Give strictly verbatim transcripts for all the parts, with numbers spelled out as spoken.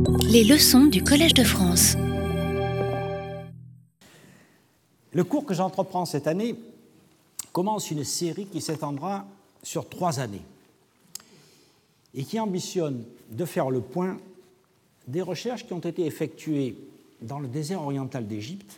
Les leçons du Collège de France. Le cours que j'entreprends cette année commence une série qui s'étendra sur trois années et qui ambitionne de faire le point des recherches qui ont été effectuées dans le désert oriental d'Égypte,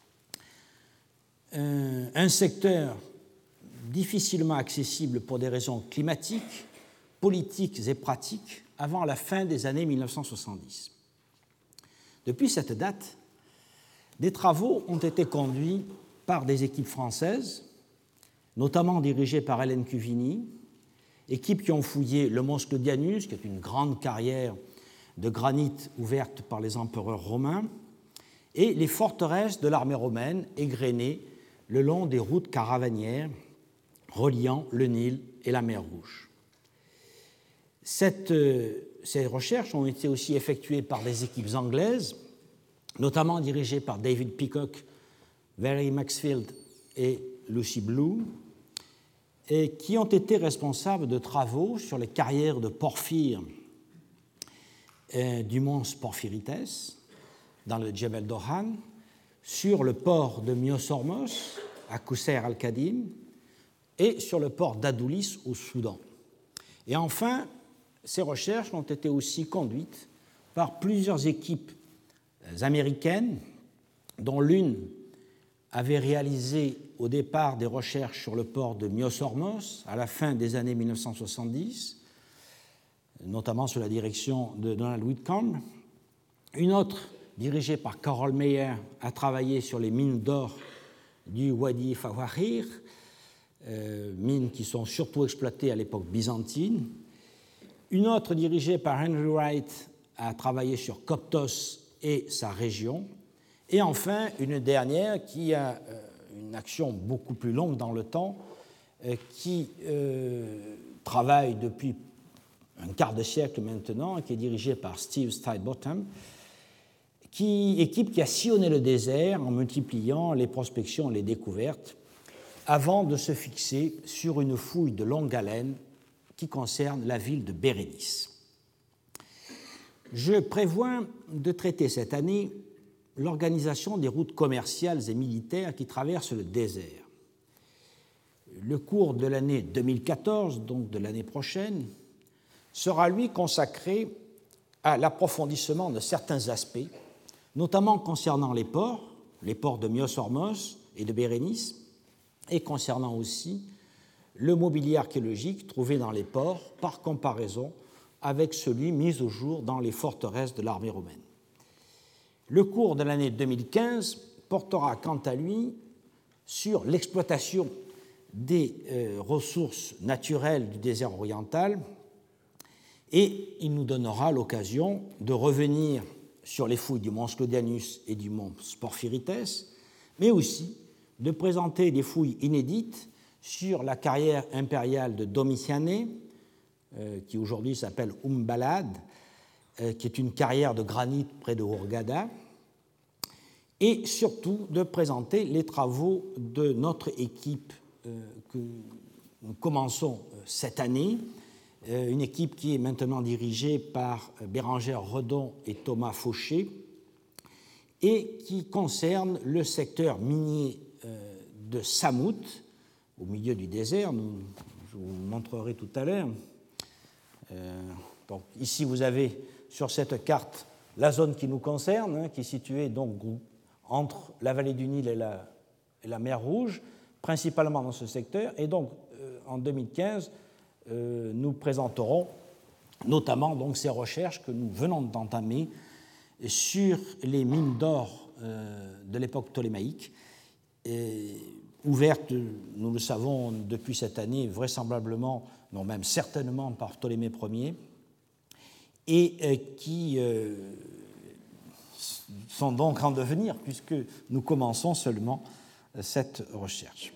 un, un secteur difficilement accessible pour des raisons climatiques, politiques et pratiques avant la fin des années mille neuf cent soixante-dix. Depuis cette date, des travaux ont été conduits par des équipes françaises, notamment dirigées par Hélène Cuvigny, équipes qui ont fouillé le Mont Sclodianus, qui est une grande carrière de granit ouverte par les empereurs romains, et les forteresses de l'armée romaine égrenées le long des routes caravanières reliant le Nil et la mer Rouge. Cette, euh, ces recherches ont été aussi effectuées par des équipes anglaises, notamment dirigées par David Peacock, Valerie Maxfield et Lucy Blue, et qui ont été responsables de travaux sur les carrières de porphyre euh, du mont Porphyrites, dans le Djebel Dohan, sur le port de Myosormos, à Qusayr al-Qadim, et sur le port d'Adoulis au Soudan. Et enfin, ces recherches ont été aussi conduites par plusieurs équipes américaines, dont l'une avait réalisé au départ des recherches sur le port de Myosormos à la fin des années mille neuf cent soixante-dix, notamment sous la direction de Donald Whitcomb. Une autre, dirigée par Carol Meyer, a travaillé sur les mines d'or du Wadi Fawahir, euh, mines qui sont surtout exploitées à l'époque byzantine. Une autre, dirigée par Henry Wright, a travaillé sur Coptos et sa région. Et enfin, une dernière qui a euh, une action beaucoup plus longue dans le temps, euh, qui euh, travaille depuis un quart de siècle maintenant, qui est dirigée par Steve Stidebottom, qui, équipe qui a sillonné le désert en multipliant les prospections et les découvertes, avant de se fixer sur une fouille de longue haleine qui concerne la ville de Bérénice. Je prévois de traiter cette année l'organisation des routes commerciales et militaires qui traversent le désert. Le cours de l'année deux mille quatorze, donc de l'année prochaine, sera lui consacré à l'approfondissement de certains aspects, notamment concernant les ports, les ports de Myosormos et de Bérénice, et concernant aussi le mobilier archéologique trouvé dans les ports par comparaison avec celui mis au jour dans les forteresses de l'armée romaine. Le cours de l'année deux mille quinze portera quant à lui sur l'exploitation des euh, ressources naturelles du désert oriental et il nous donnera l'occasion de revenir sur les fouilles du mont Sclodianus et du mont Porphyrites, mais aussi de présenter des fouilles inédites sur la carrière impériale de Domitiane, euh, qui aujourd'hui s'appelle Umbalad, euh, qui est une carrière de granit près de Hurghada, et surtout de présenter les travaux de notre équipe euh, que nous commençons cette année, euh, une équipe qui est maintenant dirigée par Bérengère Redon et Thomas Fauché, et qui concerne le secteur minier euh, de Samout, au milieu du désert. Nous, je vous montrerai tout à l'heure. Euh, donc, ici, vous avez sur cette carte la zone qui nous concerne, hein, qui est située donc entre la vallée du Nil et la, et la mer Rouge, principalement dans ce secteur. Et donc, euh, en deux mille quinze, euh, nous présenterons notamment donc, ces recherches que nous venons d'entamer sur les mines d'or euh, de l'époque ptolémaïque, et ouvertes, nous le savons depuis cette année, vraisemblablement, non même certainement par Ptolémée Ier, et euh, qui euh, sont donc en devenir, puisque nous commençons seulement cette recherche.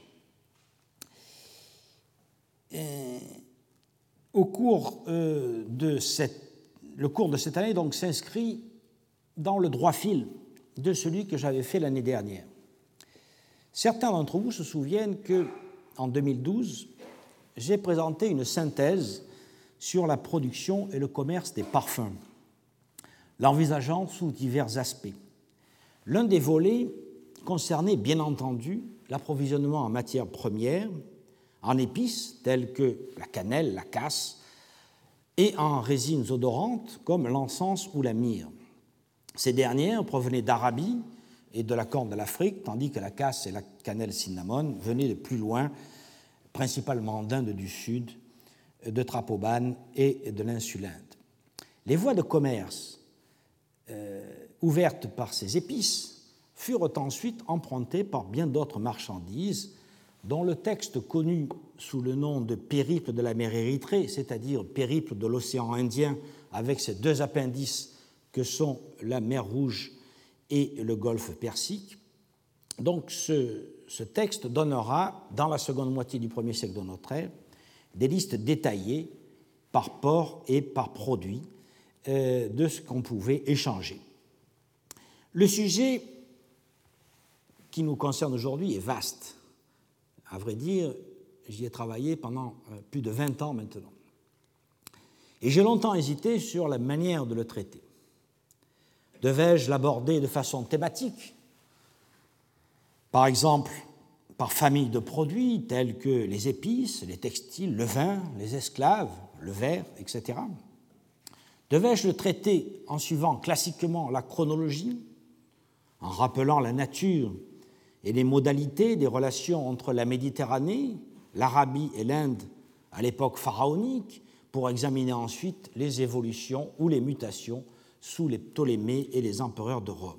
Et au cours euh, de cette, le cours de cette année donc, s'inscrit dans le droit fil de celui que j'avais fait l'année dernière. Certains d'entre vous se souviennent qu'en deux mille douze, j'ai présenté une synthèse sur la production et le commerce des parfums. l'envisageant sous divers aspects. L'un des volets concernait bien entendu l'approvisionnement en matières premières, en épices telles que la cannelle, la casse, et en résines odorantes comme l'encens ou la myrrhe. Ces dernières provenaient d'Arabie et de la Corne de l'Afrique, tandis que la casse et la cannelle cinnamon venaient de plus loin, principalement d'Inde du Sud, de Trapobane et de l'insule Inde. Les voies de commerce euh, ouvertes par ces épices furent ensuite empruntées par bien d'autres marchandises, dont le texte connu sous le nom de Périple de la mer Érythrée, c'est-à-dire Périple de l'océan Indien, avec ses deux appendices que sont la mer Rouge et le golfe Persique. Donc ce, ce texte donnera, dans la seconde moitié du premier siècle de notre ère, des listes détaillées par port et par produit euh, de ce qu'on pouvait échanger. Le sujet qui nous concerne aujourd'hui est vaste. À vrai dire, j'y ai travaillé pendant plus de vingt ans maintenant. Et j'ai longtemps hésité sur la manière de le traiter. Devais-je l'aborder de façon thématique, par exemple par famille de produits tels que les épices, les textiles, le vin, les esclaves, le verre, et cetera. Devais-je le traiter en suivant classiquement la chronologie, en rappelant la nature et les modalités des relations entre la Méditerranée, l'Arabie et l'Inde à l'époque pharaonique, pour examiner ensuite les évolutions ou les mutations sous les Ptolémées et les empereurs de Rome.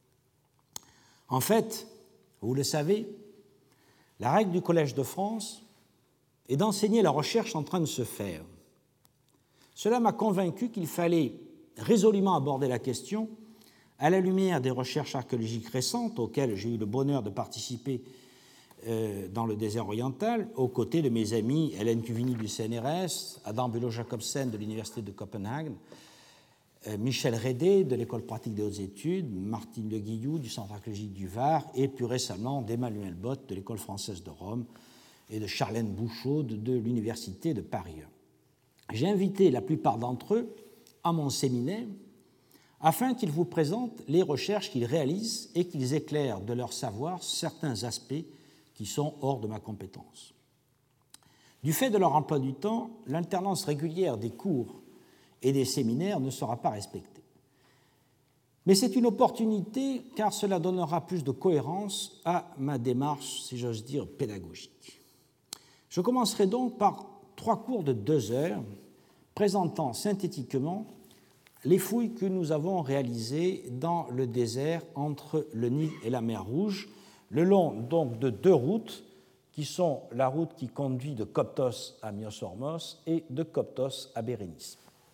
En fait, vous le savez, la règle du Collège de France est d'enseigner la recherche en train de se faire. Cela m'a convaincu qu'il fallait résolument aborder la question à la lumière des recherches archéologiques récentes auxquelles j'ai eu le bonheur de participer euh, dans le désert oriental, aux côtés de mes amis Hélène Cuvigny du C N R S, Adam Bülow-Jacobsen de l'Université de Copenhague, euh, Michel Rédé de l'École pratique des hautes études, Martine Le Guillou du Centre archéologique du Var et plus récemment d'Emmanuel Bott de l'École française de Rome et de Charlène Bouchaud de, de l'Université de Paris. J'ai invité la plupart d'entre eux à mon séminaire afin qu'ils vous présentent les recherches qu'ils réalisent et qu'ils éclairent de leur savoir certains aspects qui sont hors de ma compétence. Du fait de leur emploi du temps, l'alternance régulière des cours et des séminaires ne sera pas respectée. Mais c'est une opportunité car cela donnera plus de cohérence à ma démarche, si j'ose dire, pédagogique. Je commencerai donc par trois cours de deux heures présentant synthétiquement les fouilles que nous avons réalisées dans le désert entre le Nil et la mer Rouge, le long donc de deux routes qui sont la route qui conduit de Coptos à Myosormos et de Coptos à Bérénice.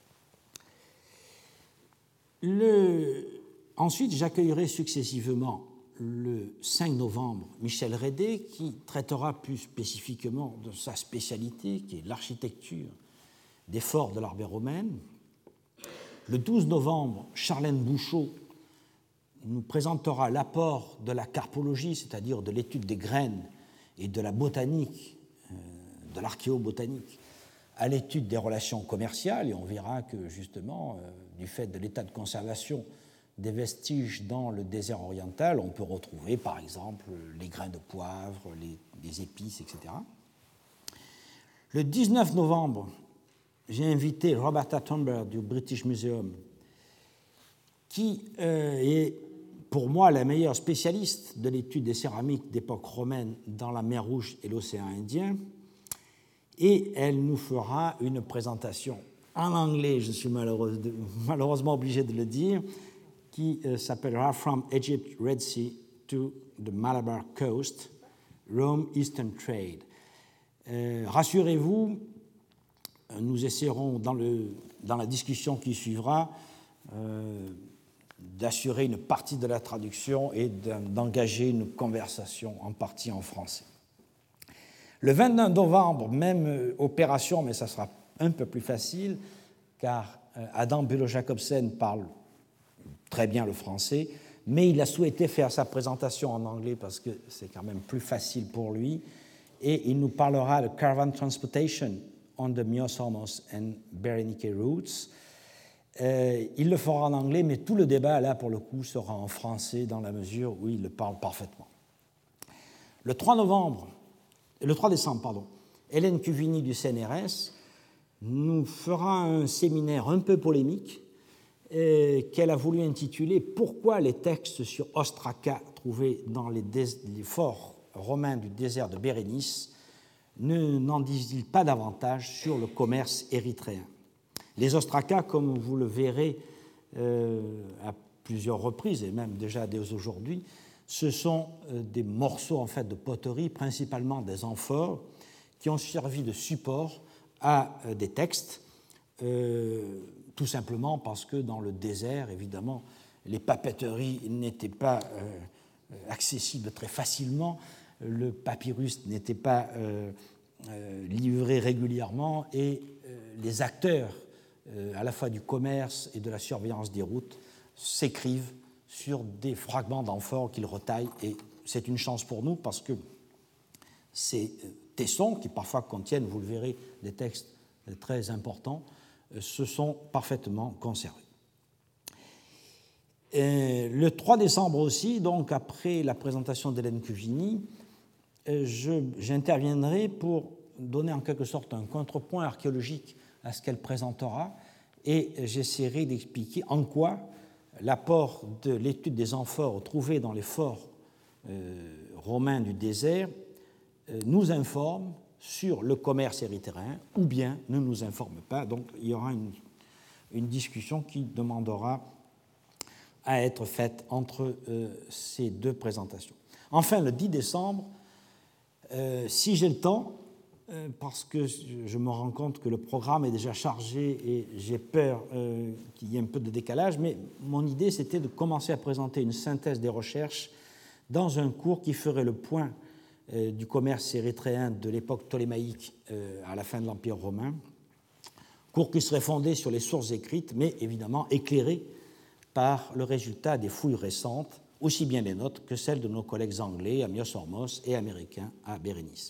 Le... Ensuite, j'accueillerai successivement le cinq novembre Michel Rédé qui traitera plus spécifiquement de sa spécialité qui est l'architecture des forts de l'armée romaine. Le douze novembre, Charlène Bouchaud nous présentera l'apport de la carpologie, c'est-à-dire de l'étude des graines et de la botanique, de l'archéobotanique, à l'étude des relations commerciales, et on verra que justement, du fait de l'état de conservation des vestiges dans le désert oriental, on peut retrouver par exemple les grains de poivre, les, les épices, et cetera. Le dix-neuf novembre, j'ai invité Roberta Thunberg du British Museum, qui euh, est pour moi la meilleure spécialiste de l'étude des céramiques d'époque romaine dans la mer Rouge et l'océan Indien, et elle nous fera une présentation en anglais, je suis malheureuse de, malheureusement obligé de le dire, qui euh, s'appellera From Egypt, Red Sea to the Malabar Coast, Rome Eastern Trade. Euh, rassurez-vous, nous essaierons dans, le, dans la discussion qui suivra euh, d'assurer une partie de la traduction et d'engager une conversation en partie en français. Le vingt-neuf novembre, même opération, mais ça sera un peu plus facile, car Adam Bülow-Jacobsen parle très bien le français, mais il a souhaité faire sa présentation en anglais parce que c'est quand même plus facile pour lui, et il nous parlera de Caravan Transportation on the Myosormos and Berenike routes, Euh, il le fera en anglais, mais tout le débat, là, pour le coup, sera en français dans la mesure où il le parle parfaitement. Le trois novembre, le trois décembre, pardon, Hélène Cuvigny du C N R S nous fera un séminaire un peu polémique euh, qu'elle a voulu intituler « Pourquoi les textes sur Ostraka trouvés dans les, dés- les forts romains du désert de Bérénice ne, n'en disent-ils pas davantage sur le commerce érythréen ?» Les ostrakas, comme vous le verrez euh, à plusieurs reprises, et même déjà dès aujourd'hui, ce sont euh, des morceaux en fait, de poterie, principalement des amphores, qui ont servi de support à euh, des textes, euh, tout simplement parce que dans le désert, évidemment, les papeteries n'étaient pas euh, accessibles très facilement, le papyrus n'était pas euh, euh, livré régulièrement et euh, les acteurs à la fois du commerce et de la surveillance des routes, s'écrivent sur des fragments d'amphores qu'ils retaillent. Et c'est une chance pour nous parce que ces tessons, qui parfois contiennent, vous le verrez, des textes très importants, se sont parfaitement conservés. Et le trois décembre aussi, donc après la présentation d'Hélène Cuvigny, je, j'interviendrai pour donner en quelque sorte un contrepoint archéologique à ce qu'elle présentera, et j'essaierai d'expliquer en quoi l'apport de l'étude des amphores trouvés dans les forts euh, romains du désert euh, nous informe sur le commerce érythréen, ou bien ne nous informe pas. Donc il y aura une, une discussion qui demandera à être faite entre euh, ces deux présentations. Enfin, le dix décembre, euh, si j'ai le temps, parce que je me rends compte que le programme est déjà chargé et j'ai peur euh, qu'il y ait un peu de décalage, mais mon idée, c'était de commencer à présenter une synthèse des recherches dans un cours qui ferait le point euh, du commerce érythréen de l'époque ptolémaïque euh, à la fin de l'Empire romain, cours qui serait fondé sur les sources écrites, mais évidemment éclairé par le résultat des fouilles récentes, aussi bien les nôtres que celles de nos collègues anglais à Myos-Hormos et américains à Bérénice.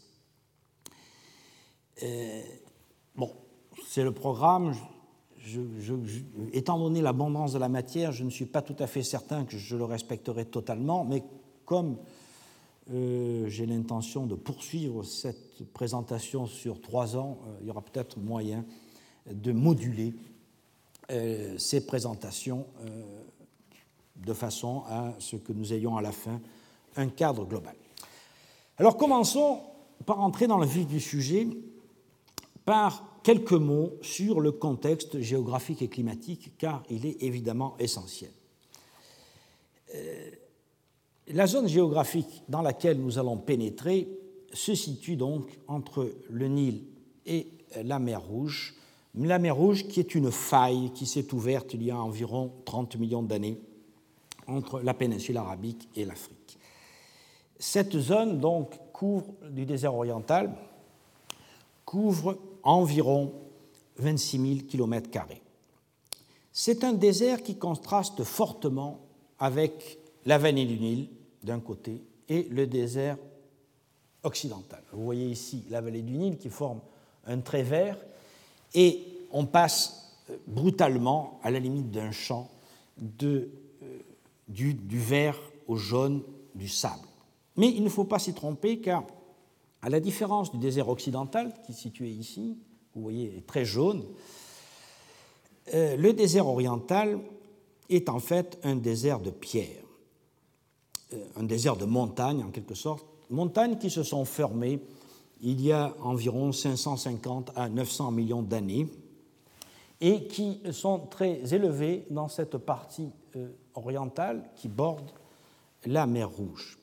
Euh, bon, c'est le programme. Je, je, je, étant donné l'abondance de la matière, je ne suis pas tout à fait certain que je le respecterai totalement, mais comme euh, j'ai l'intention de poursuivre cette présentation sur trois ans, euh, il y aura peut-être moyen de moduler euh, ces présentations euh, de façon à ce que nous ayons à la fin un cadre global. Alors commençons par entrer dans le vif du sujet par quelques mots sur le contexte géographique et climatique, car il est évidemment essentiel. Euh, la zone géographique dans laquelle nous allons pénétrer se situe donc entre le Nil et la mer Rouge, la mer Rouge qui est une faille qui s'est ouverte il y a environ trente millions d'années entre la péninsule arabique et l'Afrique. Cette zone donc couvre du désert oriental, couvre environ vingt-six mille kilomètres carrés. C'est un désert qui contraste fortement avec la vallée du Nil d'un côté et le désert occidental. Vous voyez ici la vallée du Nil qui forme un trait vert et on passe brutalement à la limite d'un champ de, euh, du, du vert au jaune du sable. Mais il ne faut pas s'y tromper car à la différence du désert occidental, qui est situé ici, vous voyez, est très jaune, euh, le désert oriental est en fait un désert de pierre, euh, un désert de montagnes en quelque sorte, montagnes qui se sont formées il y a environ cinq cent cinquante à neuf cents millions d'années et qui sont très élevées dans cette partie euh, orientale qui borde la mer Rouge.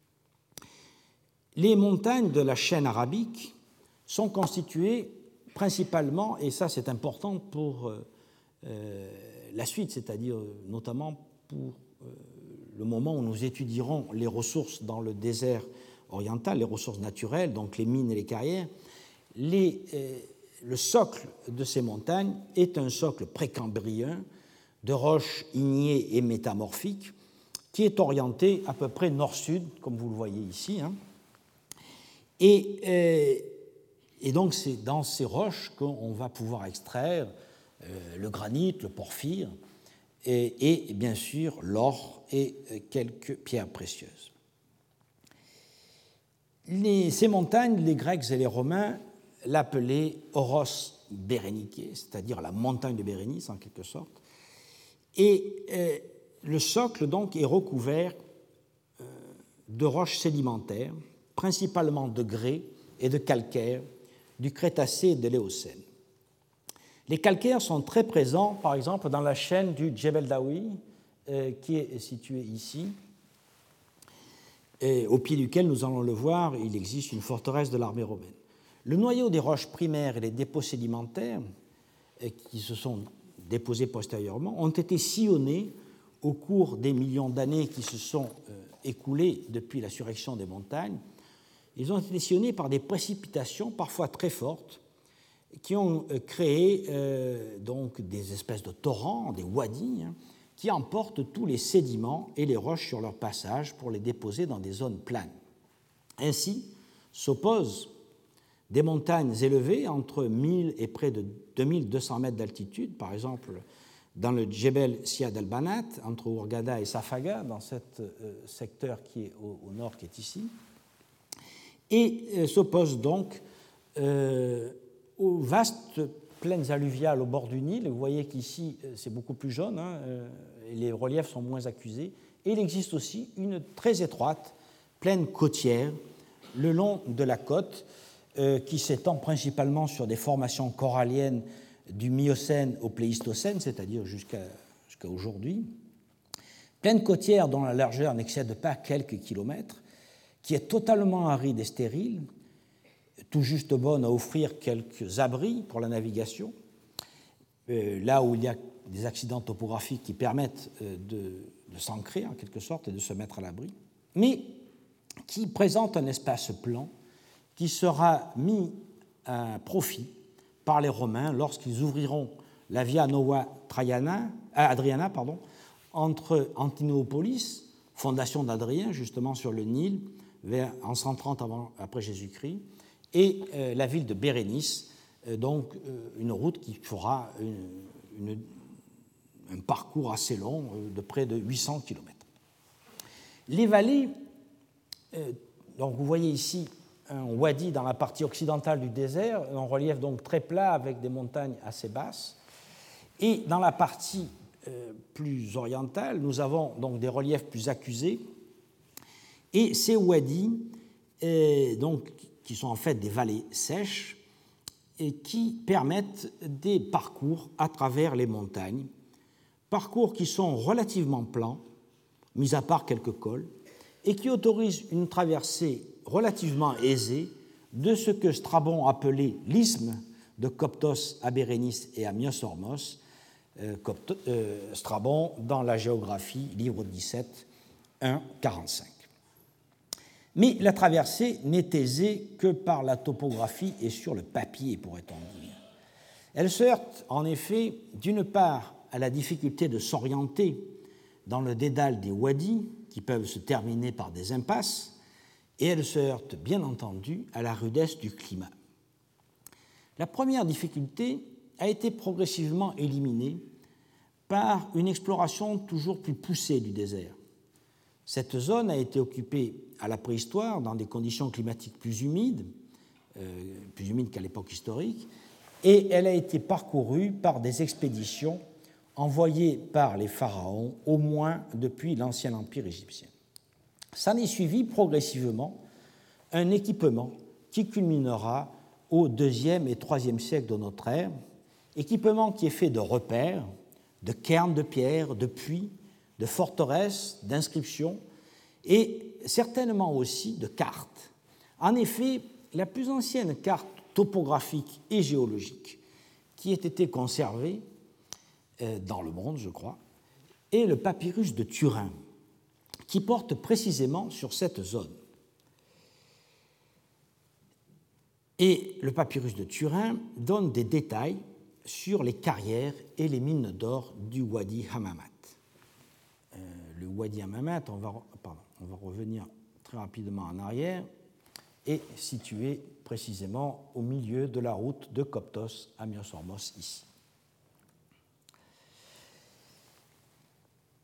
Les montagnes de la chaîne arabique sont constituées principalement, et ça c'est important pour euh, la suite, c'est-à-dire notamment pour euh, le moment où nous étudierons les ressources dans le désert oriental, les ressources naturelles, donc les mines et les carrières, les, euh, le socle de ces montagnes est un socle précambrien de roches ignées et métamorphiques qui est orienté à peu près nord-sud, comme vous le voyez ici, hein. Et, euh, et donc c'est dans ces roches qu'on va pouvoir extraire euh, le granit, le porphyre, et, et bien sûr l'or et quelques pierres précieuses. Les, ces montagnes, les Grecs et les Romains l'appelaient Oros Béréniké, c'est-à-dire la montagne de Bérénice en quelque sorte, et euh, le socle donc est recouvert euh, de roches sédimentaires, principalement de grès et de calcaire du Crétacé et de l'Éocène. Les calcaires sont très présents, par exemple, dans la chaîne du Djebel Daoui, euh, qui est située ici, et au pied duquel, nous allons le voir, il existe une forteresse de l'armée romaine. Le noyau des roches primaires et les dépôts sédimentaires, euh, qui se sont déposés postérieurement, ont été sillonnés au cours des millions d'années qui se sont euh, écoulées depuis la surrection des montagnes. Ils ont été sillonnés par des précipitations parfois très fortes, qui ont créé euh, donc des espèces de torrents, des wadis, hein, qui emportent tous les sédiments et les roches sur leur passage pour les déposer dans des zones planes. Ainsi s'opposent des montagnes élevées entre mille et près de deux mille deux cents mètres d'altitude, par exemple dans le Djebel Siad al-Banat, entre Hurghada et Safaga, dans ce euh, secteur qui est au, au nord, qui est ici, et euh, s'opposent donc euh, aux vastes plaines alluviales au bord du Nil. Vous voyez qu'ici, c'est beaucoup plus jaune, hein, et les reliefs sont moins accusés. Et il existe aussi une très étroite plaine côtière le long de la côte, euh, qui s'étend principalement sur des formations coralliennes du Miocène au Pléistocène, c'est-à-dire jusqu'à, jusqu'à aujourd'hui. Plaine côtière dont la largeur n'excède pas quelques kilomètres, qui est totalement aride et stérile, tout juste bonne à offrir quelques abris pour la navigation, euh, là où il y a des accidents topographiques qui permettent euh, de, de s'ancrer en quelque sorte et de se mettre à l'abri, mais qui présente un espace plan qui sera mis à profit par les Romains lorsqu'ils ouvriront la Via Nova Traiana, euh, Adriana pardon, entre Antinopolis, fondation d'Adrien justement sur le Nil, vers, en cent trente avant, après Jésus-Christ, et euh, la ville de Bérénice, euh, donc euh, une route qui fera une, une, un parcours assez long euh, de près de huit cents kilomètres. Les vallées, euh, donc vous voyez ici un wadi dans la partie occidentale du désert, un relief donc très plat avec des montagnes assez basses, et dans la partie euh, plus orientale, nous avons donc des reliefs plus accusés, et ces wadis, euh, donc qui sont en fait des vallées sèches et qui permettent des parcours à travers les montagnes, parcours qui sont relativement plans, mis à part quelques cols, et qui autorisent une traversée relativement aisée de ce que Strabon appelait l'isthme de Coptos à Bérénice et à Myosormos, euh, Copto, euh, Strabon dans la géographie, livre dix-sept, un, quarante-cinq. Mais la traversée n'est aisée que par la topographie et sur le papier, pourrait-on dire. Elle se heurte, en effet, d'une part à la difficulté de s'orienter dans le dédale des wadis, qui peuvent se terminer par des impasses, et elle se heurte, bien entendu, à la rudesse du climat. La première difficulté a été progressivement éliminée par une exploration toujours plus poussée du désert. Cette zone a été occupée à la préhistoire dans des conditions climatiques plus humides, euh, plus humides qu'à l'époque historique, et elle a été parcourue par des expéditions envoyées par les pharaons, au moins depuis l'Ancien Empire égyptien. S'en est suivi progressivement un équipement qui culminera au deuxième et troisième siècle de notre ère, équipement qui est fait de repères, de cairns de pierre, de puits, de forteresses, d'inscriptions et certainement aussi de cartes. En effet, la plus ancienne carte topographique et géologique qui ait été conservée dans le monde, je crois, est le papyrus de Turin, qui porte précisément sur cette zone. Et le papyrus de Turin donne des détails sur les carrières et les mines d'or du Wadi Hammamat. Euh, le Wadi Hammamat, on va, pardon, on va revenir très rapidement en arrière, est situé précisément au milieu de la route de Coptos à Myosormos ici.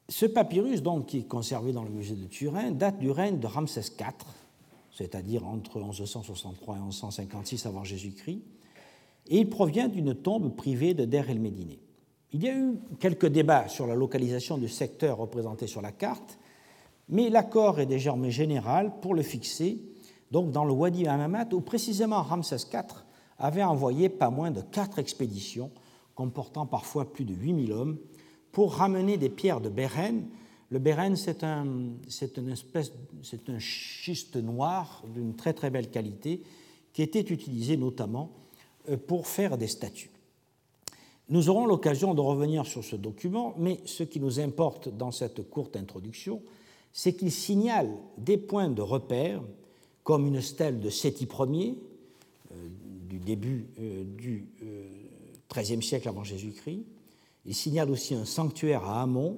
Ce papyrus, donc, qui est conservé dans le musée de Turin, date du règne de Ramsès quatre, c'est-à-dire entre onze cent soixante-trois et onze cent cinquante-six avant Jésus-Christ, et il provient d'une tombe privée de Der el-Médine. Il y a eu quelques débats sur la localisation du secteur représenté sur la carte, mais l'accord est désormais général pour le fixer donc dans le Wadi Hammamat, où précisément Ramsès quatre avait envoyé pas moins de quatre expéditions, comportant parfois plus de huit mille hommes, pour ramener des pierres de Bérène. Le Bérène, c'est un, c'est une espèce, c'est un schiste noir d'une très très belle qualité qui était utilisé notamment pour faire des statues. Nous aurons l'occasion de revenir sur ce document, mais ce qui nous importe dans cette courte introduction, c'est qu'il signale des points de repère, comme une stèle de Séti Ier, euh, du début euh, du XIIIe siècle avant Jésus-Christ. Il signale aussi un sanctuaire à Amon.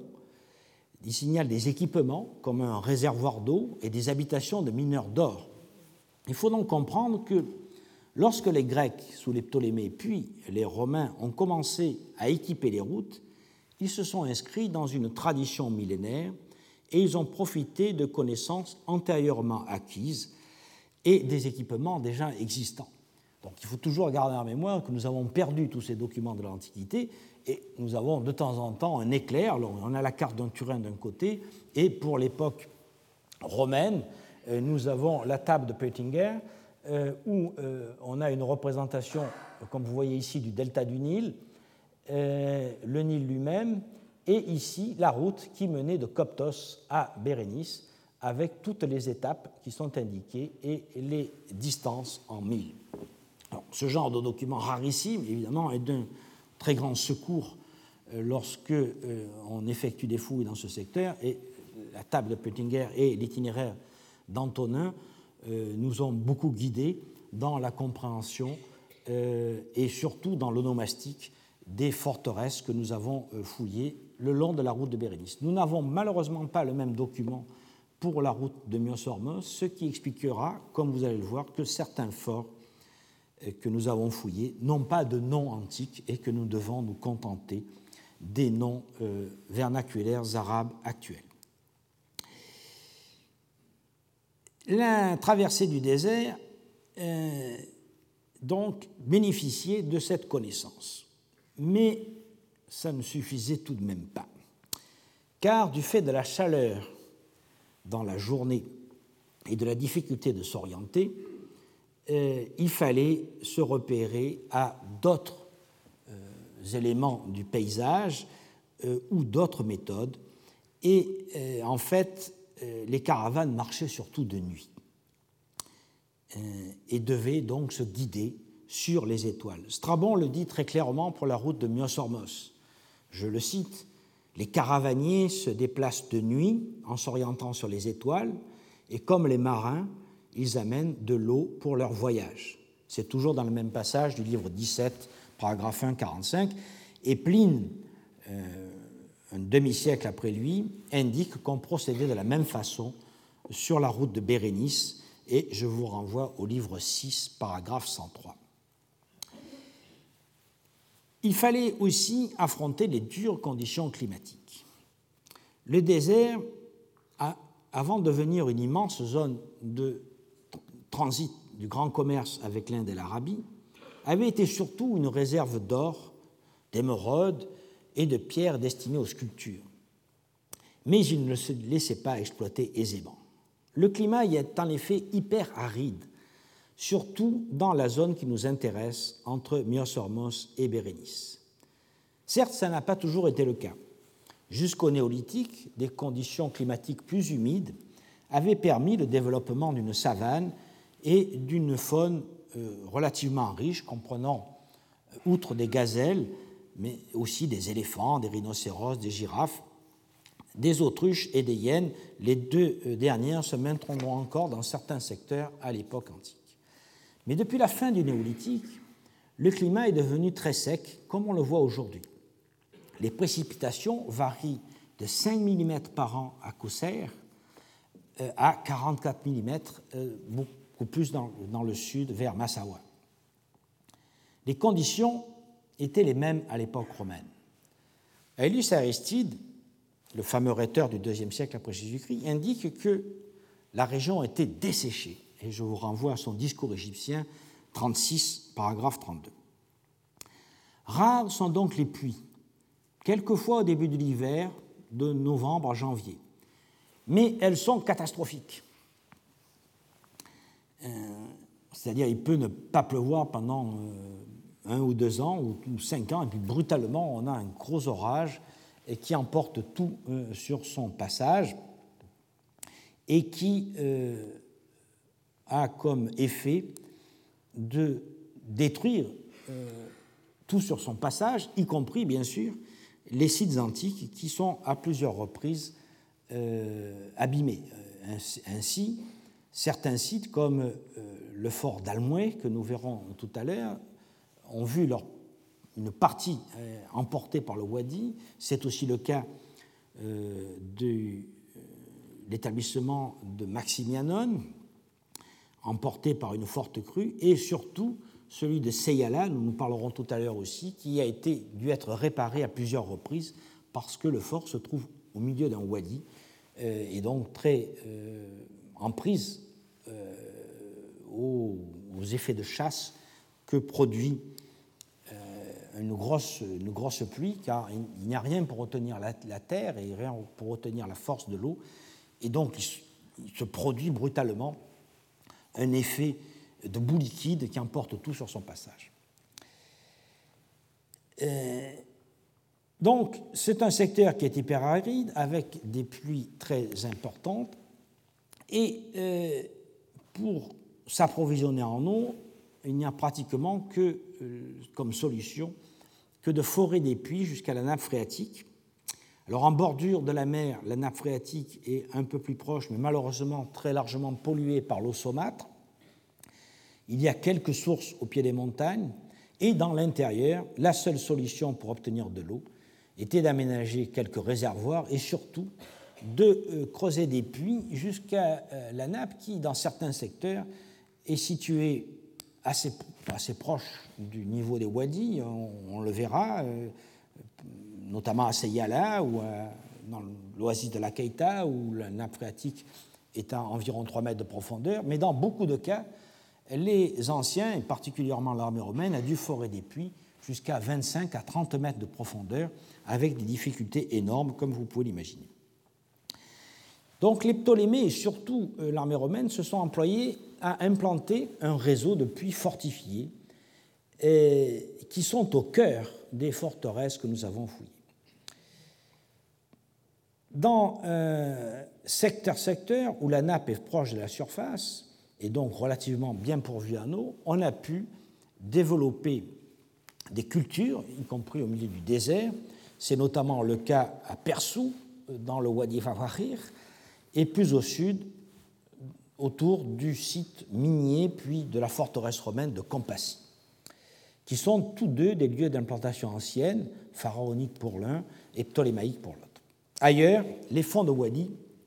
Il signale des équipements, comme un réservoir d'eau et des habitations de mineurs d'or. Il faut donc comprendre que lorsque les Grecs, sous les Ptolémées, puis les Romains, ont commencé à équiper les routes, ils se sont inscrits dans une tradition millénaire et ils ont profité de connaissances antérieurement acquises et des équipements déjà existants. Donc il faut toujours garder en mémoire que nous avons perdu tous ces documents de l'Antiquité et nous avons de temps en temps un éclair. Alors, on a la carte d'un Turin d'un côté et pour l'époque romaine, nous avons la table de Peutinger, Euh, où euh, on a une représentation, comme vous voyez ici, du delta du Nil, euh, le Nil lui-même, et ici la route qui menait de Coptos à Bérénice, avec toutes les étapes qui sont indiquées et les distances en milles. Alors, ce genre de document rarissime, évidemment, est d'un très grand secours euh, lorsque euh, on effectue des fouilles dans ce secteur, et la table de Peutinger et l'itinéraire d'Antonin Euh, nous ont beaucoup guidés dans la compréhension euh, et surtout dans l'onomastique des forteresses que nous avons euh, fouillées le long de la route de Bérénice. Nous n'avons malheureusement pas le même document pour la route de Myos-Hormos, ce qui expliquera, comme vous allez le voir, que certains forts euh, que nous avons fouillés n'ont pas de nom antique et que nous devons nous contenter des noms euh, vernaculaires arabes actuels. La traversée du désert euh, donc bénéficiait de cette connaissance, mais ça ne suffisait tout de même pas, car du fait de la chaleur dans la journée et de la difficulté de s'orienter, euh, il fallait se repérer à d'autres euh, éléments du paysage euh, ou d'autres méthodes, et euh, en fait les caravanes marchaient surtout de nuit et devaient donc se guider sur les étoiles. Strabon le dit très clairement pour la route de Myos-Hormos. Je le cite, « Les caravaniers se déplacent de nuit en s'orientant sur les étoiles et comme les marins, ils amènent de l'eau pour leur voyage. » C'est toujours dans le même passage du livre dix-sept, paragraphe un, quarante-cinq. Et Pline, euh, un demi-siècle après lui, indique qu'on procédait de la même façon sur la route de Bérénice, et je vous renvoie au livre six, paragraphe cent trois. Il fallait aussi affronter les dures conditions climatiques. Le désert, a, avant de devenir une immense zone de transit du grand commerce avec l'Inde et l'Arabie, avait été surtout une réserve d'or, d'émeraudes, et de pierres destinées aux sculptures. Mais il ne se laissait pas exploiter aisément. Le climat y est en effet hyper aride, surtout dans la zone qui nous intéresse entre Myos-Hormos et Bérénice. Certes, ça n'a pas toujours été le cas. Jusqu'au néolithique, des conditions climatiques plus humides avaient permis le développement d'une savane et d'une faune relativement riche, comprenant, outre des gazelles, mais aussi des éléphants, des rhinocéros, des girafes, des autruches et des hyènes. Les deux dernières se maintiendront encore dans certains secteurs à l'époque antique. Mais depuis la fin du néolithique, le climat est devenu très sec, comme on le voit aujourd'hui. Les précipitations varient de cinq millimètres par an à Qusair à quarante-quatre millimètres, beaucoup plus dans, dans le sud, vers Massawa. Les conditions étaient les mêmes à l'époque romaine. Aelius Aristide le fameux rhéteur du deuxième siècle après Jésus-Christ, indique que la région était desséchée. Et je vous renvoie à son discours égyptien trente-six, paragraphe trente-deux. Rares sont donc les pluies, quelquefois au début de l'hiver, de novembre à janvier. Mais elles sont catastrophiques. Euh, c'est-à-dire il peut ne pas pleuvoir pendant euh, un ou deux ans ou, ou cinq ans, et puis brutalement on a un gros orage et qui emporte tout euh, sur son passage et qui euh, a comme effet de détruire euh, tout sur son passage, y compris bien sûr les sites antiques qui sont à plusieurs reprises euh, abîmés. Ainsi, certains sites comme euh, le fort d'Almoué, que nous verrons tout à l'heure, ont vu leur, une partie euh, emportée par le Wadi. C'est aussi le cas euh, de euh, l'établissement de Maximianon, emporté par une forte crue, et surtout celui de Seyala, nous nous parlerons tout à l'heure aussi, qui a été, dû être réparé à plusieurs reprises parce que le fort se trouve au milieu d'un wadi euh, et donc très euh, en prise euh, aux, aux effets de chasse que produit euh, une, grosse, une grosse pluie, car il n'y a rien pour retenir la, la terre et rien pour retenir la force de l'eau, et donc il, il se produit brutalement un effet de boue liquide qui emporte tout sur son passage. Euh, donc, c'est un secteur qui est hyperaride, avec des pluies très importantes, et euh, pour s'approvisionner en eau, il n'y a pratiquement que, euh, comme solution, que de forer des puits jusqu'à la nappe phréatique. Alors, en bordure de la mer, la nappe phréatique est un peu plus proche, mais malheureusement très largement polluée par l'eau saumâtre. Il y a quelques sources au pied des montagnes, et dans l'intérieur, la seule solution pour obtenir de l'eau était d'aménager quelques réservoirs et surtout de euh, creuser des puits jusqu'à euh, la nappe qui, dans certains secteurs, est située assez, assez proche du niveau des wadis, on, on le verra, euh, notamment à Seyala ou à, dans l'oasis de la Keïta, où la nappe phréatique est à environ trois mètres de profondeur, mais dans beaucoup de cas, les anciens, et particulièrement l'armée romaine, a dû forer des puits jusqu'à vingt-cinq à trente mètres de profondeur, avec des difficultés énormes, comme vous pouvez l'imaginer. Donc les Ptolémées, et surtout l'armée romaine, se sont employés à implanter un réseau de puits fortifiés et qui sont au cœur des forteresses que nous avons fouillées. Dans un secteur-secteur où la nappe est proche de la surface, et donc relativement bien pourvu en eau, on a pu développer des cultures, y compris au milieu du désert. C'est notamment le cas à Persou, dans le Wadi Fawahir, et plus au sud, autour du site minier, puis de la forteresse romaine de Compassie, qui sont tous deux des lieux d'implantation ancienne, pharaoniques pour l'un et ptolémaïques pour l'autre. Ailleurs, les fonds de Wadi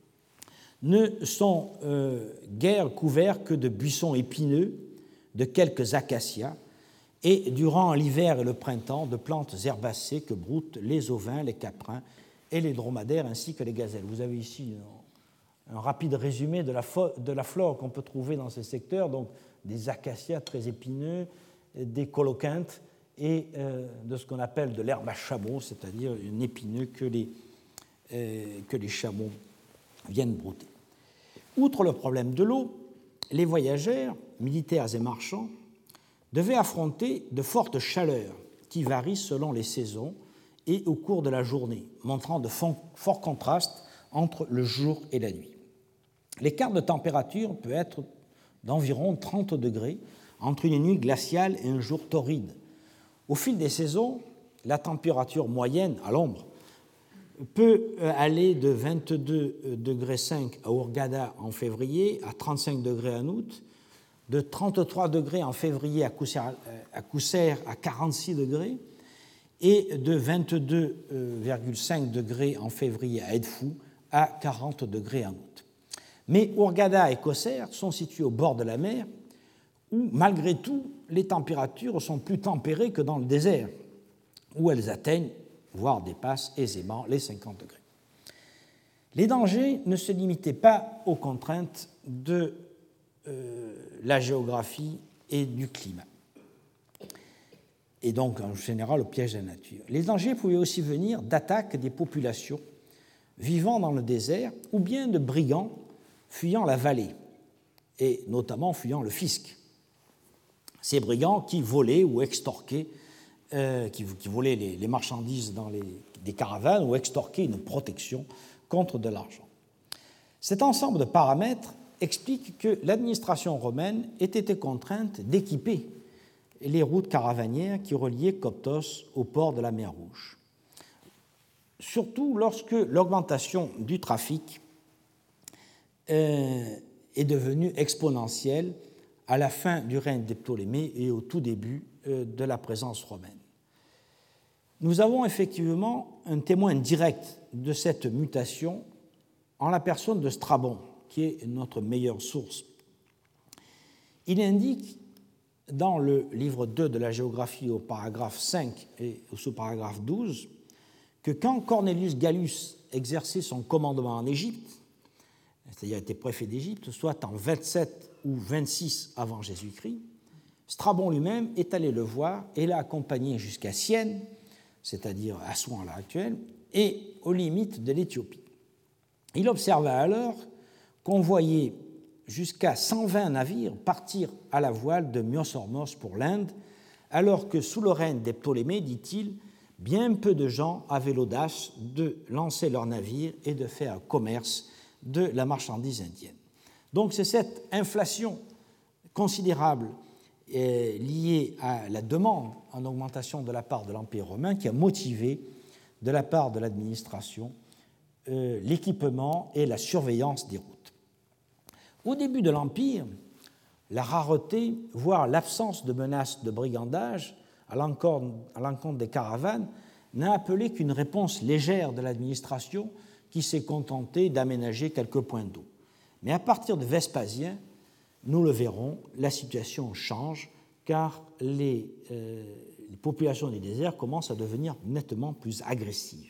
ne sont euh, guère couverts que de buissons épineux, de quelques acacias, et durant l'hiver et le printemps, de plantes herbacées que broutent les ovins, les caprins et les dromadaires, ainsi que les gazelles. Vous avez ici un, un rapide résumé de la, de la flore qu'on peut trouver dans ces secteurs, donc des acacias très épineux, des colocyntes et euh, de ce qu'on appelle de l'herbe à chameau, c'est-à-dire un épineux que les, euh, que les chameaux viennent brouter. Outre le problème de l'eau, les voyageurs, militaires et marchands, devaient affronter de fortes chaleurs qui varient selon les saisons et au cours de la journée, montrant de forts contrastes entre le jour et la nuit. L'écart de température peut être d'environ trente degrés entre une nuit glaciale et un jour torride. Au fil des saisons, la température moyenne à l'ombre peut aller de vingt-deux degrés cinq à Hurghada en février à trente-cinq degrés en août, de trente-trois degrés en février à Kousser à quarante-six degrés et de vingt-deux virgule cinq degrés en février à Edfou à quarante degrés en août. Mais Hurghada et Kousser sont situés au bord de la mer où, malgré tout, les températures sont plus tempérées que dans le désert, où elles atteignent, voire dépassent aisément les cinquante degrés. Les dangers ne se limitaient pas aux contraintes de euh, la géographie et du climat, et donc en général au piège de la nature. Les dangers pouvaient aussi venir d'attaques des populations vivant dans le désert ou bien de brigands fuyant la vallée, et notamment fuyant le fisc. Ces brigands qui volaient ou extorquaient, euh, qui, qui volaient les, les marchandises dans les, des caravanes ou extorquaient une protection contre de l'argent. Cet ensemble de paramètres explique que l'administration romaine ait été contrainte d'équiper les routes caravanières qui reliaient Coptos au port de la mer Rouge. Surtout lorsque l'augmentation du trafic euh, est devenue exponentielle à la fin du règne des Ptolémées et au tout début euh, de la présence romaine. Nous avons effectivement un témoin direct de cette mutation en la personne de Strabon, qui est notre meilleure source. Il indique dans le livre deux de la géographie au paragraphe cinq et au sous-paragraphe douze que quand Cornelius Gallus exerçait son commandement en Égypte, c'est-à-dire était préfet d'Égypte, soit en vingt-sept ou vingt-six avant Jésus-Christ, Strabon lui-même est allé le voir et l'a accompagné jusqu'à Syène, c'est-à-dire Assouan à l'heure actuelle, et aux limites de l'Éthiopie. Il observa alors qu'on voyait jusqu'à cent vingt navires partir à la voile de Myosormos pour l'Inde, alors que sous le règne des Ptolémées, dit-il, bien peu de gens avaient l'audace de lancer leurs navires et de faire commerce de la marchandise indienne. Donc c'est cette inflation considérable eh, liée à la demande en augmentation de la part de l'Empire romain qui a motivé de la part de l'administration euh, l'équipement et la surveillance des routes. Au début de l'Empire, la rareté, voire l'absence de menaces de brigandage à l'encontre des caravanes n'a appelé qu'une réponse légère de l'administration qui s'est contentée d'aménager quelques points d'eau. Mais à partir de Vespasien, nous le verrons, la situation change car les, euh, les populations des déserts commencent à devenir nettement plus agressives.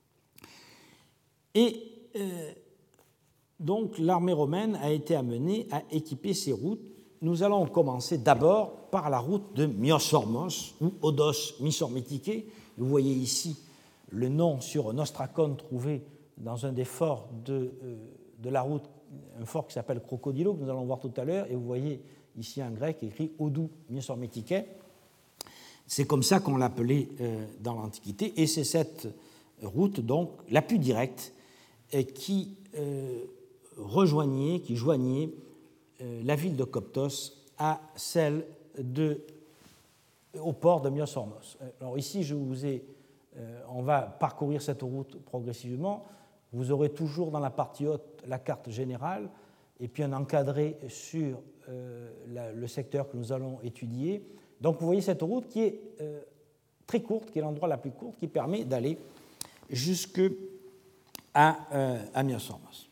Et euh, donc l'armée romaine a été amenée à équiper ces routes. Nous allons commencer d'abord par la route de Myosormos ou Odos Mysormitike. Vous voyez ici le nom sur un ostracon trouvé dans un des forts de, euh, de la route, un fort qui s'appelle Crocodilo, que nous allons voir tout à l'heure, et vous voyez ici en grec écrit Odou Mysormitike. C'est comme ça qu'on l'appelait euh, dans l'Antiquité, et c'est cette route donc la plus directe euh, qui euh, rejoignait, qui joignait euh, la ville de Coptos à celle de, au port de Myosormos. Alors ici, je vous ai, euh, on va parcourir cette route progressivement. Vous aurez toujours dans la partie haute la carte générale et puis un encadré sur euh, la, le secteur que nous allons étudier. Donc vous voyez cette route qui est euh, très courte, qui est l'endroit la plus courte, qui permet d'aller jusque à, euh, à Myosormos.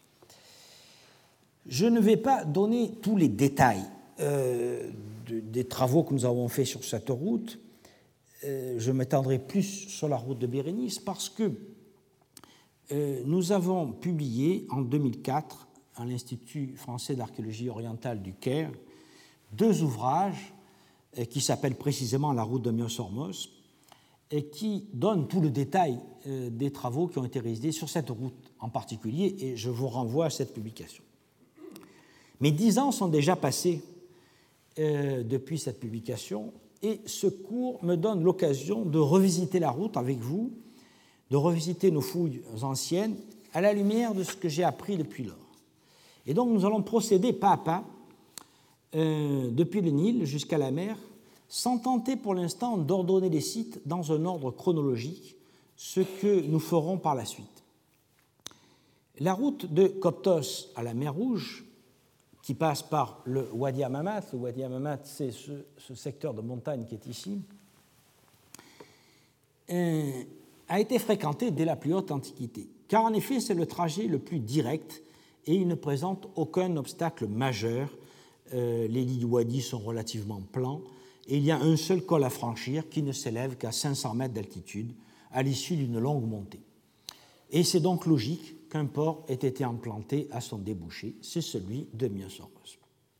Je ne vais pas donner tous les détails euh, de, des travaux que nous avons faits sur cette route. Euh, je m'étendrai plus sur la route de Bérénice parce que euh, nous avons publié en deux mille quatre à l'Institut français d'archéologie orientale du Caire deux ouvrages euh, qui s'appellent précisément La route de Myosormos et qui donnent tout le détail euh, des travaux qui ont été réalisés sur cette route en particulier, et je vous renvoie à cette publication. Mais dix ans sont déjà passés euh, depuis cette publication et ce cours me donne l'occasion de revisiter la route avec vous, de revisiter nos fouilles anciennes à la lumière de ce que j'ai appris depuis lors. Et donc nous allons procéder pas à pas euh, depuis le Nil jusqu'à la mer, sans tenter pour l'instant d'ordonner les sites dans un ordre chronologique, ce que nous ferons par la suite. La route de Coptos à la mer Rouge, qui passe par le Wadi Hammamat. Le Wadi Hammamat, c'est ce, ce secteur de montagne qui est ici, euh, a été fréquenté dès la plus haute Antiquité, car en effet, c'est le trajet le plus direct et il ne présente aucun obstacle majeur. Euh, les lits du Wadi sont relativement plans et il y a un seul col à franchir qui ne s'élève qu'à cinq cents mètres d'altitude à l'issue d'une longue montée. Et c'est donc logique qu'un port ait été implanté à son débouché, c'est celui de Myosormos.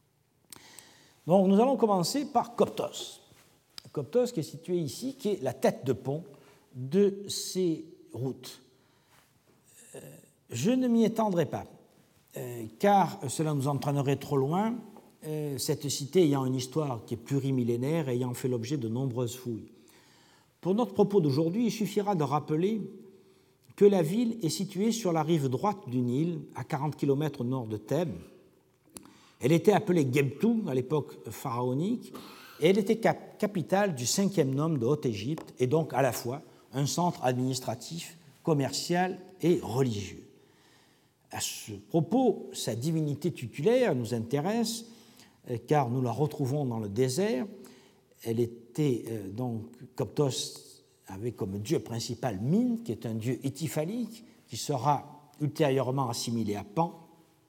Donc nous allons commencer par Koptos. Koptos qui est situé ici, qui est la tête de pont de ces routes. Euh, je ne m'y étendrai pas, euh, car cela nous entraînerait trop loin, euh, cette cité ayant une histoire qui est plurimillénaire et ayant fait l'objet de nombreuses fouilles. Pour notre propos d'aujourd'hui, il suffira de rappeler que la ville est située sur la rive droite du Nil, à quarante kilomètres au nord de Thèbes. Elle était appelée Gebtou à l'époque pharaonique, et elle était cap- capitale du cinquième nome de Haute-Égypte, et donc à la fois un centre administratif, commercial et religieux. À ce propos, sa divinité tutélaire nous intéresse, car nous la retrouvons dans le désert. Elle était euh, donc Koptos avait comme dieu principal Min, qui est un dieu étiphalique, qui sera ultérieurement assimilé à Pan.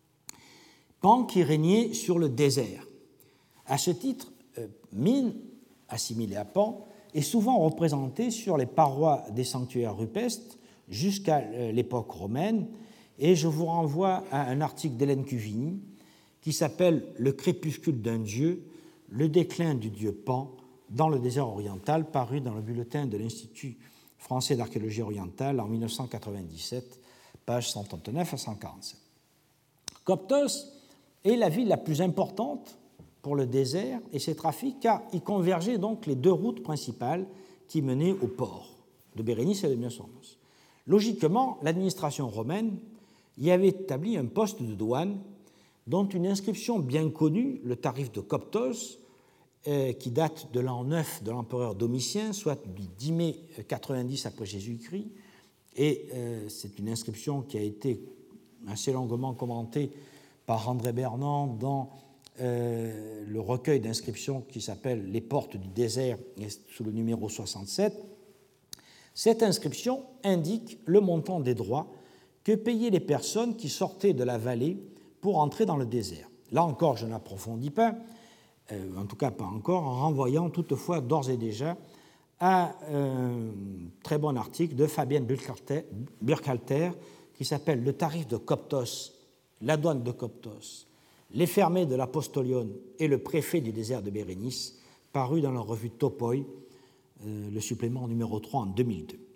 Pan qui régnait sur le désert. À ce titre, euh, Min, assimilé à Pan, est souvent représenté sur les parois des sanctuaires rupestres jusqu'à l'époque romaine, et je vous renvoie à un article d'Hélène Cuvigny qui s'appelle « Le crépuscule d'un dieu, le déclin du dieu Pan dans le désert oriental », paru dans le bulletin de l'Institut français d'archéologie orientale en mille neuf cent quatre-vingt-dix-sept, pages cent trente-neuf à cent quarante-sept. Koptos est la ville la plus importante pour le désert et ses trafics, car y convergeaient donc les deux routes principales qui menaient au port de Bérénice et de Myosormos. Logiquement, l'administration romaine y avait établi un poste de douane dont une inscription bien connue, le tarif de Koptos, euh, qui date de l'an neuf de l'empereur Domitien, soit du dix mai quatre-vingt-dix après Jésus-Christ, et euh, c'est une inscription qui a été assez longuement commentée par André Bernan dans euh, le recueil d'inscriptions qui s'appelle « Les portes du désert » sous le numéro soixante-sept. Cette inscription indique le montant des droits que payaient les personnes qui sortaient de la vallée pour entrer dans le désert. Là encore, je n'approfondis pas, euh, en tout cas pas encore, en renvoyant toutefois d'ores et déjà à un très bon article de Fabienne Burkhalter qui s'appelle « Le tarif de Koptos, la douane de Koptos, les fermés de l'Apostolion et le préfet du désert de Bérénice », paru dans la revue Topoi, euh, le supplément numéro trois en deux mille deux.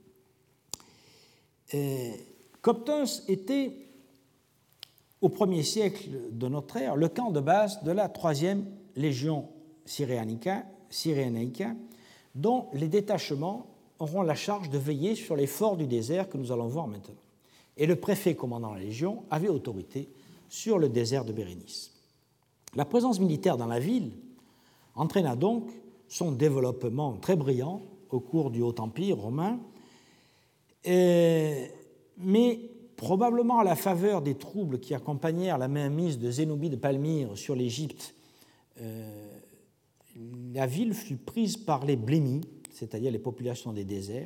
Euh, Koptos était, au premier siècle de notre ère, le camp de base de la troisième légion syrianica, syrianaïca, dont les détachements auront la charge de veiller sur les forts du désert que nous allons voir maintenant. Et le préfet commandant la légion avait autorité sur le désert de Bérénice. La présence militaire dans la ville entraîna donc son développement très brillant au cours du Haut-Empire romain, et, mais probablement à la faveur des troubles qui accompagnèrent la mainmise de Zénobie de Palmyre sur l'Égypte, euh, la ville fut prise par les blémis, c'est-à-dire les populations des déserts,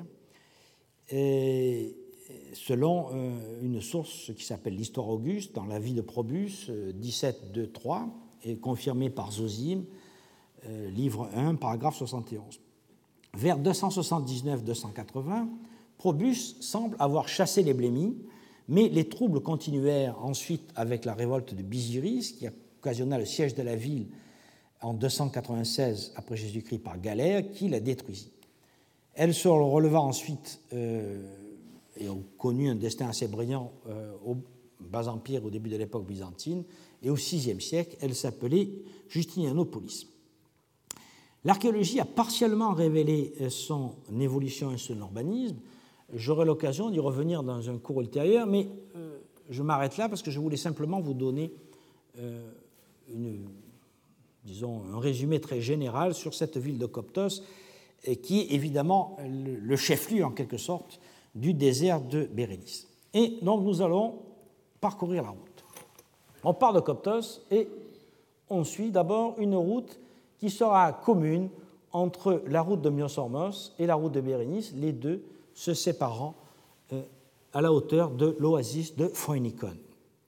et selon euh, une source qui s'appelle l'Histoire Auguste, dans la vie de Probus, euh, dix-sept deux trois, et confirmée par Zosime, euh, livre un, paragraphe soixante et onze. Vers deux cent soixante-dix-neuf deux cent quatre-vingts, Probus semble avoir chassé les blémis, mais les troubles continuèrent ensuite avec la révolte de Byziris, qui occasionna le siège de la ville en deux cent quatre-vingt-seize après Jésus-Christ par Galère, qui la détruisit. Elle se releva ensuite euh, et ont connu un destin assez brillant euh, au Bas-Empire, au début de l'époque byzantine, et au sixième siècle, elle s'appelait Justinianopolis. L'archéologie a partiellement révélé son évolution et son urbanisme. J'aurai l'occasion d'y revenir dans un cours ultérieur, mais euh, je m'arrête là parce que je voulais simplement vous donner euh, une, disons, un résumé très général sur cette ville de Koptos, et qui est évidemment le, le chef-lieu, en quelque sorte, du désert de Bérénice. Et donc nous allons parcourir la route. On part de Koptos et on suit d'abord une route qui sera commune entre la route de Myosormos et la route de Bérénice, les deux se séparant euh, à la hauteur de l'oasis de Phoenikon.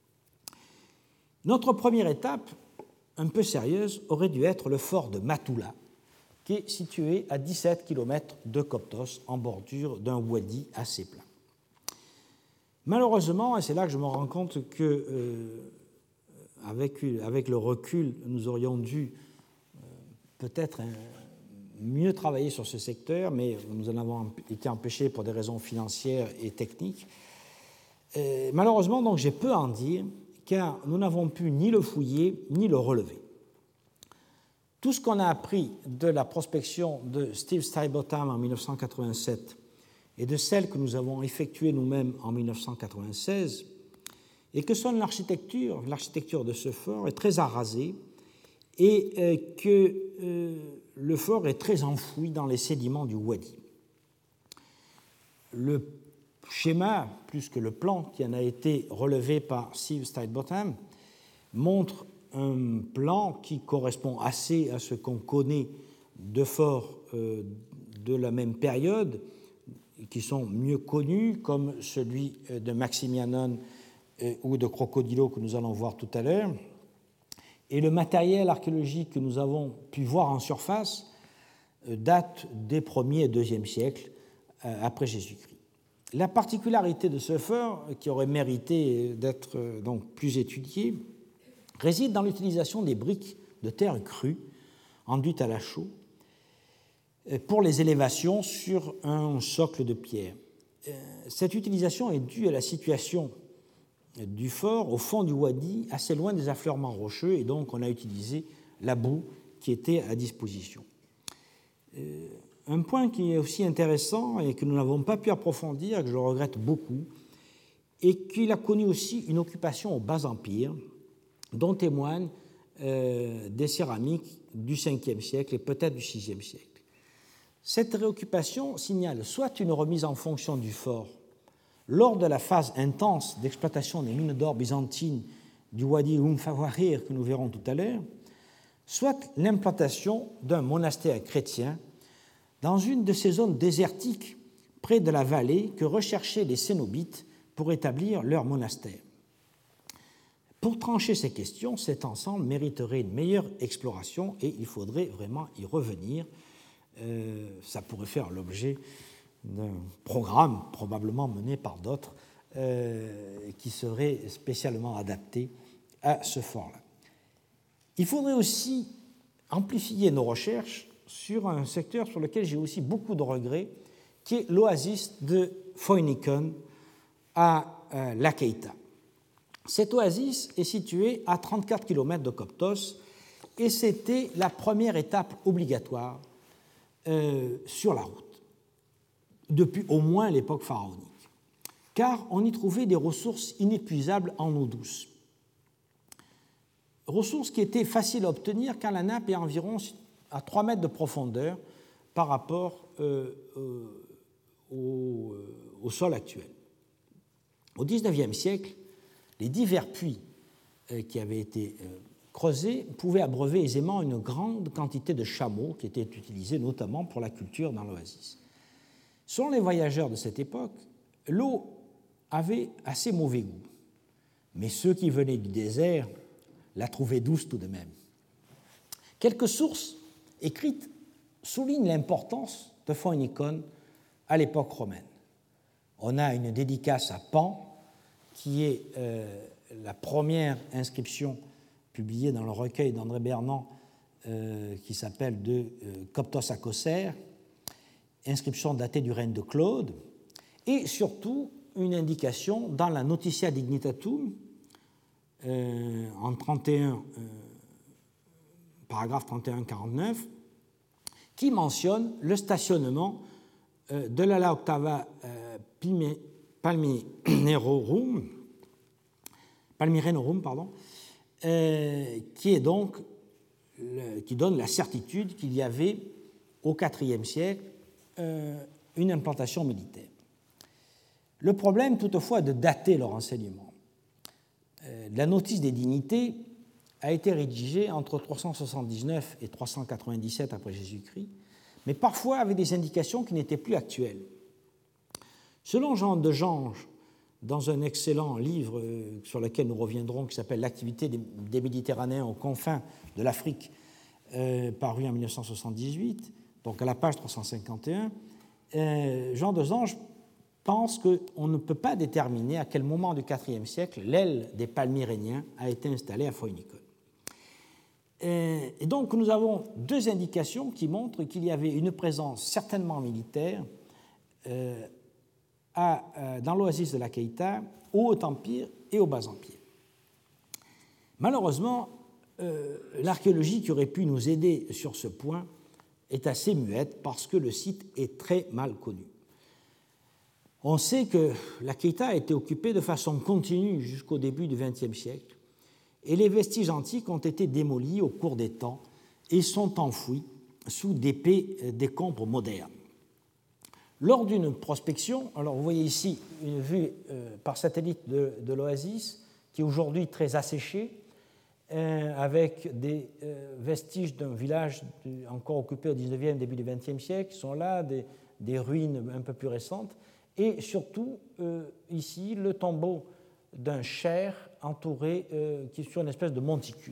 Notre première étape, un peu sérieuse, aurait dû être le fort de Matoula, qui est situé à dix-sept kilomètres de Koptos, en bordure d'un wadi assez plat. Malheureusement, et c'est là que je me rends compte que, euh, avec, avec le recul, nous aurions dû euh, peut-être euh, mieux travailler sur ce secteur, mais nous en avons été empêchés pour des raisons financières et techniques. Euh, malheureusement, donc, j'ai peu à en dire, car nous n'avons pu ni le fouiller, ni le relever. Tout ce qu'on a appris de la prospection de Steve Stuyvesant en mille neuf cent quatre-vingt-sept et de celle que nous avons effectuée nous-mêmes en mille neuf cent quatre-vingt-seize, et que sonne l'architecture, l'architecture de ce fort est très arasée et euh, que euh, le fort est très enfoui dans les sédiments du Wadi. Le schéma, plus que le plan qui en a été relevé par Steve Stuyvesant, montre un plan qui correspond assez à ce qu'on connaît de forts euh, de la même période, qui sont mieux connus, comme celui de Maximianon euh, ou de Crocodilo que nous allons voir tout à l'heure. Et le matériel archéologique que nous avons pu voir en surface euh, date des premiers et deuxième siècles euh, après Jésus-Christ. La particularité de ce fort, qui aurait mérité d'être euh, donc plus étudiée, réside dans l'utilisation des briques de terre crue enduites à la chaux pour les élévations sur un socle de pierre. Cette utilisation est due à la situation du fort au fond du Wadi, assez loin des affleurements rocheux, et donc on a utilisé la boue qui était à disposition. Un point qui est aussi intéressant et que nous n'avons pas pu approfondir, que je regrette beaucoup, est qu'il a connu aussi une occupation au Bas-Empire, dont témoignent euh, des céramiques du cinquième siècle et peut-être du sixième siècle. Cette réoccupation signale soit une remise en fonction du fort lors de la phase intense d'exploitation des mines d'or byzantines du Wadi Umm Fawahir que nous verrons tout à l'heure, soit l'implantation d'un monastère chrétien dans une de ces zones désertiques près de la vallée que recherchaient les Cénobites pour établir leur monastère. Pour trancher ces questions, cet ensemble mériterait une meilleure exploration et il faudrait vraiment y revenir. Euh, ça pourrait faire l'objet d'un programme probablement mené par d'autres euh, qui serait spécialement adapté à ce fort-là. Il faudrait aussi amplifier nos recherches sur un secteur sur lequel j'ai aussi beaucoup de regrets, qui est l'oasis de Phoenikon à euh, Lakeita. Cette oasis est située à trente-quatre kilomètres de Coptos et c'était la première étape obligatoire euh, sur la route, depuis au moins l'époque pharaonique, car on y trouvait des ressources inépuisables en eau douce. Ressources qui étaient faciles à obtenir car la nappe est environ à trois mètres de profondeur par rapport euh, euh, au, euh, au sol actuel. Au dix-neuvième siècle, les divers puits euh, qui avaient été euh, creusés pouvaient abreuver aisément une grande quantité de chameaux qui étaient utilisés notamment pour la culture dans l'oasis. Selon les voyageurs de cette époque, l'eau avait assez mauvais goût, mais ceux qui venaient du désert la trouvaient douce tout de même. Quelques sources écrites soulignent l'importance de Phoenikon à l'époque romaine. On a une dédicace à Pan, qui est euh, la première inscription publiée dans le recueil d'André Bernan euh, qui s'appelle de euh, Coptos à Cosser, inscription datée du règne de Claude, et surtout une indication dans la Notitia Dignitatum, euh, en trente et un, euh, paragraphe trente et un quarante-neuf, qui mentionne le stationnement euh, de la La Octava euh, Palmyrenorum, Palmyrenorum, pardon, euh, qui est donc le, qui donne la certitude qu'il y avait au quatrième siècle euh, une implantation militaire. Le problème, toutefois, est de dater leur enseignement. Euh, la notice des dignités a été rédigée entre trois cent soixante-dix-neuf et trois cent quatre-vingt-dix-sept après Jésus-Christ, mais parfois avec des indications qui n'étaient plus actuelles. Selon Jean de Gange, dans un excellent livre sur lequel nous reviendrons, qui s'appelle « L'activité des Méditerranéens aux confins de l'Afrique », euh, paru en mille neuf cent soixante-dix-huit, donc à la page trois cent cinquante et un, euh, Jean de Gange pense qu'on ne peut pas déterminer à quel moment du quatrième siècle l'aile des Palmyréniens a été installée à Phoïnikon. Et donc nous avons deux indications qui montrent qu'il y avait une présence certainement militaire euh, à, euh, dans l'oasis de la Keïta, au Haut Empire et au Bas Empire. Malheureusement, euh, l'archéologie qui aurait pu nous aider sur ce point est assez muette parce que le site est très mal connu. On sait que la Keïta a été occupée de façon continue jusqu'au début du vingtième siècle et les vestiges antiques ont été démolis au cours des temps et sont enfouis sous d'épais décombres modernes. Lors d'une prospection, alors vous voyez ici une vue euh, par satellite de, de l'oasis qui est aujourd'hui très asséchée, euh, avec des euh, vestiges d'un village encore occupé au dix-neuvième, début du vingtième siècle, qui sont là, des, des ruines un peu plus récentes, et surtout euh, ici le tombeau d'un chair entouré, euh, qui est sur une espèce de monticule.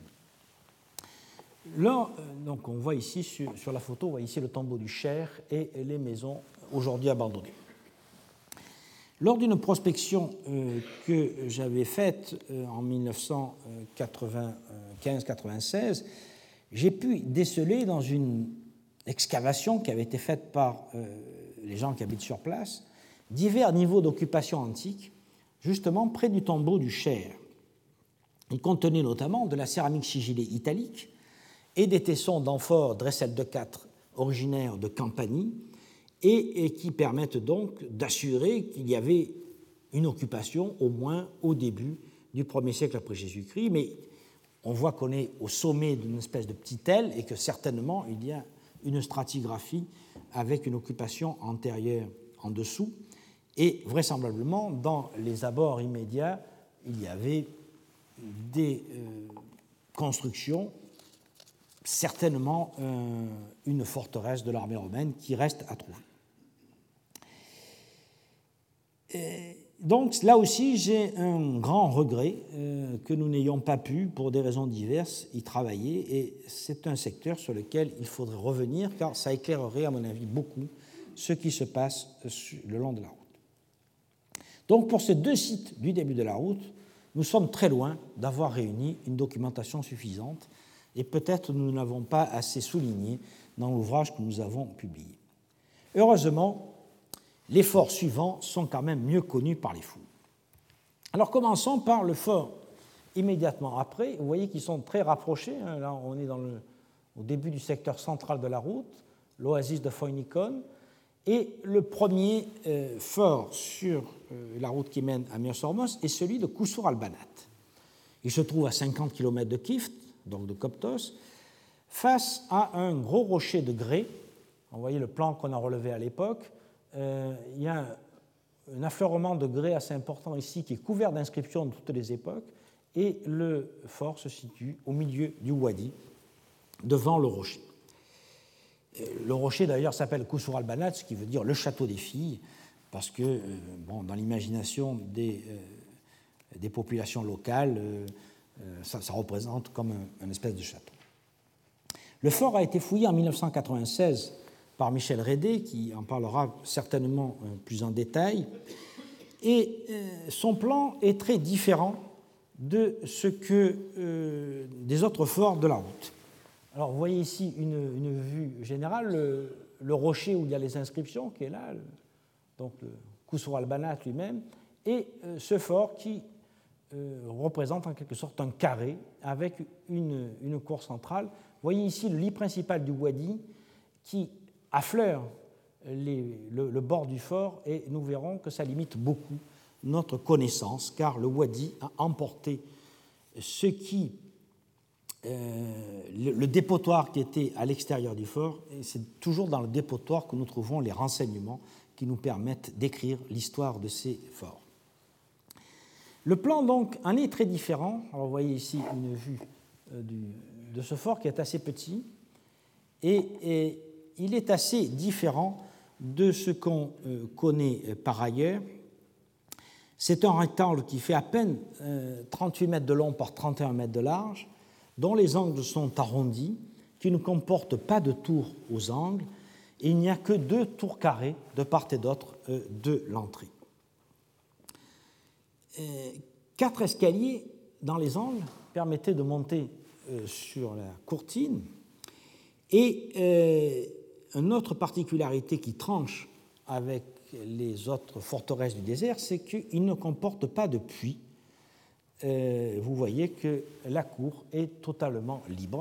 Là, euh, donc on voit ici sur, sur la photo, on voit ici le tombeau du chair et les maisons aujourd'hui abandonnées. Lors d'une prospection euh, que j'avais faite euh, en dix-neuf cent quatre-vingt-quinze quatre-vingt-seize, j'ai pu déceler dans une excavation qui avait été faite par euh, les gens qui habitent sur place divers niveaux d'occupation antique, justement près du tombeau du Cher. Il contenait notamment de la céramique sigillée italique et des tessons d'amphores Dressel de quatre originaires de Campanie, et, et qui permettent donc d'assurer qu'il y avait une occupation au moins au début du premier siècle après Jésus-Christ, mais on voit qu'on est au sommet d'une espèce de petite aile et que certainement il y a une stratigraphie avec une occupation antérieure en dessous, et vraisemblablement dans les abords immédiats il y avait des euh, constructions, certainement euh, une forteresse de l'armée romaine qui reste à trouver. Et donc là aussi, j'ai un grand regret euh, que nous n'ayons pas pu, pour des raisons diverses, y travailler, et c'est un secteur sur lequel il faudrait revenir, car ça éclairerait, à mon avis, beaucoup ce qui se passe le long de la route. Donc pour ces deux sites du début de la route, nous sommes très loin d'avoir réuni une documentation suffisante, et peut-être nous ne l'avons pas assez souligné dans l'ouvrage que nous avons publié. Heureusement, les forts suivants sont quand même mieux connus par les fouilles. Alors commençons par le fort immédiatement après. Vous voyez qu'ils sont très rapprochés. Là, on est dans le, au début du secteur central de la route, l'oasis de Phoïnikon. Et le premier euh, fort sur euh, la route qui mène à Myosormos est celui de Kusur al-Banat. Il se trouve à cinquante kilomètres de Kift, donc de Coptos, face à un gros rocher de grès. Vous voyez le plan qu'on a relevé à l'époque. Euh, il y a un, un affleurement de grès assez important ici qui est couvert d'inscriptions de toutes les époques, et le fort se situe au milieu du wadi, devant le rocher. Le rocher, d'ailleurs, s'appelle Kusur al-Banat, ce qui veut dire le château des filles, parce que, euh, bon, dans l'imagination des, euh, des populations locales, euh, ça, ça représente comme un, un espèce de château. Le fort a été fouillé en mille neuf cent quatre-vingt-seize par Michel Rédé, qui en parlera certainement euh, plus en détail, et euh, son plan est très différent de ce que euh, des autres forts de la route. Alors, vous voyez ici une, une vue générale, le, le rocher où il y a les inscriptions qui est là, le, donc le Kusur al-Banat lui-même, et euh, ce fort qui euh, représente en quelque sorte un carré avec une, une cour centrale. Vous voyez ici le lit principal du wadi qui affleure les, le, le bord du fort, et nous verrons que ça limite beaucoup notre connaissance, car le wadi a emporté ce qui Euh, le, le dépotoir qui était à l'extérieur du fort, et c'est toujours dans le dépotoir que nous trouvons les renseignements qui nous permettent d'écrire l'histoire de ces forts. Le plan, donc, en est très différent. Alors, vous voyez ici une vue euh, du, de ce fort qui est assez petit, et, et il est assez différent de ce qu'on euh, connaît euh, par ailleurs. C'est un rectangle qui fait à peine euh, trente-huit mètres de long par trente et un mètres de large, dont les angles sont arrondis, qui ne comportent pas de tours aux angles, et il n'y a que deux tours carrées de part et d'autre de l'entrée. Euh, quatre escaliers dans les angles permettaient de monter euh, sur la courtine. Et euh, une autre particularité qui tranche avec les autres forteresses du désert, c'est qu'il ne comporte pas de puits. Euh, vous voyez que la cour est totalement libre,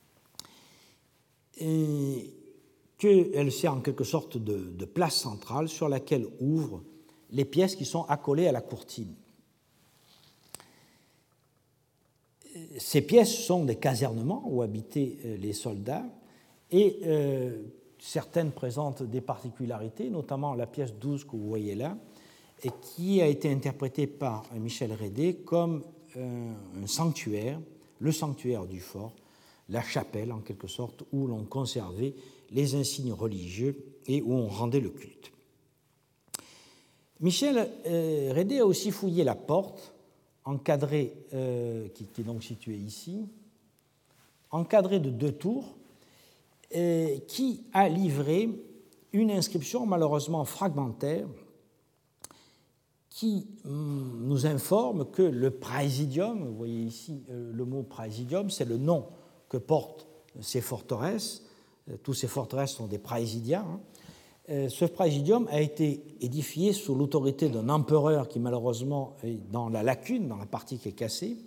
et qu'elle sert en quelque sorte de, de place centrale sur laquelle ouvrent les pièces qui sont accolées à la courtine. Ces pièces sont des casernements où habitaient les soldats, et euh, certaines présentent des particularités, notamment la pièce douze que vous voyez là, et qui a été interprétée par Michel Rédé comme euh, un sanctuaire, le sanctuaire du fort, la chapelle en quelque sorte, où l'on conservait les insignes religieux et où on rendait le culte. Michel euh, Rédé a aussi fouillé la porte, encadrée, euh, qui, qui est donc située ici, encadrée de deux tours, euh, qui a livré une inscription malheureusement fragmentaire qui hum, nous informe que le praesidium, vous voyez ici euh, le mot praesidium, c'est le nom que portent ces forteresses, euh, tous ces forteresses sont des praesidia, hein. euh, ce praesidium a été édifié sous l'autorité d'un empereur qui malheureusement est dans la lacune, dans la partie qui est cassée,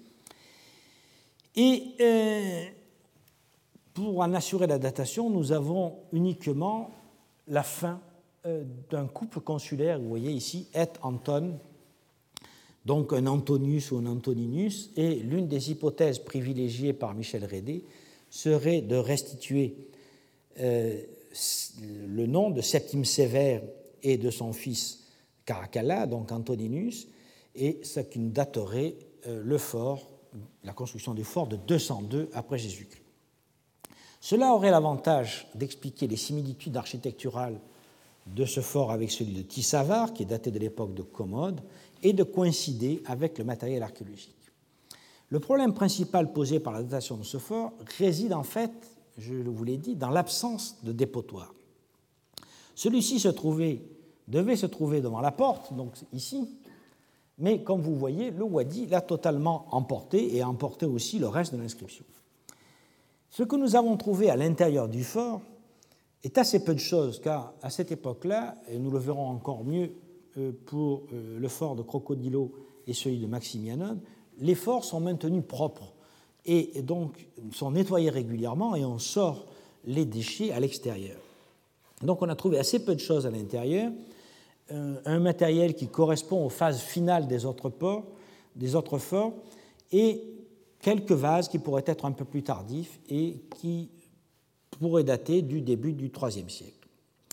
et euh, pour en assurer la datation, nous avons uniquement la fin d'un couple consulaire, vous voyez ici, et Anton, donc un Antonius ou un Antoninus, et l'une des hypothèses privilégiées par Michel Rédé serait de restituer euh, le nom de Septime Sévère et de son fils Caracalla, donc Antoninus, et ce qui nous daterait euh, le fort, la construction du fort de deux cent deux après Jésus-Christ. Cela aurait l'avantage d'expliquer les similitudes architecturales de ce fort avec celui de Tissavar, qui est daté de l'époque de Commode, et de coïncider avec le matériel archéologique. Le problème principal posé par la datation de ce fort réside en fait, je vous l'ai dit, dans l'absence de dépotoir. Celui-ci se trouvait, devait se trouver devant la porte, donc ici, mais comme vous voyez, le wadi l'a totalement emporté et a emporté aussi le reste de l'inscription. Ce que nous avons trouvé à l'intérieur du fort est assez peu de choses, car à cette époque-là, et nous le verrons encore mieux pour le fort de Crocodilo et celui de Maximianon, les forts sont maintenus propres et donc sont nettoyés régulièrement et on sort les déchets à l'extérieur. Donc on a trouvé assez peu de choses à l'intérieur, un matériel qui correspond aux phases finales des autres ports, des autres forts, et quelques vases qui pourraient être un peu plus tardifs et qui pourraient dater du début du troisième siècle.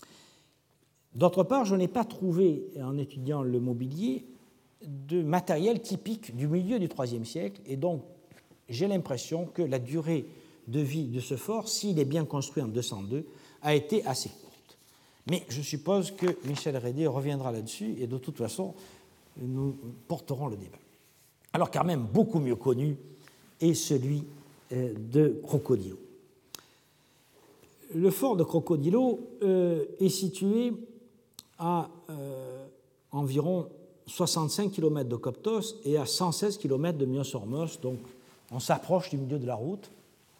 D'autre part, je n'ai pas trouvé, en étudiant le mobilier, de matériel typique du milieu du troisième siècle, et donc j'ai l'impression que la durée de vie de ce fort, s'il est bien construit en deux cent deux, a été assez courte. Mais je suppose que Michel Rédé reviendra là-dessus, et de toute façon, nous porterons le débat. Alors, quand même, beaucoup mieux connu est celui de Crocodilo. Le fort de Crocodilo euh, est situé à euh, environ soixante-cinq kilomètres de Coptos et à cent seize kilomètres de Myos-Hormos, donc on s'approche du milieu de la route.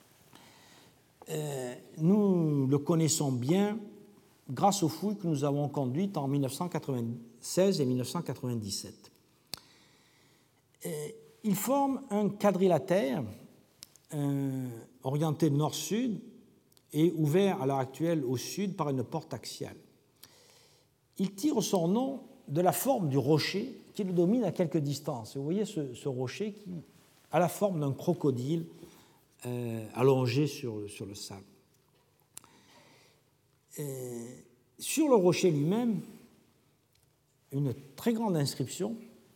Euh, nous le connaissons bien grâce aux fouilles que nous avons conduites en mille neuf cent quatre-vingt-seize et mille neuf cent quatre-vingt-dix-sept. Euh, il forme un quadrilatère euh, orienté nord-sud et ouvert à l'heure actuelle au sud par une porte axiale. Il tire son nom de la forme du rocher qui le domine à quelque distance. Vous voyez ce, ce rocher qui a la forme d'un crocodile euh, allongé sur, sur le sable. Euh, sur le rocher lui-même, une très grande inscription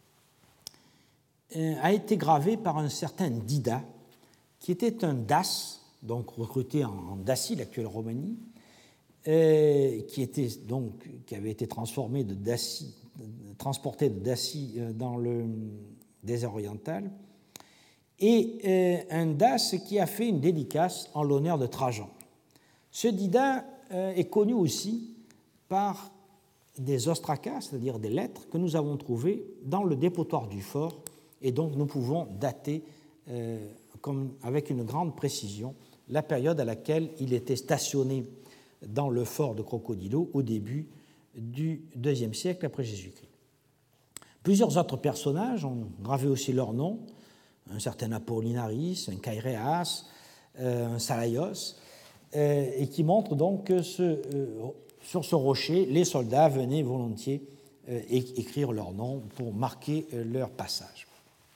euh, a été gravée par un certain Dida, qui était un Das, donc recruté en, en Dacie, l'actuelle Roumanie, euh, qui, était donc, qui avait été transformé de Dacie, transporté de Dacie dans le désert oriental, et euh, un Das qui a fait une dédicace en l'honneur de Trajan. Ce Dida euh, est connu aussi par des ostracas, c'est-à-dire des lettres que nous avons trouvées dans le dépotoir du fort, et donc nous pouvons dater euh, comme, avec une grande précision la période à laquelle il était stationné dans le fort de Crocodilo au début du deuxième siècle après Jésus-Christ. Plusieurs autres personnages ont gravé aussi leur nom, un certain Apollinaris, un Caïréas, euh, un Salaios, euh, et qui montrent donc que ce, euh, sur ce rocher, les soldats venaient volontiers euh, écrire leur nom pour marquer euh, leur passage.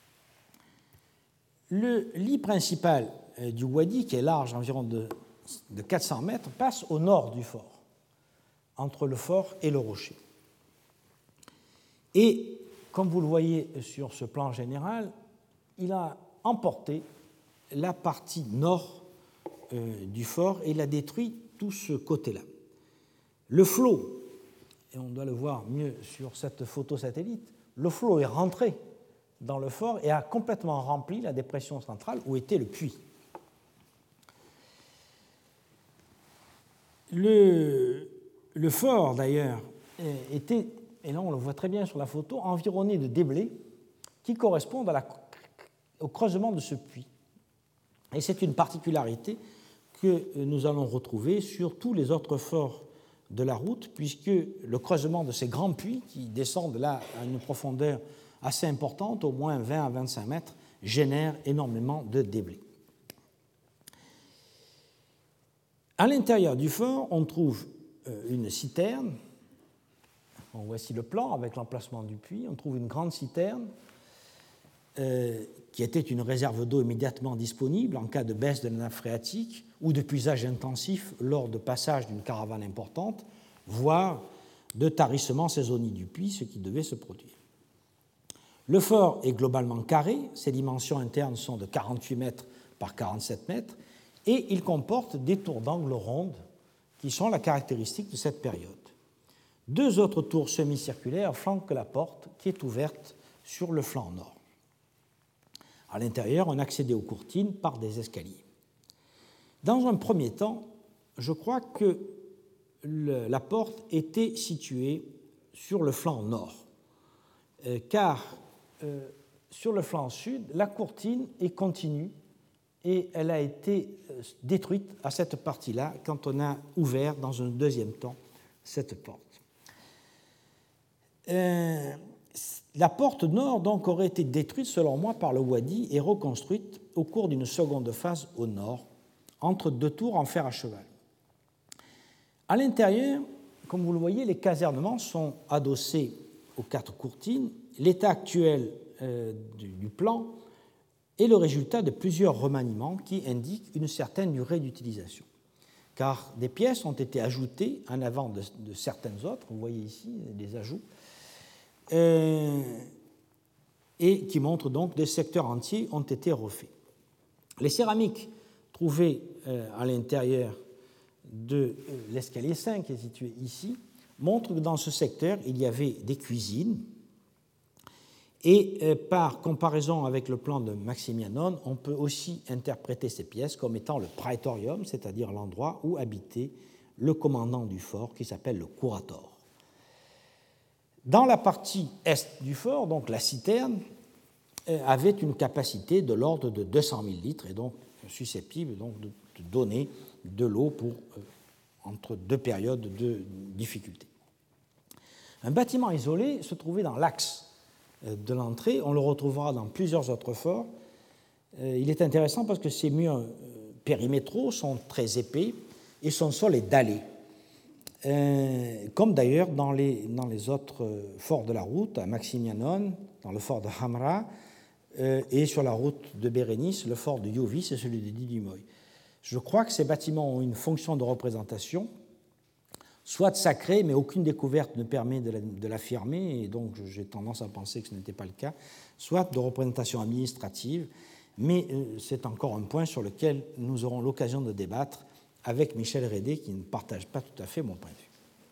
Le lit principal euh, du Wadi, qui est large environ de, de quatre cents mètres, passe au nord du fort, entre le fort et le rocher. Et comme vous le voyez sur ce plan général, il a emporté la partie nord euh, du fort et il a détruit tout ce côté-là. Le flot, et on doit le voir mieux sur cette photo satellite, le flot est rentré dans le fort et a complètement rempli la dépression centrale où était le puits. Le, le fort, d'ailleurs, était, et là on le voit très bien sur la photo, environné de déblais qui correspondent à la, au creusement de ce puits. Et c'est une particularité que nous allons retrouver sur tous les autres forts de la route, puisque le creusement de ces grands puits, qui descendent là à une profondeur assez importante, au moins vingt à vingt-cinq mètres, génère énormément de déblais. À l'intérieur du fort, on trouve une citerne. Bon, voici le plan avec l'emplacement du puits. On trouve une grande citerne euh, qui était une réserve d'eau immédiatement disponible en cas de baisse de la nappe phréatique ou de puisage intensif lors de passage d'une caravane importante, voire de tarissement saisonnier du puits, ce qui devait se produire. Le fort est globalement carré, ses dimensions internes sont de quarante-huit mètres par quarante-sept mètres, et il comporte des tours d'angle rondes qui sont la caractéristique de cette période. Deux autres tours semi-circulaires flanquent la porte qui est ouverte sur le flanc nord. À l'intérieur, on accédait aux courtines par des escaliers. Dans un premier temps, je crois que le, la porte était située sur le flanc nord, euh, car euh, sur le flanc sud, la courtine est continue et elle a été euh, détruite à cette partie-là quand on a ouvert dans un deuxième temps cette porte. Euh, la porte nord donc aurait été détruite selon moi par le Wadi et reconstruite au cours d'une seconde phase au nord, entre deux tours en fer à cheval. À l'intérieur, comme vous le voyez, les casernements sont adossés aux quatre courtines. L'état actuel euh, du, du plan est le résultat de plusieurs remaniements qui indiquent une certaine durée d'utilisation, car des pièces ont été ajoutées en avant de, de certaines autres, vous voyez ici des ajouts, euh, et qui montrent donc que des secteurs entiers ont été refaits. Les céramiques trouvées euh, à l'intérieur de euh, l'escalier cinq, qui est situé ici, montrent que dans ce secteur, il y avait des cuisines, et euh, par comparaison avec le plan de Maximianon, on peut aussi interpréter ces pièces comme étant le praetorium, c'est-à-dire l'endroit où habitait le commandant du fort, qui s'appelle le curator. Dans la partie est du fort, donc la citerne, euh, avait une capacité de l'ordre de deux cent mille litres et donc susceptible donc, de, de donner de l'eau pour, euh, entre deux périodes de difficulté. Un bâtiment isolé se trouvait dans l'axe de l'entrée, on le retrouvera dans plusieurs autres forts. Euh, il est intéressant parce que ces murs euh, périmétraux sont très épais et son sol est dallé. Euh, comme d'ailleurs dans les, dans les autres forts de la route, à Maximianon, dans le fort de Hamra, euh, et sur la route de Bérénice, le fort de Iovis et celui de Didimoy. Je crois que ces bâtiments ont une fonction de représentation, soit sacrée, mais aucune découverte ne permet de l'affirmer, et donc j'ai tendance à penser que ce n'était pas le cas, soit de représentation administrative, mais euh, c'est encore un point sur lequel nous aurons l'occasion de débattre avec Michel Rédé, qui ne partage pas tout à fait mon point de vue.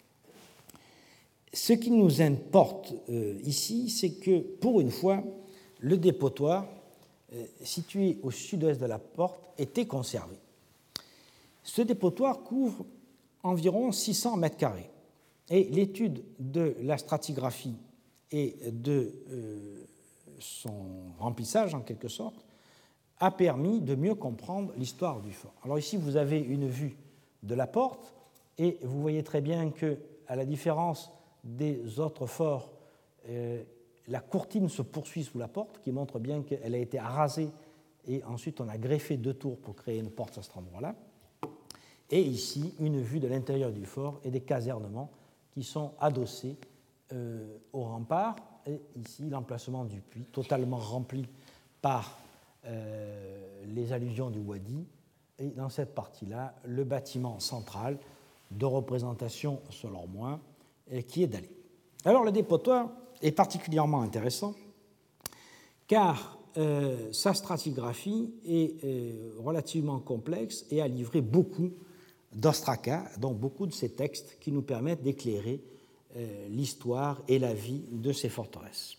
Ce qui nous importe euh, ici, c'est que, pour une fois, le dépotoir, euh, situé au sud-ouest de la porte, était conservé. Ce dépotoir couvre environ six cents mètres carrés. Et l'étude de la stratigraphie et de euh, son remplissage, en quelque sorte, a permis de mieux comprendre l'histoire du fort. Alors ici, vous avez une vue de la porte, et vous voyez très bien que, à la différence des autres forts, euh, la courtine se poursuit sous la porte, qui montre bien qu'elle a été arasée, et ensuite on a greffé deux tours pour créer une porte à cet endroit-là. Et ici, une vue de l'intérieur du fort et des casernements qui sont adossés euh, au rempart. Et ici, l'emplacement du puits, totalement rempli par euh, les alluvions du Wadi. Et dans cette partie-là, le bâtiment central de représentation, selon moi, et qui est dallé. Alors, le dépotoir est particulièrement intéressant car euh, sa stratigraphie est euh, relativement complexe et a livré beaucoup d'ostracas, donc beaucoup de ces textes qui nous permettent d'éclairer euh, l'histoire et la vie de ces forteresses.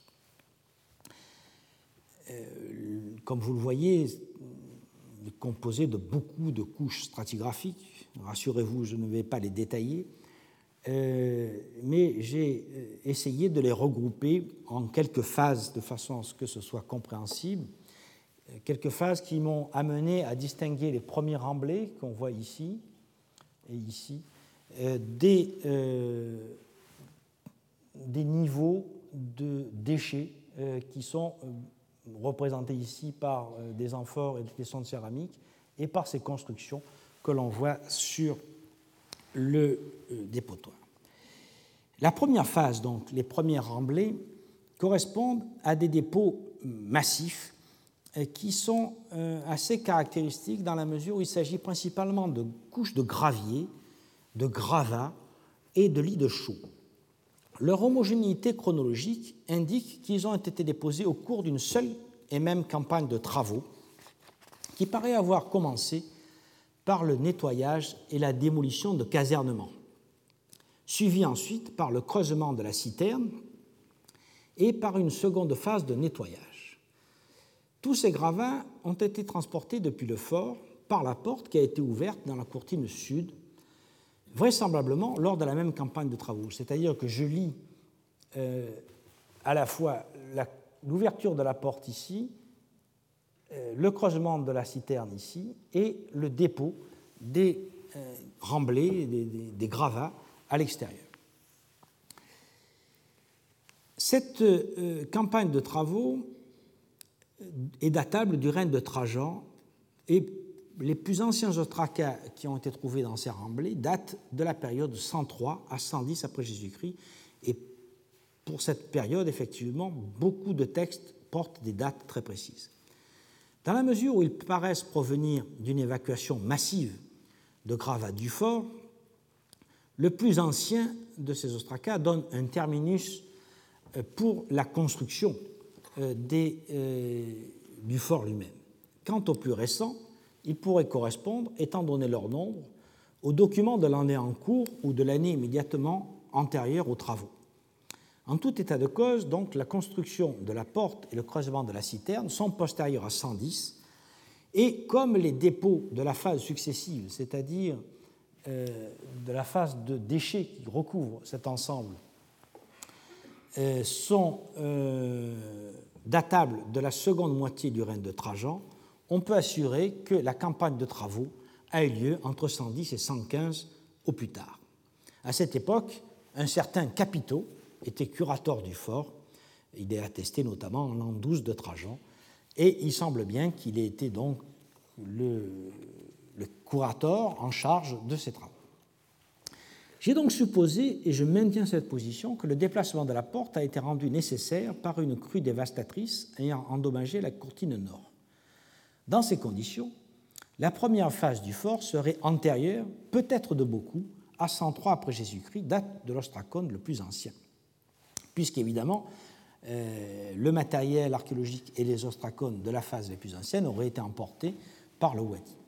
Euh, comme vous le voyez, il est composé de beaucoup de couches stratigraphiques. Rassurez-vous, je ne vais pas les détailler, euh, mais j'ai essayé de les regrouper en quelques phases de façon à ce que ce soit compréhensible. Quelques phases qui m'ont amené à distinguer les premiers remblais qu'on voit ici et ici, euh, des, euh, des niveaux de déchets euh, qui sont euh, représentés ici par euh, des amphores et des tessons de céramique et par ces constructions que l'on voit sur le euh, dépotoir. La première phase, donc les premiers remblais, correspondent à des dépôts massifs qui sont assez caractéristiques dans la mesure où il s'agit principalement de couches de gravier, de gravats et de lits de chaux. Leur homogénéité chronologique indique qu'ils ont été déposés au cours d'une seule et même campagne de travaux qui paraît avoir commencé par le nettoyage et la démolition de casernements, suivi ensuite par le creusement de la citerne et par une seconde phase de nettoyage. Tous ces gravats ont été transportés depuis le fort par la porte qui a été ouverte dans la courtine sud, vraisemblablement lors de la même campagne de travaux. C'est-à-dire que je lis euh, à la fois la, l'ouverture de la porte ici, euh, le creusement de la citerne ici et le dépôt des euh, remblais, des, des, des gravats à l'extérieur. Cette euh, campagne de travaux est datable du règne de Trajan et les plus anciens ostracas qui ont été trouvés dans ces remblais datent de la période de cent trois à cent dix après Jésus-Christ et pour cette période, effectivement, beaucoup de textes portent des dates très précises. Dans la mesure où ils paraissent provenir d'une évacuation massive de gravats du fort, le plus ancien de ces ostracas donne un terminus pour la construction Des, euh, du fort lui-même. Quant aux plus récents, ils pourraient correspondre, étant donné leur nombre, aux documents de l'année en cours ou de l'année immédiatement antérieure aux travaux. En tout état de cause, donc, la construction de la porte et le creusement de la citerne sont postérieurs à cent dix, et comme les dépôts de la phase successive, c'est-à-dire euh, de la phase de déchets qui recouvre cet ensemble, euh, sont euh, datables de la seconde moitié du règne de Trajan, on peut assurer que la campagne de travaux a eu lieu entre cent dix et cent quinze au plus tard. À cette époque, un certain Capito était curator du fort, il est attesté notamment en l'an douze de Trajan, et il semble bien qu'il ait été donc le, le curator en charge de ces travaux. J'ai donc supposé, et je maintiens cette position, que le déplacement de la porte a été rendu nécessaire par une crue dévastatrice ayant endommagé la courtine nord. Dans ces conditions, la première phase du fort serait antérieure, peut-être de beaucoup, à cent trois après Jésus-Christ, date de l'ostracone le plus ancien, puisqu'évidemment, euh, le matériel archéologique et les ostracones de la phase les plus anciennes auraient été emportés par le Wadi.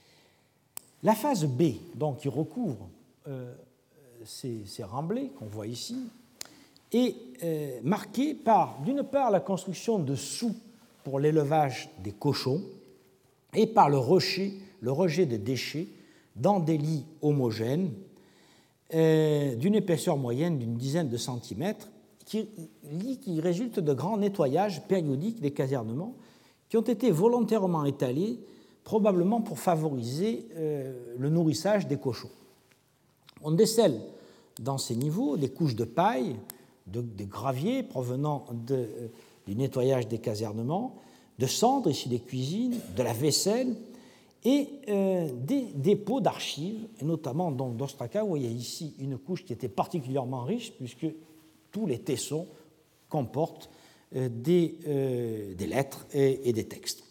La phase B, donc, qui recouvre euh, Ces, ces remblais qu'on voit ici, est euh, marquée par, d'une part, la construction de sous pour l'élevage des cochons et par le rejet, le rejet de déchets dans des lits homogènes euh, d'une épaisseur moyenne d'une dizaine de centimètres, qui, qui résulte de grands nettoyages périodiques des casernements qui ont été volontairement étalés, probablement pour favoriser euh, le nourrissage des cochons. On décèle dans ces niveaux des couches de paille, de, de gravier provenant de, euh, du nettoyage des casernements, de cendres issues des cuisines, de la vaisselle et euh, des dépôts d'archives, et notamment donc, dans ce cas, vous voyez ici une couche qui était particulièrement riche puisque tous les tessons comportent euh, des, euh, des lettres et, et des textes.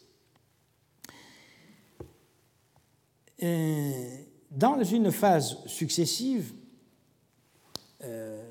Euh, dans une phase successive, euh,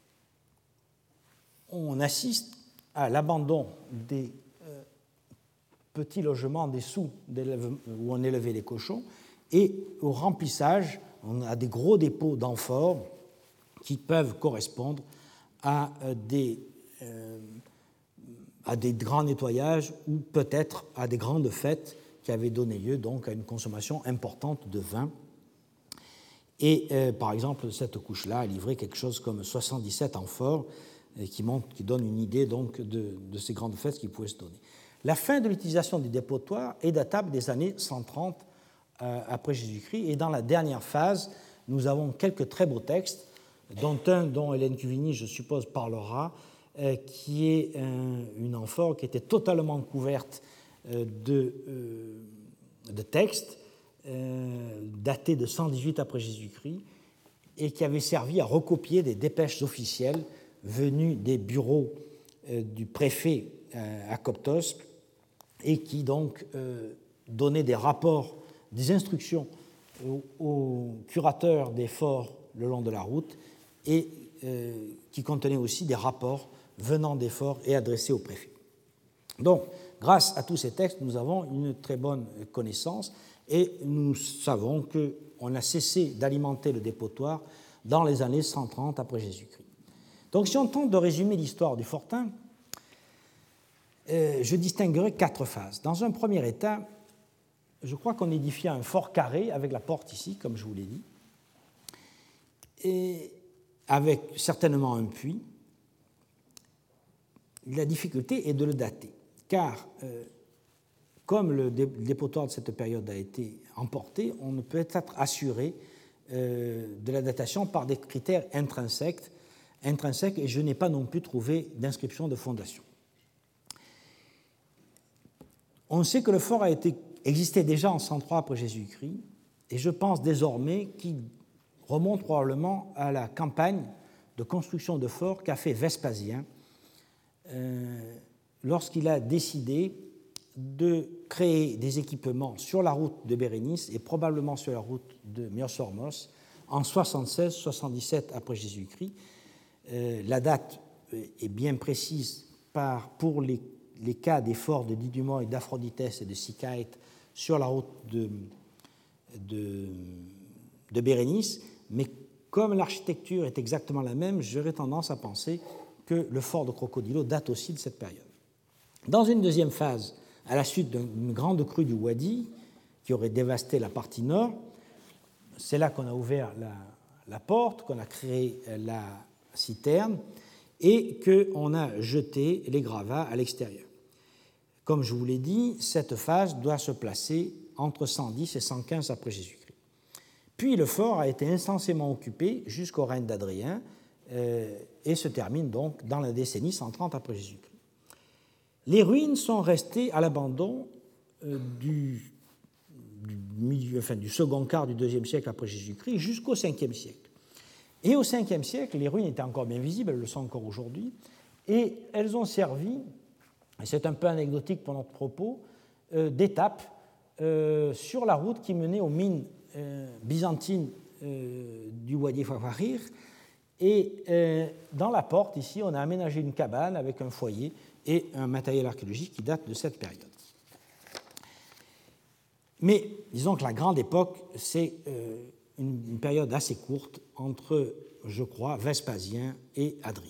on assiste à l'abandon des euh, petits logements dessous où on élevait les cochons et au remplissage, on a des gros dépôts d'amphores qui peuvent correspondre à des, euh, à des grands nettoyages ou peut-être à des grandes fêtes qui avaient donné lieu donc à une consommation importante de vin. Et euh, par exemple, cette couche-là a livré quelque chose comme soixante-dix-sept amphores et qui, montre, qui donne une idée donc de, de ces grandes fêtes qui pouvaient se donner. La fin de l'utilisation des dépotoirs est datable des années cent trente euh, après Jésus-Christ, et dans la dernière phase, nous avons quelques très beaux textes, dont un dont Hélène Cuvigny, je suppose, parlera, euh, qui est un, une amphore qui était totalement couverte euh, de, euh, de textes, euh, datés de cent dix-huit après Jésus-Christ, et qui avait servi à recopier des dépêches officielles venues des bureaux euh, du préfet euh, à Coptos, et qui donc euh, donnaient des rapports, des instructions aux, aux curateurs des forts le long de la route, et euh, qui contenait aussi des rapports venant des forts et adressés au préfet. Donc, grâce à tous ces textes, nous avons une très bonne connaissance et nous savons qu'on a cessé d'alimenter le dépotoir dans les années cent trente après Jésus-Christ. Donc, si on tente de résumer l'histoire du fortin, euh, je distinguerai quatre phases. Dans un premier état, je crois qu'on édifia un fort carré avec la porte ici, comme je vous l'ai dit, et avec certainement un puits. La difficulté est de le dater, car euh, comme le dépotoir de cette période a été emporté, on ne peut être assuré euh, de la datation par des critères intrinsèques, intrinsèques et je n'ai pas non plus trouvé d'inscription de fondation. On sait que le fort a été, existait déjà en cent trois après Jésus-Christ, et je pense désormais qu'il remonte probablement à la campagne de construction de forts qu'a fait Vespasien euh, lorsqu'il a décidé de créer des équipements sur la route de Bérénice et probablement sur la route de Myosormos en soixante-seize soixante-dix-sept après Jésus-Christ. Euh, la date est bien précise par, pour les, les cas des forts de Didymos et d'Aphroditès et de Sychaète sur la route de, de, de Bérénice, mais comme l'architecture est exactement la même, j'aurais tendance à penser que le fort de Crocodilo date aussi de cette période. Dans une deuxième phase, à la suite d'une grande crue du Wadi qui aurait dévasté la partie nord, c'est là qu'on a ouvert la, la porte, qu'on a créé la citerne et qu'on a jeté les gravats à l'extérieur. Comme je vous l'ai dit, cette phase doit se placer entre cent dix et cent quinze après Jésus-Christ. Puis le fort a été intensément occupé jusqu'au règne d'Adrien euh, et se termine donc dans la décennie cent trente après Jésus-Christ. Les ruines sont restées à l'abandon euh, du, du, milieu, enfin, du second quart du deuxième siècle après Jésus-Christ jusqu'au cinquième siècle. Et au cinquième siècle, les ruines étaient encore bien visibles, elles le sont encore aujourd'hui, et elles ont servi, et c'est un peu anecdotique pour notre propos, euh, d'étape euh, sur la route qui menait aux mines euh, byzantines euh, du Wadi Fawahir. Et euh, dans la porte, ici, on a aménagé une cabane avec un foyer et un matériel archéologique qui date de cette période. Mais disons que la grande époque, c'est euh, une, une période assez courte entre, je crois, Vespasien et Adrien.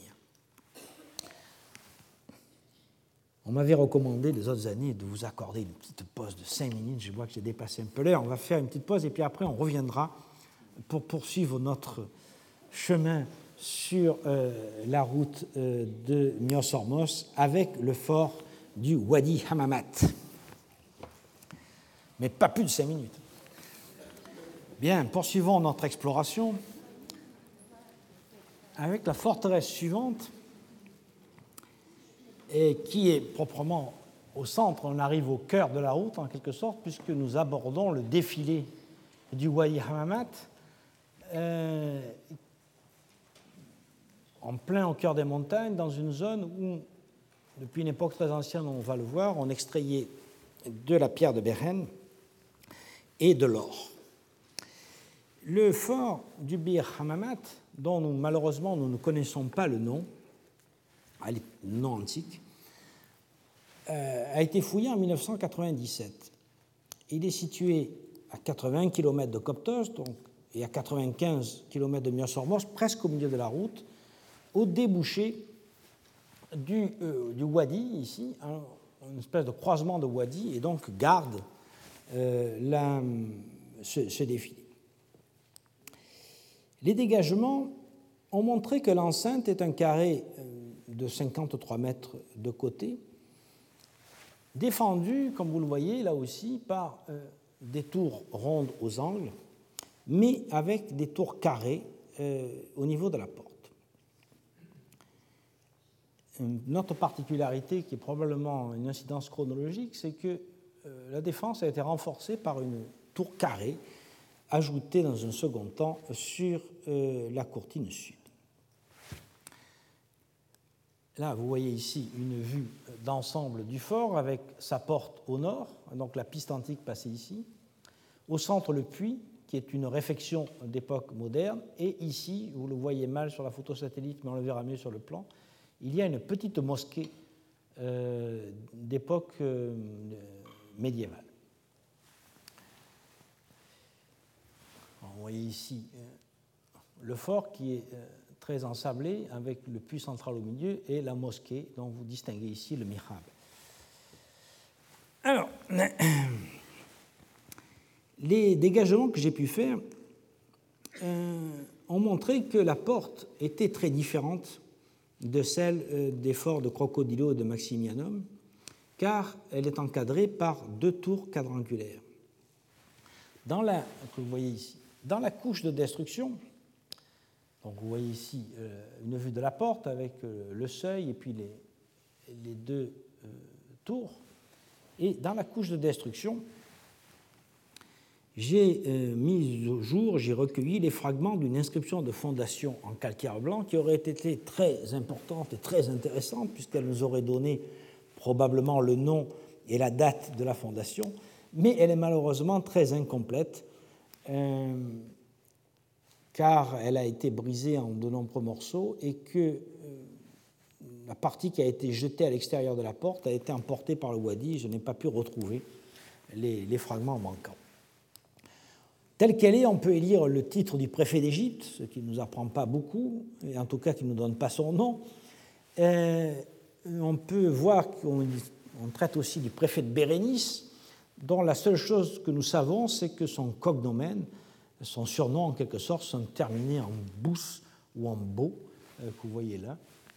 On m'avait recommandé les autres années de vous accorder une petite pause de cinq minutes. Je vois que j'ai dépassé un peu l'heure. On va faire une petite pause et puis après on reviendra pour poursuivre notre, chemin sur euh, la route euh, de Myos-Hormos avec le fort du Wadi Hammamat. Mais pas plus de cinq minutes. Bien, poursuivons notre exploration avec la forteresse suivante, et qui est proprement au centre. On arrive au cœur de la route, en quelque sorte, puisque nous abordons le défilé du Wadi Hammamat, euh, en plein au cœur des montagnes, dans une zone où, depuis une époque très ancienne, on va le voir, on extrayait de la pierre de Beren et de l'or. Le fort du Bir Hammamat, dont nous, malheureusement nous ne connaissons pas le nom, le nom antique, euh, a été fouillé en mille neuf cent quatre-vingt-dix-sept. Il est situé à quatre-vingts kilomètres de Koptos donc, et à quatre-vingt-quinze kilomètres de Myos-Hormos, presque au milieu de la route, au débouché du, euh, du Wadi, ici, hein, une espèce de croisement de Wadi, et donc garde euh, la, ce, ce défilé. Les dégagements ont montré que l'enceinte est un carré de cinquante-trois mètres de côté, défendu, comme vous le voyez là aussi, par euh, des tours rondes aux angles, mais avec des tours carrées euh, au niveau de la porte. Une autre particularité qui est probablement une incidence chronologique, c'est que euh, la défense a été renforcée par une tour carrée ajoutée dans un second temps sur euh, la courtine sud. Là, vous voyez ici une vue d'ensemble du fort avec sa porte au nord, donc la piste antique passée ici. Au centre, le puits, qui est une réfection d'époque moderne. Et ici, vous le voyez mal sur la photo satellite, mais on le verra mieux sur le plan, il y a une petite mosquée euh, d'époque euh, médiévale. Vous voyez ici euh, le fort qui est euh, très ensablé avec le puits central au milieu et la mosquée dont vous distinguez ici le mihrab. Alors, les dégagements que j'ai pu faire euh, ont montré que la porte était très différente de celle euh, des forts de Crocodilo et de Maximianum, car elle est encadrée par deux tours quadrangulaires. Dans la, que vous voyez ici, dans la couche de destruction, donc vous voyez ici euh, une vue de la porte avec euh, le seuil et puis les, les deux euh, tours. Et dans la couche de destruction, j'ai euh, mis au jour, j'ai recueilli les fragments d'une inscription de fondation en calcaire blanc qui aurait été très importante et très intéressante puisqu'elle nous aurait donné probablement le nom et la date de la fondation, mais elle est malheureusement très incomplète. Euh, car elle a été brisée en de nombreux morceaux et que euh, la partie qui a été jetée à l'extérieur de la porte a été emportée par le Wadi. Je n'ai pas pu retrouver les, les fragments manquants. Telle qu'elle est, on peut y lire le titre du préfet d'Égypte, ce qui ne nous apprend pas beaucoup, et en tout cas qui ne nous donne pas son nom. Euh, on peut voir qu'on on traite aussi du préfet de Bérénice, dont la seule chose que nous savons, c'est que son cognomène, son surnom en quelque sorte, sont terminés en bous ou en beau, euh, que vous voyez là,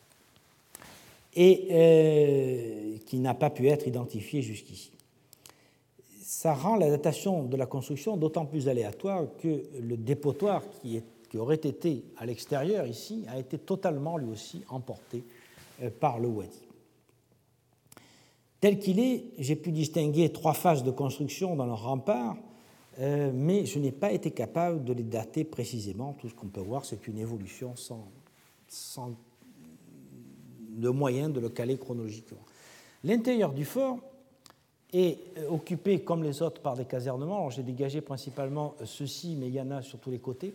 et euh, qui n'a pas pu être identifié jusqu'ici. Ça rend la datation de la construction d'autant plus aléatoire que le dépotoir qui, est, qui aurait été à l'extérieur ici a été totalement lui aussi emporté euh, par le Wadi. Tel qu'il est, j'ai pu distinguer trois phases de construction dans le rempart, euh, mais je n'ai pas été capable de les dater précisément. Tout ce qu'on peut voir, c'est une évolution sans, sans de moyen de le caler chronologiquement. L'intérieur du fort est occupé, comme les autres, par des casernements. Alors, j'ai dégagé principalement ceux-ci, mais il y en a sur tous les côtés.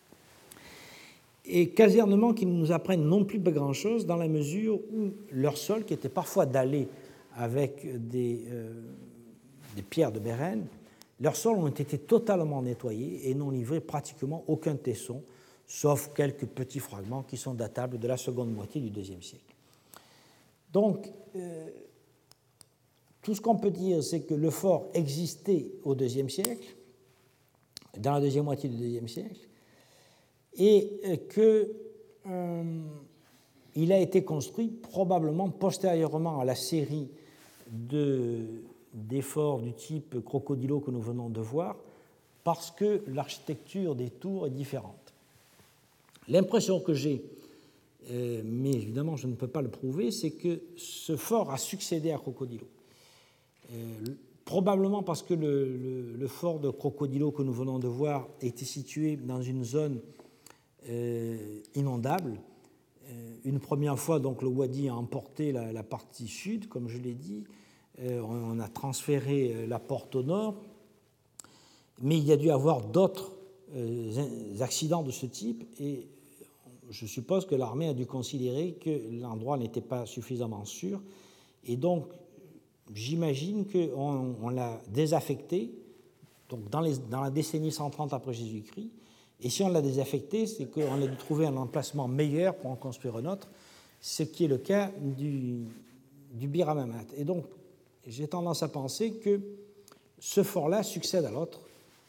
Et casernements qui ne nous apprennent non plus pas grand-chose dans la mesure où leur sol, qui était parfois dallé avec des, euh, des pierres de Bérène, leurs sols ont été totalement nettoyés et n'ont livré pratiquement aucun tesson, sauf quelques petits fragments qui sont datables de la seconde moitié du deuxième siècle. Donc, euh, tout ce qu'on peut dire, c'est que le fort existait au deuxième siècle, dans la deuxième moitié du deuxième siècle, et qu'il euh, a été construit probablement postérieurement à la série de, d'efforts du type Crocodilo que nous venons de voir, parce que l'architecture des tours est différente. L'impression que j'ai, euh, mais évidemment je ne peux pas le prouver, c'est que ce fort a succédé à Crocodilo. Euh, probablement parce que le, le, le fort de Crocodilo que nous venons de voir était situé dans une zone euh, inondable. Euh, une première fois, donc, le Wadi a emporté la, la partie sud, comme je l'ai dit. Euh, on a transféré la porte au nord. Mais il y a dû y avoir d'autres euh, accidents de ce type et je suppose que l'armée a dû considérer que l'endroit n'était pas suffisamment sûr. Et donc, j'imagine qu'on on l'a désaffecté donc dans, les, dans la décennie cent trente après Jésus-Christ. Et si on l'a désaffecté, c'est qu'on a dû trouver un emplacement meilleur pour en construire un autre, ce qui est le cas du, du Bir Hamamat. Et donc, j'ai tendance à penser que ce fort-là succède à l'autre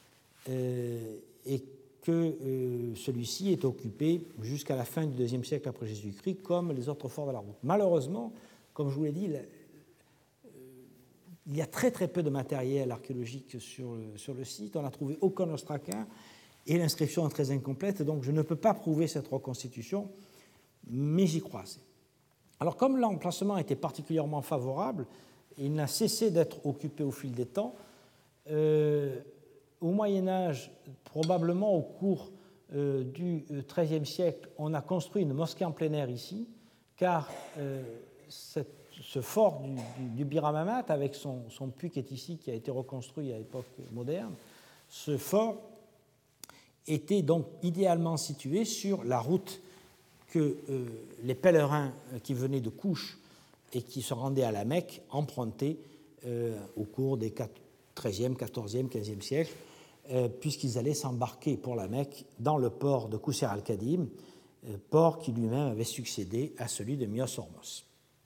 euh, et que euh, celui-ci est occupé jusqu'à la fin du deuxième siècle après Jésus-Christ, comme les autres forts de la route. Malheureusement, comme je vous l'ai dit, la, euh, il y a très très peu de matériel archéologique sur le, sur le site. On n'a trouvé aucun ostraca et l'inscription est très incomplète, donc je ne peux pas prouver cette reconstitution, mais j'y crois assez. Alors, comme l'emplacement était particulièrement favorable, il n'a cessé d'être occupé au fil des temps. Euh, Au Moyen-Âge, probablement au cours euh, du treizième siècle, on a construit une mosquée en plein air ici, car euh, cette, ce fort du, du, du Bir Hamamat, avec son, son puits qui est ici, qui a été reconstruit à l'époque moderne, ce fort était donc idéalement situé sur la route que euh, les pèlerins qui venaient de Couche et qui se rendaient à la Mecque empruntaient euh, au cours des treizième, quatorzième, quinzième siècle, euh, puisqu'ils allaient s'embarquer pour la Mecque dans le port de Qusr al-Kadim, euh, port qui lui-même avait succédé à celui de Myos Hormos.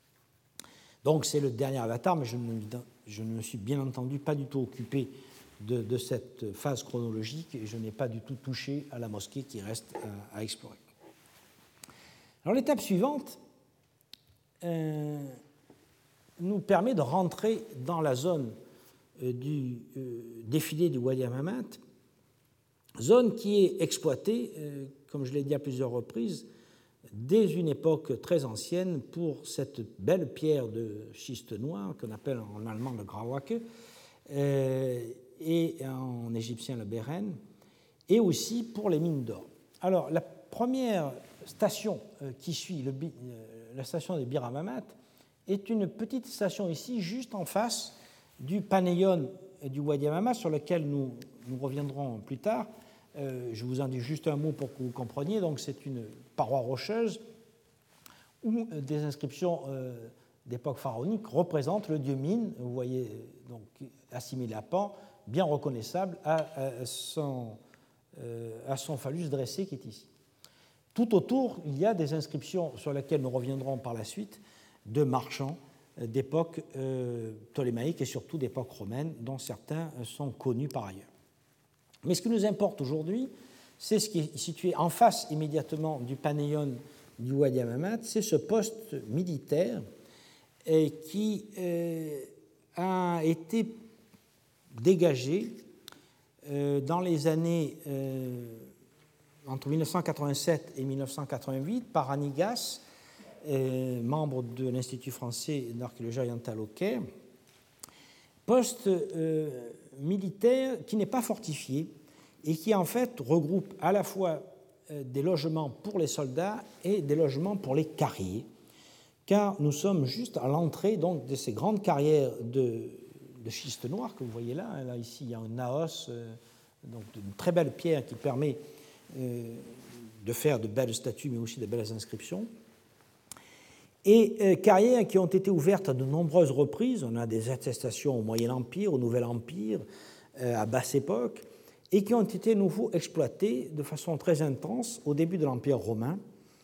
Donc c'est le dernier avatar, mais je ne, je ne me suis bien entendu pas du tout occupé de, de cette phase chronologique et je n'ai pas du tout touché à la mosquée qui reste à, à explorer. Alors l'étape suivante euh, nous permet de rentrer dans la zone euh, du euh, défilé du Wadi Hamamat, zone qui est exploitée, euh, comme je l'ai dit à plusieurs reprises, dès une époque très ancienne pour cette belle pierre de schiste noir qu'on appelle en allemand le Grauwacke euh, et en égyptien le Beren, et aussi pour les mines d'or. Alors la première station euh, qui suit le, euh, la station de Bir Hamamat est une petite station ici, juste en face du Panéion du Wadi Hamamat, sur lequel nous, nous reviendrons plus tard. Euh, je vous en dis juste un mot pour que vous compreniez. Donc, c'est une paroi rocheuse où des inscriptions euh, d'époque pharaonique représentent le dieu Min, vous voyez, donc assimilé à Pan, bien reconnaissable à, à, son, euh, à son phallus dressé qui est ici. Tout autour, il y a des inscriptions sur lesquelles nous reviendrons par la suite de marchands d'époque euh, ptolémaïque et surtout d'époque romaine, dont certains sont connus par ailleurs. Mais ce qui nous importe aujourd'hui, c'est ce qui est situé en face immédiatement du Panéion du Wadi Hamamat, c'est ce poste militaire euh, qui euh, a été dégagé euh, dans les années euh, entre mille neuf cent quatre-vingt-sept et mille neuf cent quatre-vingt-huit par Anigas, euh, membre de l'Institut français d'archéologie orientale au Caire, poste euh, militaire qui n'est pas fortifié et qui en fait regroupe à la fois euh, des logements pour les soldats et des logements pour les carriers, car nous sommes juste à l'entrée donc de ces grandes carrières de, de schiste noir que vous voyez là. Là ici, il y a un naos, euh, donc une très belle pierre qui permet euh, de faire de belles statues, mais aussi de belles inscriptions. Et euh, carrières qui ont été ouvertes à de nombreuses reprises. On a des attestations au Moyen Empire, au Nouvel Empire, euh, à basse époque, et qui ont été nouveau exploitées de façon très intense au début de l'Empire romain,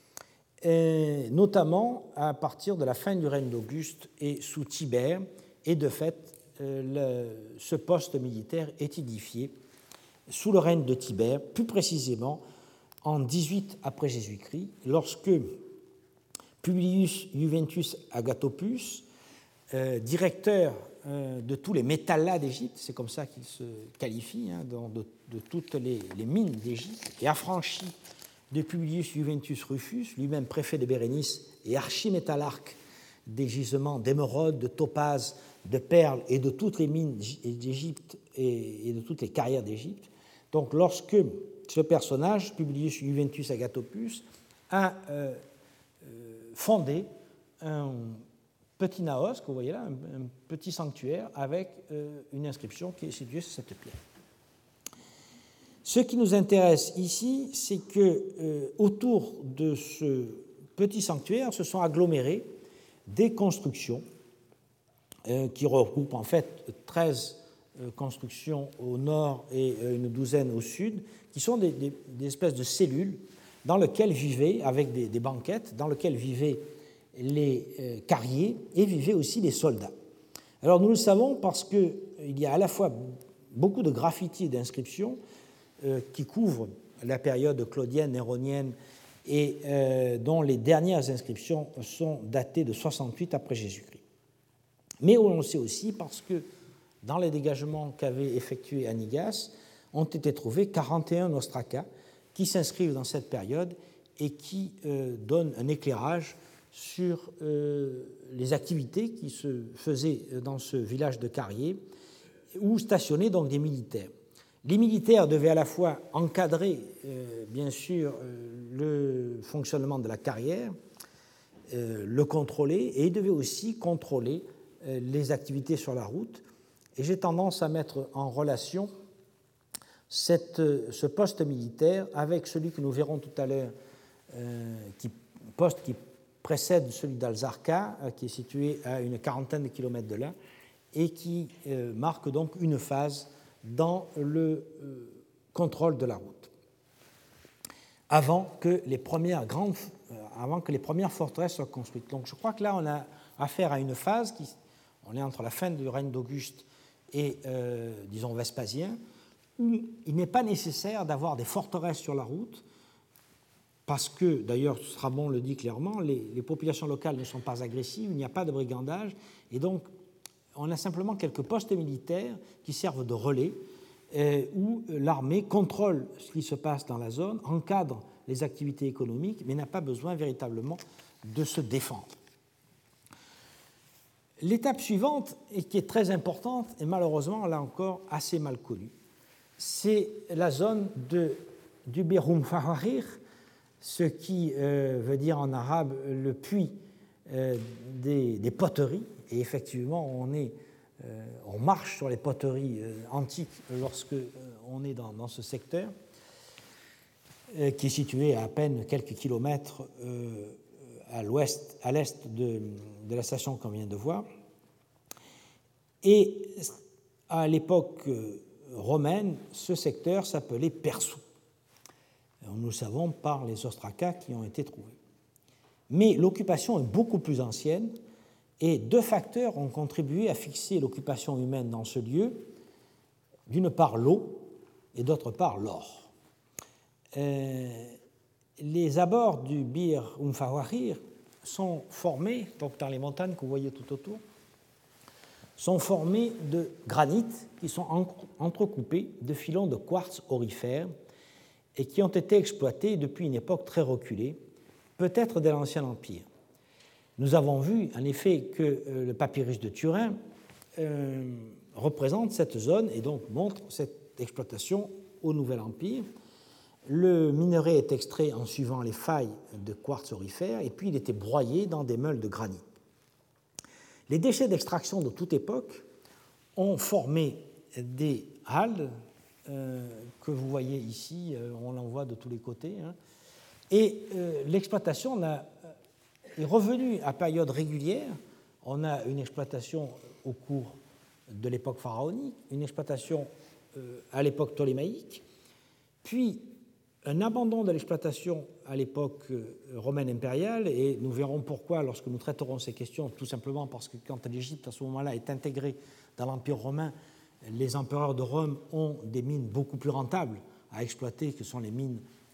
euh, notamment à partir de la fin du règne d'Auguste et sous Tibère, et de fait, euh, le, ce poste militaire est édifié sous le règne de Tibère, plus précisément en dix-huit après Jésus-Christ, lorsque Publius Juventus Agathopus, euh, directeur euh, de tous les métallats d'Égypte, c'est comme ça qu'il se qualifie, hein, dans, de, de toutes les, les mines d'Égypte, et affranchi de Publius Juventus Rufus, lui-même préfet de Bérénice et archimétallarque des gisements d'émeraudes, de topazes, de perles et de toutes les mines d'Égypte et de toutes les carrières d'Égypte. Donc lorsque ce personnage, Publius Juventus Agathopus, a euh, fondé un petit naos, que vous voyez là, un, un petit sanctuaire avec euh, une inscription qui est située sur cette pierre. Ce qui nous intéresse ici, c'est que euh, autour de ce petit sanctuaire se sont agglomérées des constructions euh, qui regroupent en fait treize euh, constructions au nord et euh, une douzaine au sud, qui sont des, des, des espèces de cellules dans lesquelles vivaient, avec des, des banquettes, dans lesquelles vivaient les euh, carriers et vivaient aussi les soldats. Alors nous le savons parce qu'il y a à la fois beaucoup de graffitis et d'inscriptions euh, qui couvrent la période claudienne, néronienne, et euh, dont les dernières inscriptions sont datées de soixante-huit après Jésus-Christ. Mais on le sait aussi parce que dans les dégagements qu'avait effectués Anigas, ont été trouvés quarante et un ostracas qui s'inscrivent dans cette période et qui euh, donnent un éclairage sur euh, les activités qui se faisaient dans ce village de Carrier, où stationnaient donc des militaires. Les militaires devaient à la fois encadrer, euh, bien sûr, euh, le fonctionnement de la carrière, euh, le contrôler, et ils devaient aussi contrôler euh, les activités sur la route. Et j'ai tendance à mettre en relation cette, ce poste militaire avec celui que nous verrons tout à l'heure, euh, qui, poste qui précède celui d'Alzarka, euh, qui est situé à une quarantaine de kilomètres de là, et qui euh, marque donc une phase dans le euh, contrôle de la route, avant que les premières grandes, euh, avant que les premières forteresses soient construites. Donc je crois que là on a affaire à une phase qui, on est entre la fin du règne d'Auguste et euh, disons Vespasien, où il n'est pas nécessaire d'avoir des forteresses sur la route, parce que, d'ailleurs, Strabon le dit clairement, les, les populations locales ne sont pas agressives, il n'y a pas de brigandage, et donc on a simplement quelques postes militaires qui servent de relais, euh, où l'armée contrôle ce qui se passe dans la zone, encadre les activités économiques, mais n'a pas besoin véritablement de se défendre. L'étape suivante, et qui est très importante, et malheureusement, là encore, assez mal connue, c'est la zone de, du Birum Faharir, ce qui euh, veut dire en arabe le puits euh, des, des poteries. Et effectivement, on, est, euh, on marche sur les poteries euh, antiques lorsque euh, on est dans, dans ce secteur, euh, qui est situé à à peine quelques kilomètres euh, à l'ouest, à l'est de, de la station qu'on vient de voir. Et à l'époque euh, romaine, ce secteur s'appelait Persou. Nous le savons par les ostracas qui ont été trouvés. Mais l'occupation est beaucoup plus ancienne et deux facteurs ont contribué à fixer l'occupation humaine dans ce lieu. D'une part l'eau et d'autre part l'or. Euh, les abords du Bir Umfawahir sont formés, donc dans les montagnes que vous voyez tout autour, sont formés de granit qui sont entrecoupés de filons de quartz aurifère et qui ont été exploités depuis une époque très reculée, peut-être dès l'Ancien Empire. Nous avons vu, en effet, que euh, le papyrus de Turin euh, représente cette zone et donc montre cette exploitation au Nouvel Empire. Le minerai est extrait en suivant les failles de quartz aurifère et puis il était broyé dans des meules de granit. Les déchets d'extraction de toute époque ont formé des haldes, Euh, que vous voyez ici, euh, on l'en voit de tous les côtés, hein. Et euh, l'exploitation a, est revenue à période régulière. On a une exploitation au cours de l'époque pharaonique, une exploitation euh, à l'époque ptolémaïque, puis un abandon de l'exploitation à l'époque euh, romaine impériale, et nous verrons pourquoi lorsque nous traiterons ces questions, tout simplement parce que quand l'Égypte à ce moment-là est intégrée dans l'Empire romain, les empereurs de Rome ont des mines beaucoup plus rentables à exploiter que sont les mines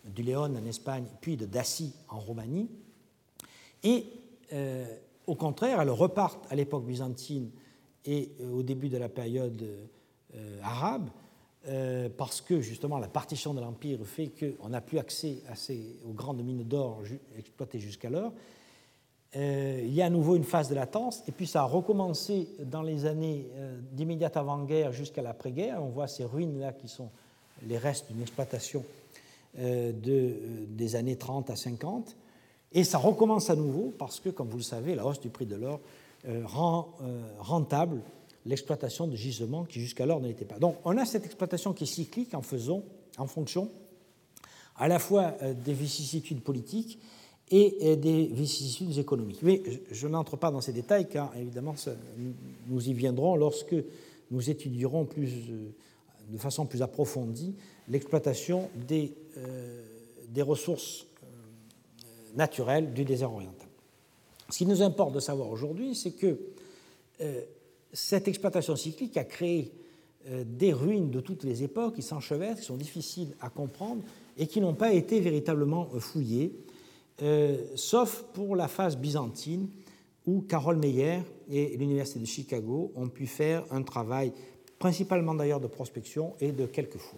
du Léon en Espagne, puis de Dacie en Roumanie. Et euh, au contraire, elles repartent à l'époque byzantine et euh, au début de la période euh, arabe, euh, parce que justement la partition de l'Empire fait qu'on n'a plus accès à ces, aux grandes mines d'or ju- exploitées jusqu'alors. Euh, il y a à nouveau une phase de latence, et puis ça a recommencé dans les années euh, d'immédiate avant-guerre jusqu'à l'après-guerre. On voit ces ruines-là qui sont les restes d'une exploitation euh, de, euh, des années trente à cinquante. Et ça recommence à nouveau parce que, comme vous le savez, la hausse du prix de l'or euh, rend euh, rentable l'exploitation de gisements qui jusqu'alors ne l'étaient pas. Donc on a cette exploitation qui est cyclique en, faisant, en fonction à la fois euh, des vicissitudes politiques et euh, des vicissitudes économiques. Mais je, je n'entre pas dans ces détails car évidemment ça, nous y viendrons lorsque nous étudierons plus, euh, de façon plus approfondie l'exploitation des, euh, des ressources naturelles du désert oriental. Ce qui nous importe de savoir aujourd'hui, c'est que euh, cette exploitation cyclique a créé euh, des ruines de toutes les époques qui s'enchevêtrent, qui sont difficiles à comprendre et qui n'ont pas été véritablement fouillées, euh, sauf pour la phase byzantine où Carol Meyer et l'Université de Chicago ont pu faire un travail principalement d'ailleurs de prospection et de quelques fouilles.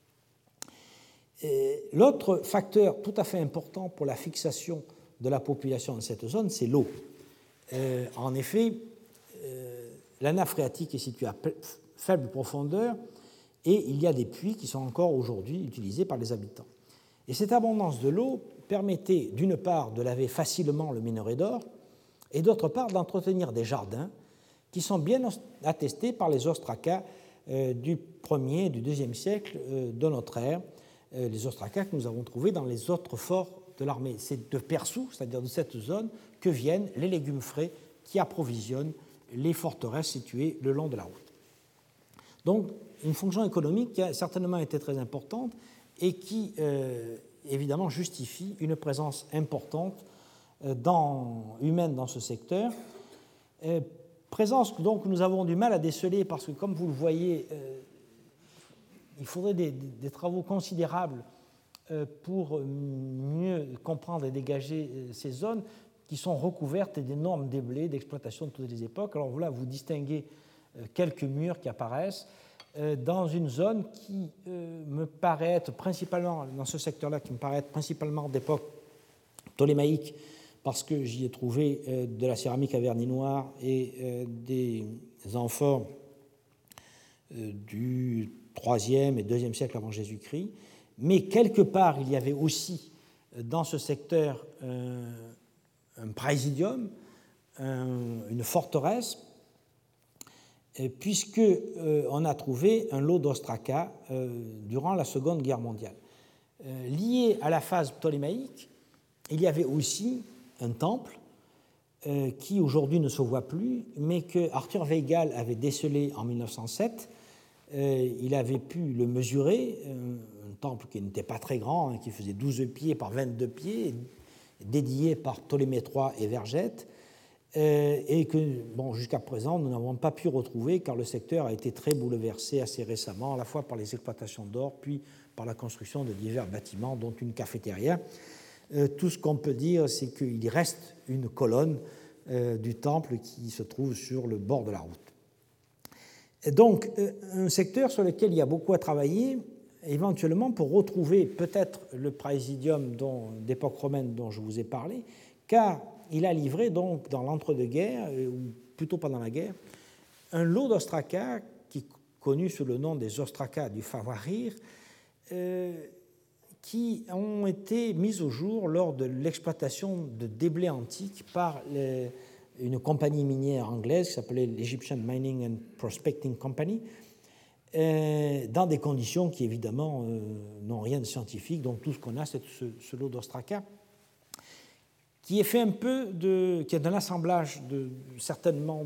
L'autre facteur tout à fait important pour la fixation de la population dans cette zone, c'est l'eau. Euh, en effet, euh, la nappe phréatique est située à faible profondeur et il y a des puits qui sont encore aujourd'hui utilisés par les habitants. Et cette abondance de l'eau permettait d'une part de laver facilement le minerai d'or et d'autre part d'entretenir des jardins qui sont bien attestés par les ostracas euh, du premier et du deuxième siècle euh, de notre ère, les ostracas que nous avons trouvés dans les autres forts de l'armée. C'est de Persou, c'est-à-dire de cette zone, que viennent les légumes frais qui approvisionnent les forteresses situées le long de la route. Donc, une fonction économique qui a certainement été très importante et qui, euh, évidemment, justifie une présence importante euh, dans, humaine dans ce secteur. Euh, présence donc, que nous avons du mal à déceler parce que, comme vous le voyez, euh, il faudrait des, des travaux considérables pour mieux comprendre et dégager ces zones qui sont recouvertes d'énormes déblais d'exploitation de toutes les époques. Alors voilà, vous distinguez quelques murs qui apparaissent dans une zone qui me paraît être principalement, dans ce secteur-là, qui me paraît être principalement d'époque ptolémaïque, parce que j'y ai trouvé de la céramique à vernis noir et des amphores du troisième et deuxième siècle avant Jésus-Christ, mais quelque part, il y avait aussi dans ce secteur euh, un praesidium, un, une forteresse, puisqu'on euh, a trouvé un lot d'ostracas euh, durant la Seconde Guerre mondiale. Euh, lié à la phase ptolémaïque, il y avait aussi un temple euh, qui aujourd'hui ne se voit plus, mais que Arthur Weigall avait décelé en mille neuf cent sept. Euh, il avait pu le mesurer, euh, un temple qui n'était pas très grand, hein, qui faisait douze pieds par vingt-deux pieds, dédié par Ptolémée trois et Vergette, euh, et que bon, jusqu'à présent nous n'avons pas pu retrouver car le secteur a été très bouleversé assez récemment, à la fois par les exploitations d'or, puis par la construction de divers bâtiments, dont une cafétéria. Euh, tout ce qu'on peut dire, c'est qu'il reste une colonne euh, du temple qui se trouve sur le bord de la route. Donc, un secteur sur lequel il y a beaucoup à travailler, éventuellement pour retrouver peut-être le praesidium d'époque romaine dont je vous ai parlé, car il a livré donc dans l'entre-deux-guerres, ou plutôt pendant la guerre, un lot d'ostracas qui est connu sous le nom des ostracas du Fawarir, euh, qui ont été mis au jour lors de l'exploitation de déblais antiques par les une compagnie minière anglaise qui s'appelait l'Egyptian Mining and Prospecting Company, euh, dans des conditions qui, évidemment, euh, n'ont rien de scientifique. Donc, tout ce qu'on a, c'est ce, ce lot d'ostracas, qui est fait un peu de... qui est un assemblage, de, certainement,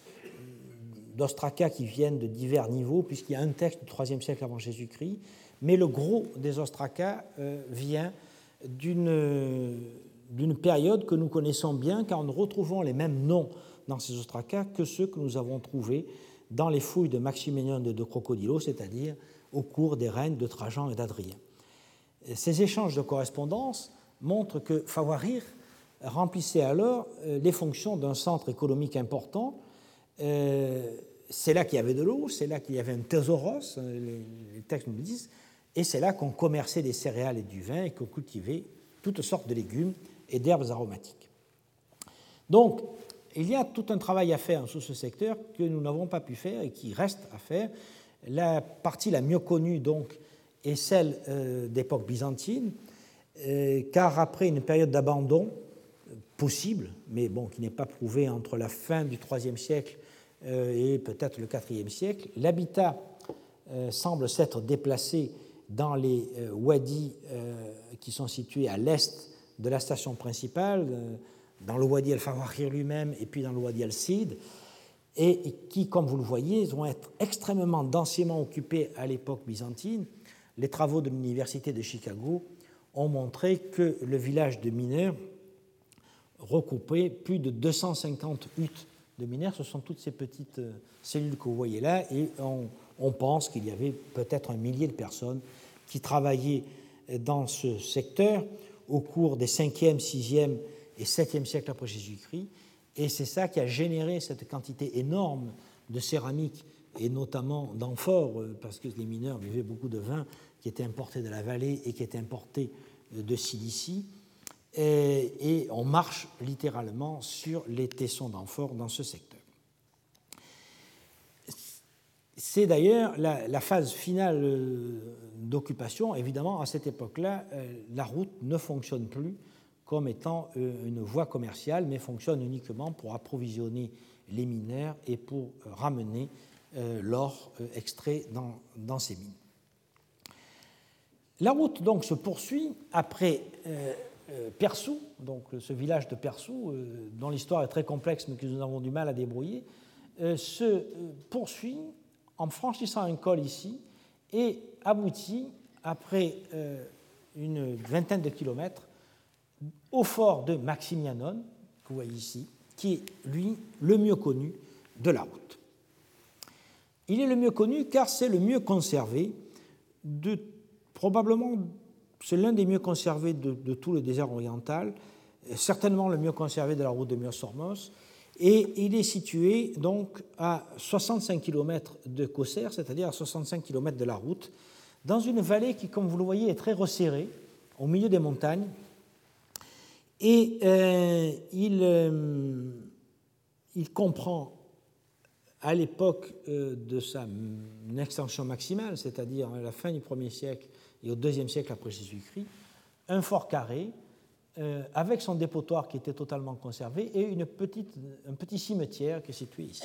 d'ostracas qui viennent de divers niveaux, puisqu'il y a un texte du troisième siècle avant Jésus-Christ, mais le gros des ostracas euh, vient d'une... d'une période que nous connaissons bien, car nous retrouvons les mêmes noms dans ces ostracas que ceux que nous avons trouvés dans les fouilles de Maximian de Crocodilo, c'est-à-dire au cours des règnes de Trajan et d'Adrien. Ces échanges de correspondance montrent que Fawarir remplissait alors les fonctions d'un centre économique important. C'est là qu'il y avait de l'eau, c'est là qu'il y avait un thésauros, les textes nous le disent, et c'est là qu'on commerçait des céréales et du vin et qu'on cultivait toutes sortes de légumes et d'herbes aromatiques. Donc, il y a tout un travail à faire sous ce secteur que nous n'avons pas pu faire et qui reste à faire. La partie la mieux connue, donc, est celle euh, d'époque byzantine, euh, car après une période d'abandon possible, mais bon, qui n'est pas prouvée entre la fin du troisième siècle euh, et peut-être le quatrième siècle, l'habitat euh, semble s'être déplacé dans les euh, wadis euh, qui sont situés à l'est de la station principale, euh, dans le wadi al-Fawarir lui-même et puis dans le wadi al-Sid, et, et qui, comme vous le voyez, vont être extrêmement densément occupés à l'époque byzantine. Les travaux de l'université de Chicago ont montré que le village de mineurs recoupait plus de deux cent cinquante huttes de mineurs. Ce sont toutes ces petites cellules que vous voyez là, et on, on pense qu'il y avait peut-être un millier de personnes qui travaillaient dans ce secteur au cours des cinquième, sixième et septième siècles après Jésus-Christ, et c'est ça qui a généré cette quantité énorme de céramique et notamment d'amphores, parce que les mineurs buvaient beaucoup de vin qui était importé de la vallée et qui était importé de Cilicie, et, et on marche littéralement sur les tessons d'amphores dans ce secteur. C'est d'ailleurs la, la phase finale d'occupation. Évidemment, à cette époque-là, la route ne fonctionne plus comme étant une voie commerciale, mais fonctionne uniquement pour approvisionner les mineurs et pour ramener l'or extrait dans, dans ces mines. La route donc se poursuit après euh, Persou, donc ce village de Persou, euh, dont l'histoire est très complexe mais que nous avons du mal à débrouiller, euh, se poursuit en franchissant un col ici et aboutit après euh, une vingtaine de kilomètres au fort de Maximianon, que vous voyez ici, qui est, lui, le mieux connu de la route. Il est le mieux connu car c'est le mieux conservé de, probablement, c'est l'un des mieux conservés de, de tout le désert oriental, certainement le mieux conservé de la route de Myos-Hormos, et il est situé donc à soixante-cinq kilomètres de Kosser, c'est-à-dire à soixante-cinq kilomètres de la route, dans une vallée qui, comme vous le voyez, est très resserrée, au milieu des montagnes. Et euh, il, euh, il comprend, à l'époque euh, de sa extension maximale, c'est-à-dire à la fin du premier siècle et au deuxième siècle après Jésus-Christ, un fort carré euh, avec son dépotoir qui était totalement conservé et une petite, un petit cimetière qui est situé ici.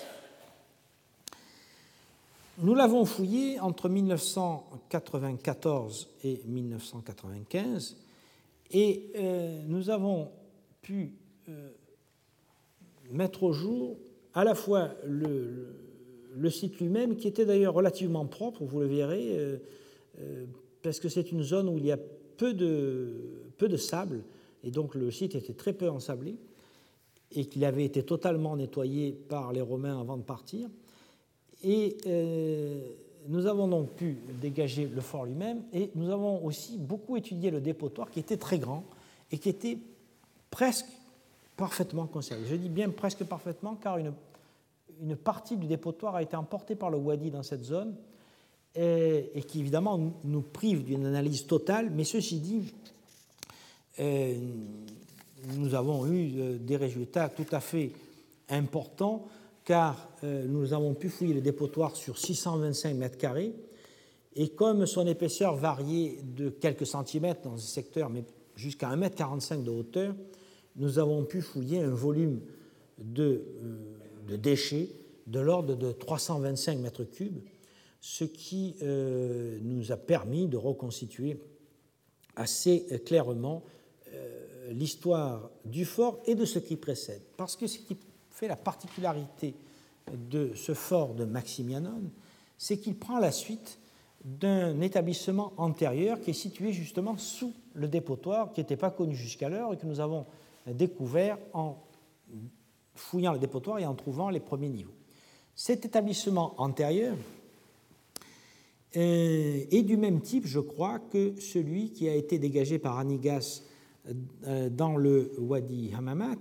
Nous l'avons fouillé entre mille neuf cent quatre-vingt-quatorze et mille neuf cent quatre-vingt-quinze. Et euh, nous avons pu euh, mettre au jour à la fois le, le, le site lui-même, qui était d'ailleurs relativement propre, vous le verrez, euh, euh, parce que c'est une zone où il y a peu de, peu de sable, et donc le site était très peu ensablé, et qu'il avait été totalement nettoyé par les Romains avant de partir. Et euh, nous avons donc pu dégager le fort lui-même et nous avons aussi beaucoup étudié le dépotoir qui était très grand et qui était presque parfaitement conservé. Je dis bien presque parfaitement car une, une partie du dépotoir a été emportée par le wadi dans cette zone et, et qui évidemment nous prive d'une analyse totale, mais ceci dit, euh, nous avons eu des résultats tout à fait importants car euh, nous avons pu fouiller le dépotoir sur six cent vingt-cinq mètres carrés, et comme son épaisseur variait de quelques centimètres dans ce secteur, mais jusqu'à un mètre quarante-cinq de hauteur, nous avons pu fouiller un volume de, euh, de déchets de l'ordre de trois cent vingt-cinq mètres cubes, ce qui euh, nous a permis de reconstituer assez clairement euh, l'histoire du fort et de ce qui précède. Parce que ce qui fait la particularité de ce fort de Maximianon, c'est qu'il prend la suite d'un établissement antérieur qui est situé justement sous le dépotoir, qui n'était pas connu jusqu'alors et que nous avons découvert en fouillant le dépotoir et en trouvant les premiers niveaux. Cet établissement antérieur euh, est du même type, je crois, que celui qui a été dégagé par Anigas euh, dans le Wadi Hammamat.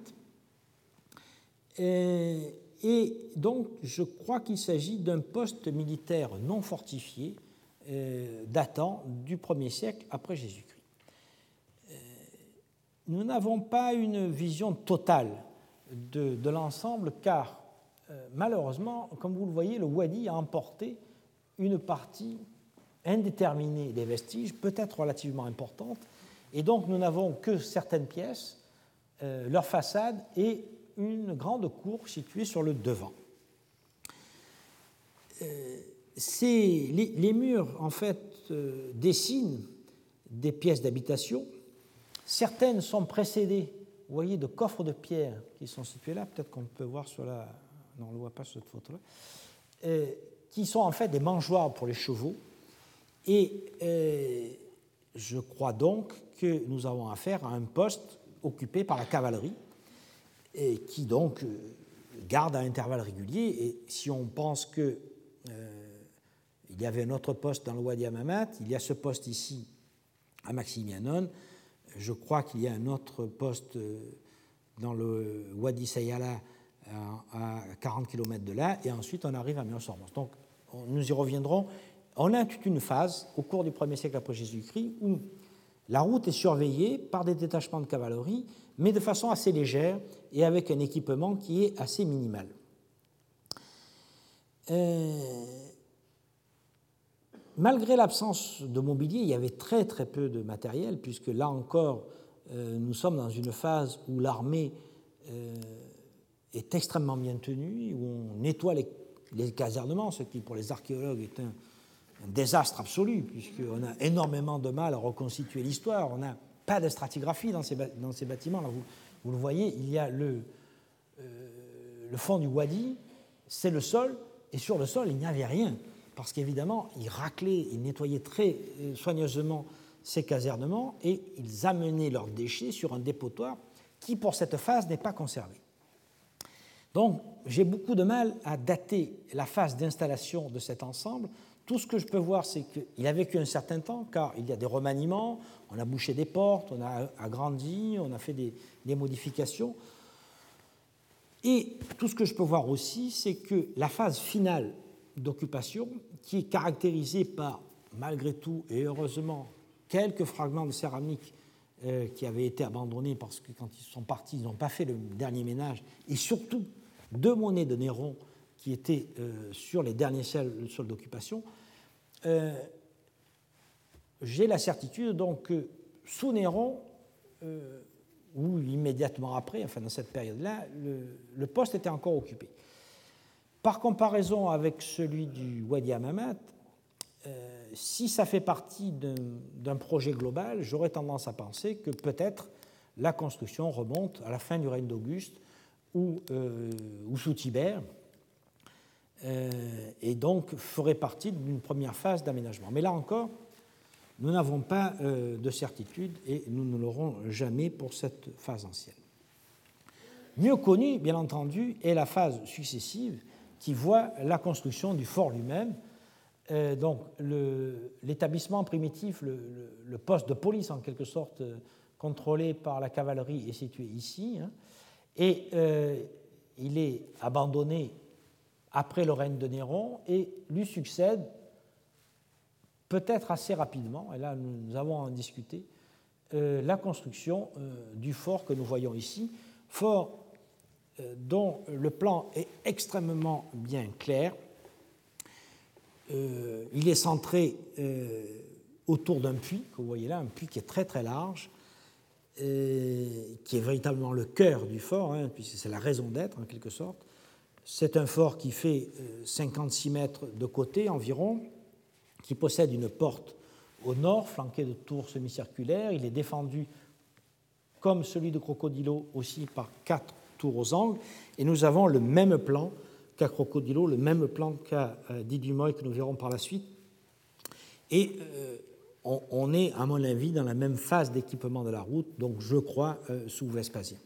Euh, et donc, je crois qu'il s'agit d'un poste militaire non fortifié euh, datant du premier siècle après Jésus-Christ. Euh, nous n'avons pas une vision totale de, de l'ensemble, car euh, malheureusement, comme vous le voyez, le Wadi a emporté une partie indéterminée des vestiges, peut-être relativement importante, et donc nous n'avons que certaines pièces, euh, leur façade et une grande cour située sur le devant. Euh, ces, les, les murs, en fait, euh, dessinent des pièces d'habitation. Certaines sont précédées, vous voyez, de coffres de pierre qui sont situés là, peut-être qu'on peut voir sur la... Non, on ne le voit pas sur cette photo-là. Euh, qui sont en fait des mangeoires pour les chevaux. Et euh, je crois donc que nous avons affaire à un poste occupé par la cavalerie, et qui donc euh, garde à intervalles réguliers. Et si on pense qu'il euh, y avait un autre poste dans le Wadi Hammamat, il y a ce poste ici à Maximianon, je crois qu'il y a un autre poste dans le Wadi Sayala à quarante kilomètres de là, et ensuite on arrive à Méosormos. Donc nous y reviendrons. On a toute une phase au cours du premier siècle après Jésus-Christ où la route est surveillée par des détachements de cavalerie, mais de façon assez légère et avec un équipement qui est assez minimal. Euh, malgré l'absence de mobilier, il y avait très très peu de matériel, puisque là encore, euh, nous sommes dans une phase où l'armée euh, est extrêmement bien tenue, où on nettoie les, les casernements, ce qui pour les archéologues est un, un désastre absolu, puisqu'on a énormément de mal à reconstituer l'histoire. On n'a pas de stratigraphie dans ces, dans ces bâtiments. Là, vous, vous le voyez, il y a le, euh, le fond du wadi, c'est le sol, et sur le sol, il n'y avait rien, parce qu'évidemment, ils raclaient, ils nettoyaient très soigneusement ces casernements, et ils amenaient leurs déchets sur un dépotoir qui, pour cette phase, n'est pas conservé. Donc, j'ai beaucoup de mal à dater la phase d'installation de cet ensemble. Tout ce que je peux voir, c'est qu'il a vécu un certain temps, car il y a des remaniements, on a bouché des portes, on a agrandi, on a fait des, des modifications. Et tout ce que je peux voir aussi, c'est que la phase finale d'occupation, qui est caractérisée par, malgré tout, et heureusement, quelques fragments de céramique euh, qui avaient été abandonnés parce que quand ils sont partis, ils n'ont pas fait le dernier ménage, et surtout deux monnaies de Néron qui étaient euh, sur les derniers sols d'occupation, euh, j'ai la certitude donc que sous Néron, euh, ou immédiatement après, enfin dans cette période-là, le, le poste était encore occupé. Par comparaison avec celui du Wadi Hammamat, euh, si ça fait partie d'un, d'un projet global, j'aurais tendance à penser que peut-être la construction remonte à la fin du règne d'Auguste ou, euh, ou sous Tibère, euh, et donc ferait partie d'une première phase d'aménagement. Mais là encore, nous n'avons pas euh, de certitude et nous ne l'aurons jamais pour cette phase ancienne. Mieux connue, bien entendu, est la phase successive qui voit la construction du fort lui-même. Euh, donc le, l'établissement primitif, le, le, le poste de police en quelque sorte euh, contrôlé par la cavalerie est situé ici, hein, et euh, il est abandonné après le règne de Néron et lui succède peut-être assez rapidement, et là nous avons à en discuter, euh, la construction euh, du fort que nous voyons ici, fort euh, dont le plan est extrêmement bien clair. Euh, il est centré euh, autour d'un puits, que vous voyez là, un puits qui est très très large, euh, qui est véritablement le cœur du fort, hein, puisque c'est la raison d'être en quelque sorte. C'est un fort qui fait euh, cinquante-six mètres de côté environ, qui possède une porte au nord, flanquée de tours semi-circulaires. Il est défendu, comme celui de Crocodilo, aussi par quatre tours aux angles. Et nous avons le même plan qu'à Crocodilo, le même plan qu'à euh, Didymoy, que nous verrons par la suite. Et euh, on, on est, à mon avis, dans la même phase d'équipement de la route, donc je crois euh, sous Vespasien.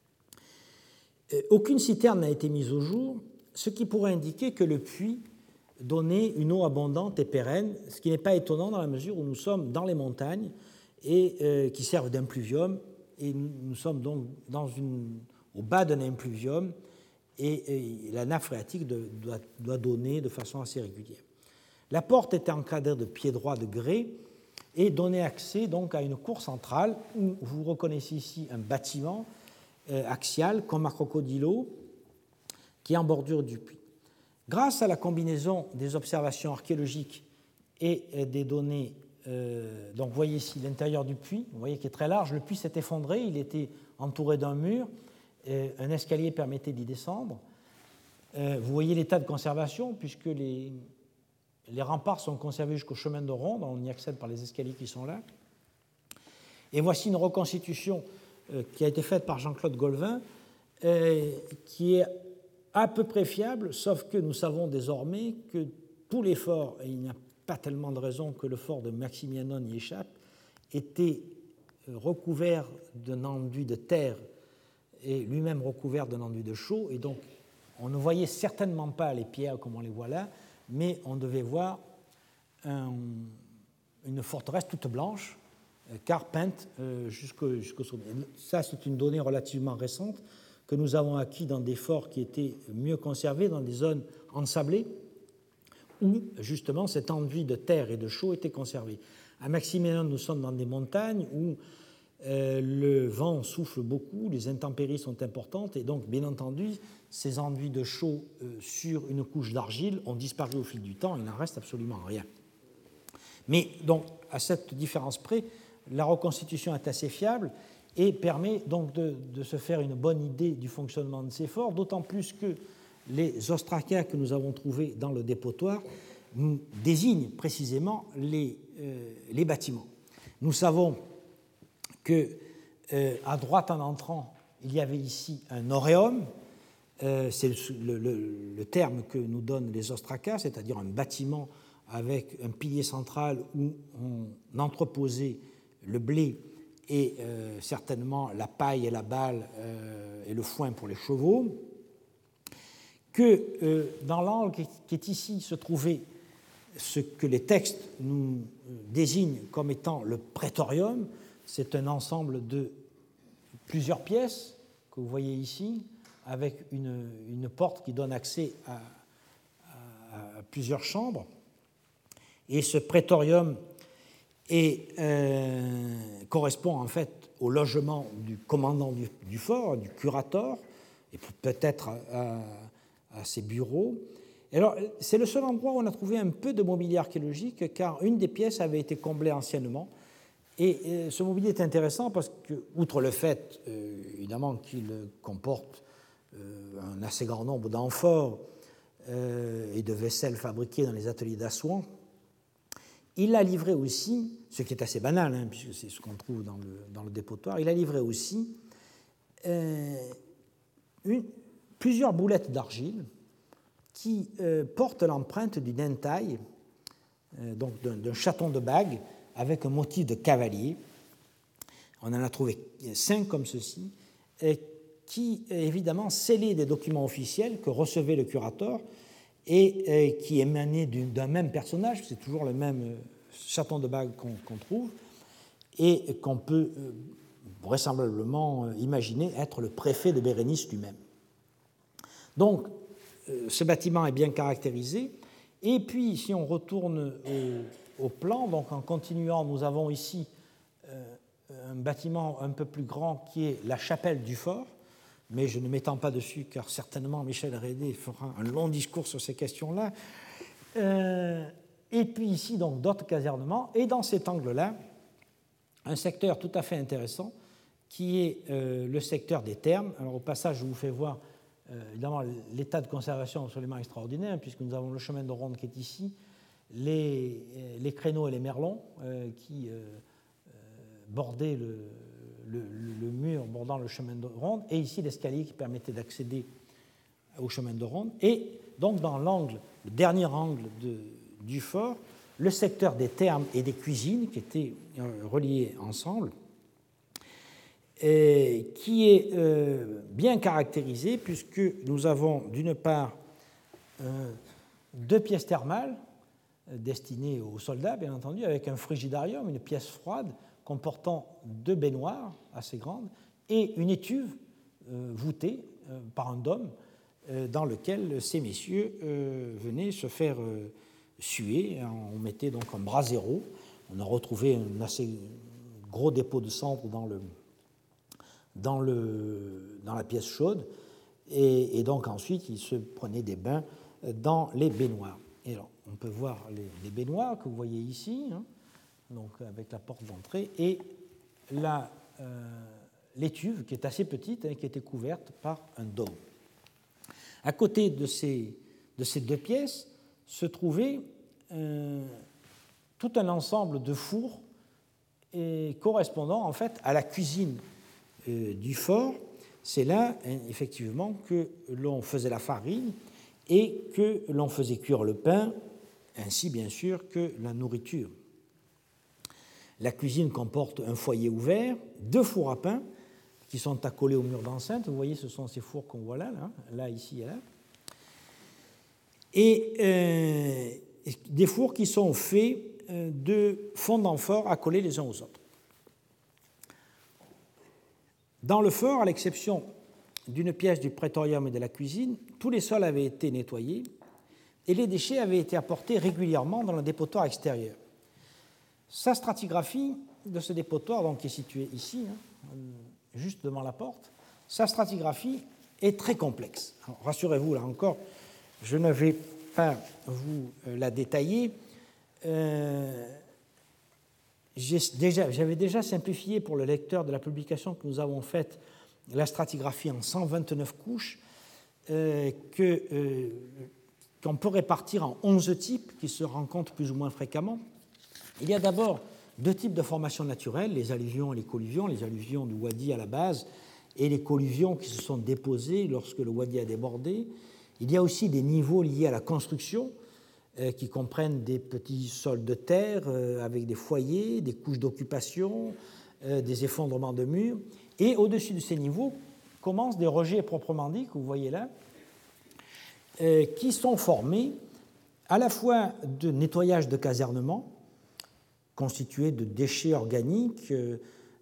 Euh, aucune citerne n'a été mise au jour, ce qui pourrait indiquer que le puits donner une eau abondante et pérenne, ce qui n'est pas étonnant dans la mesure où nous sommes dans les montagnes et euh, qui servent d'impluvium, et nous, nous sommes donc dans une, au bas d'un impluvium, et, et la nappe phréatique de, doit, doit donner de façon assez régulière. La porte était encadrée de pieds droits de grès et donnait accès donc à une cour centrale où vous reconnaissez ici un bâtiment euh, axial comme à Crocodilo qui est en bordure du puits. Grâce à la combinaison des observations archéologiques et euh, des données, euh, donc vous voyez ici l'intérieur du puits, vous voyez qu'il est très large, le puits s'est effondré, il était entouré d'un mur, euh, un escalier permettait d'y descendre. Euh, vous voyez l'état de conservation puisque les Les remparts sont conservés jusqu'au chemin de ronde, on y accède par les escaliers qui sont là. Et voici une reconstitution euh, qui a été faite par Jean-Claude Golvin, euh, qui est à peu près fiable, sauf que nous savons désormais que tous les forts, et il n'y a pas tellement de raison que le fort de Maximianon y échappe, étaient recouverts d'un enduit de terre et lui-même recouvert d'un enduit de chaux, et donc on ne voyait certainement pas les pierres comme on les voit là, mais on devait voir un, une forteresse toute blanche, car peinte euh, jusqu'au, jusqu'au sommet. Ça, c'est une donnée relativement récente que nous avons acquis dans des forts qui étaient mieux conservés, dans des zones ensablées, où justement cet enduit de terre et de chaux était conservé. À Maximianon, nous sommes dans des montagnes où euh, le vent souffle beaucoup, les intempéries sont importantes, et donc, bien entendu, ces enduits de chaux euh, sur une couche d'argile ont disparu au fil du temps, il n'en reste absolument rien. Mais donc, à cette différence près, la reconstitution est assez fiable et permet donc de, de se faire une bonne idée du fonctionnement de ces forts, d'autant plus que les ostracas que nous avons trouvés dans le dépotoir nous désignent précisément les, euh, les bâtiments. Nous savons que euh, à droite en entrant, il y avait ici un auréum, euh, c'est le, le, le terme que nous donnent les ostracas, c'est-à-dire un bâtiment avec un pilier central où on entreposait le blé et euh, certainement la paille et la balle euh, et le foin pour les chevaux, que euh, dans l'angle qui est ici se trouvait ce que les textes nous désignent comme étant le prétorium. C'est un ensemble de plusieurs pièces que vous voyez ici, avec une, une porte qui donne accès à, à, à plusieurs chambres. Et ce prétorium est, euh, correspond en fait au logement du commandant du, du fort, du curator, et peut-être à, à, à ses bureaux. Et alors, c'est le seul endroit où on a trouvé un peu de mobilier archéologique, car une des pièces avait été comblée anciennement. Et ce mobilier est intéressant parce que, outre le fait, euh, évidemment, qu'il comporte euh, un assez grand nombre d'amphores euh, et de vaisselles fabriquées dans les ateliers d'Assouan, il a livré aussi, ce qui est assez banal, hein, puisque c'est ce qu'on trouve dans le, dans le dépotoir, il a livré aussi euh, une, plusieurs boulettes d'argile qui euh, portent l'empreinte d'une entaille, euh, donc d'un, d'un chaton de bague, avec un motif de cavalier. On en a trouvé cinq comme ceci, qui évidemment scellaient des documents officiels que recevait le curateur et qui émanaient d'un même personnage, c'est toujours le même chaton de bague qu'on, qu'on trouve, et qu'on peut vraisemblablement imaginer être le préfet de Bérénice lui-même. Donc, ce bâtiment est bien caractérisé, et puis si on retourne au, au plan, donc en continuant, nous avons ici euh, un bâtiment un peu plus grand qui est la chapelle du fort, mais je ne m'étends pas dessus car certainement Michel Rédé fera un long discours sur ces questions-là. Euh, et puis ici, donc, d'autres casernements, et dans cet angle-là, un secteur tout à fait intéressant qui est euh, le secteur des thermes. Alors au passage, je vous fais voir euh, évidemment l'état de conservation absolument extraordinaire, puisque nous avons le chemin de ronde qui est ici, les, les créneaux et les merlons euh, qui euh, bordaient le, le, le mur bordant le chemin de ronde, et ici l'escalier qui permettait d'accéder au chemin de ronde. Et donc dans l'angle, le dernier angle de, du fort, le secteur des thermes et des cuisines qui étaient reliés ensemble, et qui est euh, bien caractérisé puisque nous avons d'une part euh, deux pièces thermales destinées aux soldats, bien entendu, avec un frigidarium, une pièce froide comportant deux baignoires assez grandes et une étuve euh, voûtée euh, par un dôme euh, dans lequel ces messieurs euh, venaient se faire euh, suer. On mettait donc un brasero. On a retrouvé un assez gros dépôt de cendres dans, le, dans, le, dans la pièce chaude. Et, et donc ensuite, ils se prenaient des bains dans les baignoires. Et alors, on peut voir les, les baignoires que vous voyez ici, hein, donc avec la porte d'entrée, et la, euh, l'étuve qui est assez petite, hein, qui était couverte par un dôme. À côté de ces, de ces deux pièces se trouvait euh, tout un ensemble de fours et correspondant en fait à la cuisine euh, du fort. C'est là, hein, effectivement, que l'on faisait la farine et que l'on faisait cuire le pain, ainsi bien sûr que la nourriture. La cuisine comporte un foyer ouvert, deux fours à pain qui sont accolés au mur d'enceinte. Vous voyez, ce sont ces fours qu'on voit là, là, là, ici et là. Et euh, des fours qui sont faits de fondants forts accolés les uns aux autres. Dans le fort, à l'exception d'une pièce du prétorium et de la cuisine, tous les sols avaient été nettoyés et les déchets avaient été apportés régulièrement dans le dépotoir extérieur. Sa stratigraphie de ce dépotoir, donc, qui est situé ici, hein, juste devant la porte, sa stratigraphie est très complexe. Alors, rassurez-vous, là encore, je ne vais pas vous la détailler. Euh, j'ai déjà, j'avais déjà simplifié pour le lecteur de la publication que nous avons faite la stratigraphie en cent vingt-neuf couches euh, que, euh, qu'on peut répartir en onze types qui se rencontrent plus ou moins fréquemment. Il y a d'abord deux types de formations naturelles, les alluvions et les colluvions, les alluvions du wadi à la base et les colluvions qui se sont déposées lorsque le wadi a débordé. Il y a aussi des niveaux liés à la construction euh, qui comprennent des petits sols de terre euh, avec des foyers, des couches d'occupation, euh, des effondrements de murs. Et au-dessus de ces niveaux commencent des rejets proprement dits, que vous voyez là, euh, qui sont formés à la fois de nettoyage de casernement, constitués de déchets organiques, euh,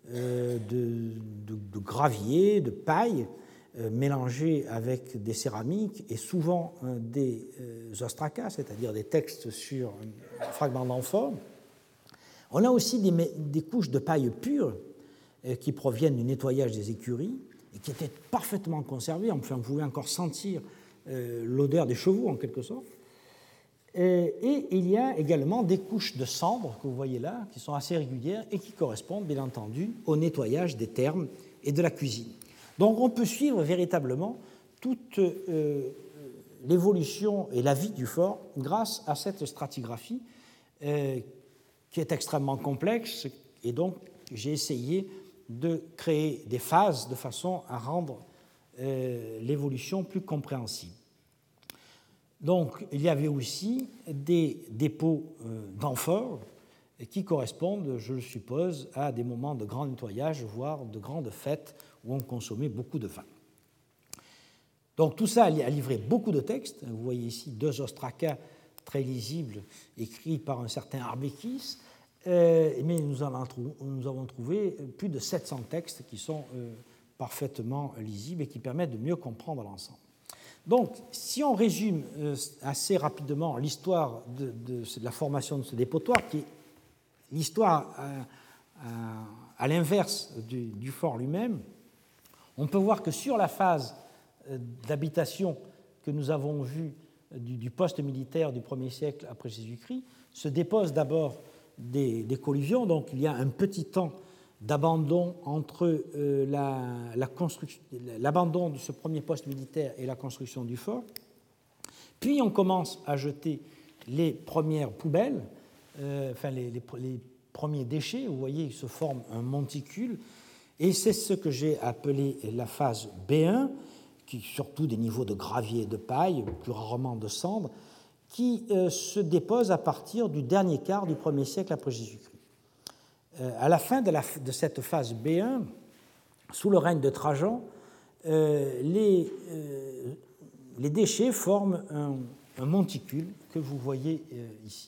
de, de, de gravier, de paille, euh, mélangés avec des céramiques et souvent euh, des euh, ostracas, c'est-à-dire des textes sur un fragment d'amphore. On a aussi des, des couches de paille pure qui proviennent du nettoyage des écuries et qui étaient parfaitement conservées. Enfin, on pouvait encore sentir euh, l'odeur des chevaux, en quelque sorte. Et, et il y a également des couches de cendres, que vous voyez là, qui sont assez régulières et qui correspondent, bien entendu, au nettoyage des thermes et de la cuisine. Donc, on peut suivre véritablement toute euh, l'évolution et la vie du fort grâce à cette stratigraphie euh, qui est extrêmement complexe. Et donc, j'ai essayé de créer des phases de façon à rendre euh, l'évolution plus compréhensible. Donc, il y avait aussi des dépôts euh, d'amphores qui correspondent, je le suppose, à des moments de grand nettoyage, voire de grandes fêtes où on consommait beaucoup de vin. Donc, tout ça a livré beaucoup de textes. Vous voyez ici deux ostracas très lisibles écrits par un certain Arbekis. Euh, mais nous, trou- nous avons trouvé plus de sept cents textes qui sont euh, parfaitement lisibles et qui permettent de mieux comprendre l'ensemble. Donc, si on résume euh, assez rapidement l'histoire de, de, de la formation de ce dépotoir, qui est l'histoire à, à, à l'inverse du, du fort lui-même, on peut voir que sur la phase euh, d'habitation que nous avons vue euh, du, du poste militaire du premier siècle après Jésus-Christ, se dépose d'abord Des, des colluvions, donc il y a un petit temps d'abandon entre euh, la, la construction, l'abandon de ce premier poste militaire et la construction du fort. Puis on commence à jeter les premières poubelles, euh, enfin les, les, les premiers déchets. Vous voyez, il se forme un monticule, et c'est ce que j'ai appelé la phase B un, qui surtout des niveaux de gravier et de paille, plus rarement de cendres, qui euh, se dépose à partir du dernier quart du premier siècle après Jésus-Christ. Euh, à la fin de, la, de cette phase B un, sous le règne de Trajan, euh, les, euh, les déchets forment un, un monticule que vous voyez euh, ici.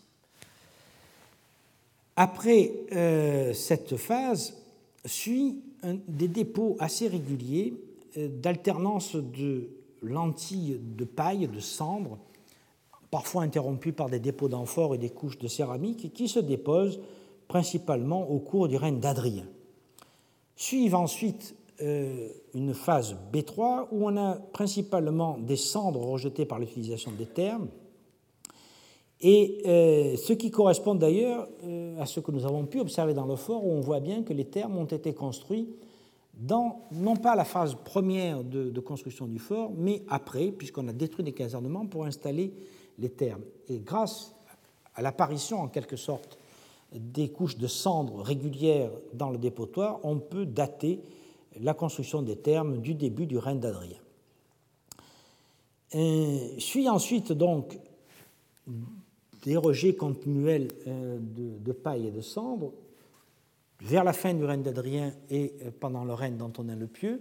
Après euh, cette phase, suit un, des dépôts assez réguliers euh, d'alternance de lentilles de paille, de cendres, parfois interrompus par des dépôts d'amphores et des couches de céramique, qui se déposent principalement au cours du règne d'Adrien. Suivent ensuite euh, une phase B trois où on a principalement des cendres rejetées par l'utilisation des thermes, et euh, ce qui correspond d'ailleurs euh, à ce que nous avons pu observer dans le fort, où on voit bien que les thermes ont été construits dans, non pas la phase première de, de construction du fort, mais après, puisqu'on a détruit des casernements pour installer les thermes. Et grâce à l'apparition, en quelque sorte, des couches de cendres régulières dans le dépotoir, on peut dater la construction des thermes du début du règne d'Adrien. Euh, suit ensuite donc des rejets continuels euh, de, de paille et de cendres vers la fin du règne d'Adrien et euh, pendant le règne d'Antonin le Pieux.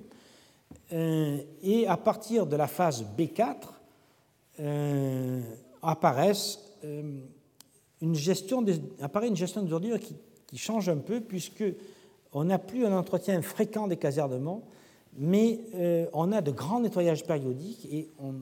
Euh, et à partir de la phase B quatre, euh, apparaissent, euh, une gestion des, apparaît une gestion des ordures qui, qui change un peu, puisqu'on n'a plus un entretien fréquent des casernements, mais euh, on a de grands nettoyages périodiques et on,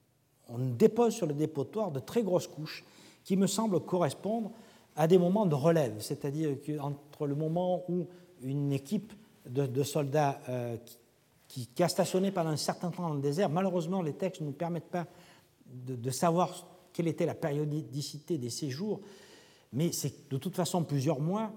on dépose sur le dépotoir de très grosses couches qui me semblent correspondre à des moments de relève, c'est-à-dire qu'entre le moment où une équipe de, de soldats euh, qui, qui a stationné pendant un certain temps dans le désert, malheureusement les textes ne nous permettent pas de, de savoir quelle était la périodicité des séjours, mais c'est de toute façon plusieurs mois,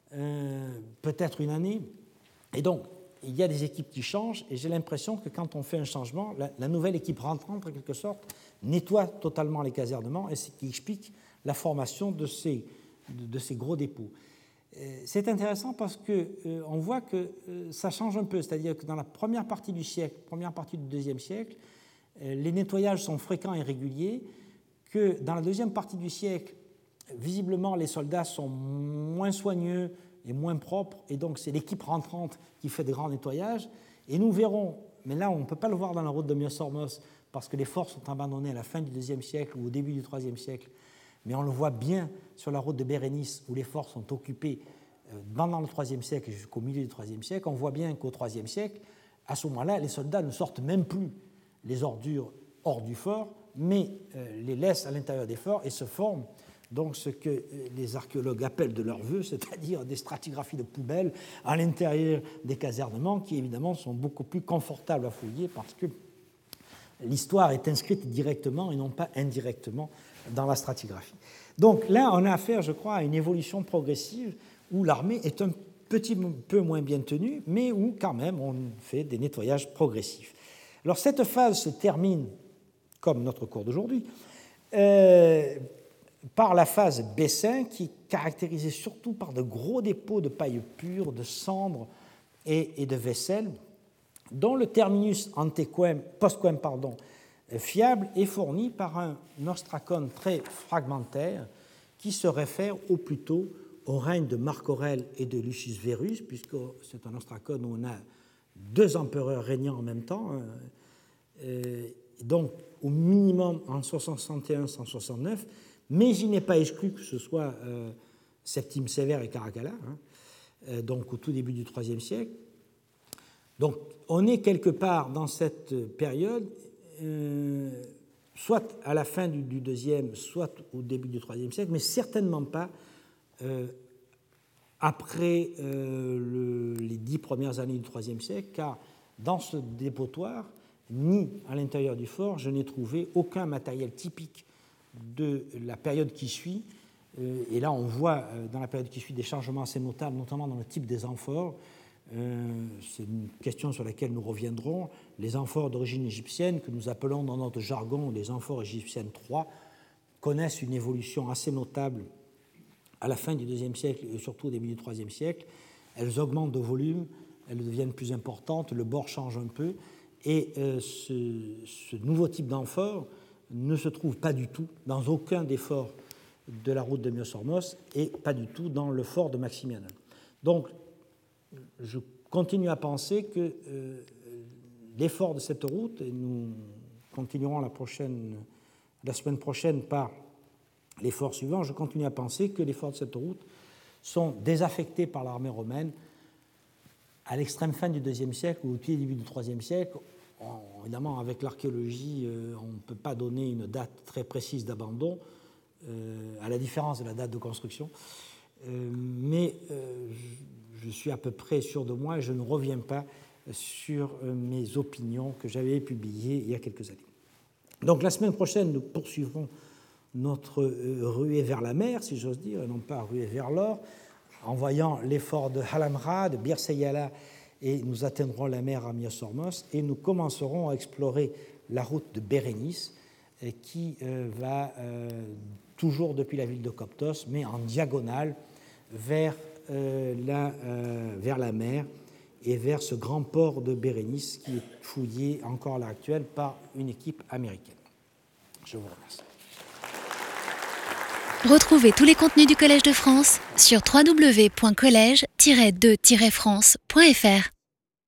euh, peut-être une année, et donc il y a des équipes qui changent, et j'ai l'impression que quand on fait un changement, la, la nouvelle équipe rentrante, en quelque sorte, nettoie totalement les casernements, et c'est ce qui explique la formation de ces, de, de ces gros dépôts. C'est intéressant parce qu'on euh, voit que euh, ça change un peu, c'est-à-dire que dans la première partie du siècle, première partie du deuxième siècle, euh, les nettoyages sont fréquents et réguliers, que dans la deuxième partie du siècle, visiblement, les soldats sont moins soigneux et moins propres, et donc c'est l'équipe rentrante qui fait des grands nettoyages. Et nous verrons, mais là on ne peut pas le voir dans la route de Myosormos, parce que les forts sont abandonnés à la fin du deuxième siècle ou au début du troisième siècle, mais on le voit bien sur la route de Bérénice, où les forts sont occupés pendant le troisième siècle jusqu'au milieu du troisième siècle. On voit bien qu'au troisième siècle, à ce moment-là, les soldats ne sortent même plus les ordures hors du fort, mais euh, les laissent à l'intérieur des forts et se forment donc ce que les archéologues appellent de leur vœu, c'est-à-dire des stratigraphies de poubelles à l'intérieur des casernements, qui évidemment sont beaucoup plus confortables à fouiller parce que l'histoire est inscrite directement et non pas indirectement dans la stratigraphie. Donc là, on a affaire, je crois, à une évolution progressive où l'armée est un petit peu moins bien tenue, mais où quand même on fait des nettoyages progressifs. Alors cette phase se termine, comme notre cours d'aujourd'hui, euh, par la phase B cinq, qui est caractérisée surtout par de gros dépôts de paille pure, de cendres et, et de vaisselle, dont le terminus antequem, postquem pardon, fiable est fourni par un ostracone très fragmentaire qui se réfère au plus tôt au règne de Marc Aurèle et de Lucius Verus, puisque c'est un ostracone où on a deux empereurs régnant en même temps, euh, donc au minimum en cent soixante et un à cent soixante-neuf, mais il n'est pas exclu que ce soit euh, Septime Sévère et Caracalla, hein, euh, donc au tout début du troisième siècle. Donc on est quelque part dans cette période, euh, soit à la fin du, du deuxième, soit au début du troisième siècle, mais certainement pas euh, après euh, le, les dix premières années du troisième siècle, car dans ce dépotoir, ni à l'intérieur du fort, je n'ai trouvé aucun matériel typique de la période qui suit. Et là, on voit dans la période qui suit des changements assez notables, notamment dans le type des amphores. C'est une question sur laquelle nous reviendrons. Les amphores d'origine égyptienne, que nous appelons dans notre jargon les amphores égyptiennes trois, connaissent une évolution assez notable à la fin du deuxième siècle et surtout au début du troisième siècle. Elles augmentent de volume, elles deviennent plus importantes, le bord change un peu, et euh, ce, ce nouveau type d'amphore ne se trouve pas du tout dans aucun des forts de la route de Myosormos et pas du tout dans le fort de Maximianon. Donc, je continue à penser que euh, l'effort de cette route, et nous continuerons la prochaine la semaine prochaine par l'effort suivant, je continue à penser que les forts de cette route sont désaffectés par l'armée romaine à l'extrême fin du deuxième siècle ou au tout début du troisième siècle. On, évidemment, avec l'archéologie, euh, on ne peut pas donner une date très précise d'abandon, euh, à la différence de la date de construction. Euh, mais euh, je, je suis à peu près sûr de moi et je ne reviens pas sur euh, mes opinions que j'avais publiées il y a quelques années. Donc la semaine prochaine, nous poursuivrons notre euh, ruée vers la mer, si j'ose dire, et non pas ruée vers l'or, en voyant l'effort de Halamra, de Bir Seyala, et nous atteindrons la mer à Myosormos, et nous commencerons à explorer la route de Bérénice, euh, qui euh, va euh, toujours depuis la ville de Coptos, mais en diagonale vers, euh, la, euh, vers la mer et vers ce grand port de Bérénice qui est fouillé encore à l'heure actuelle par une équipe américaine. Je vous remercie. Retrouvez tous les contenus du Collège de France sur w w w point collège tiret de tiret france point f r.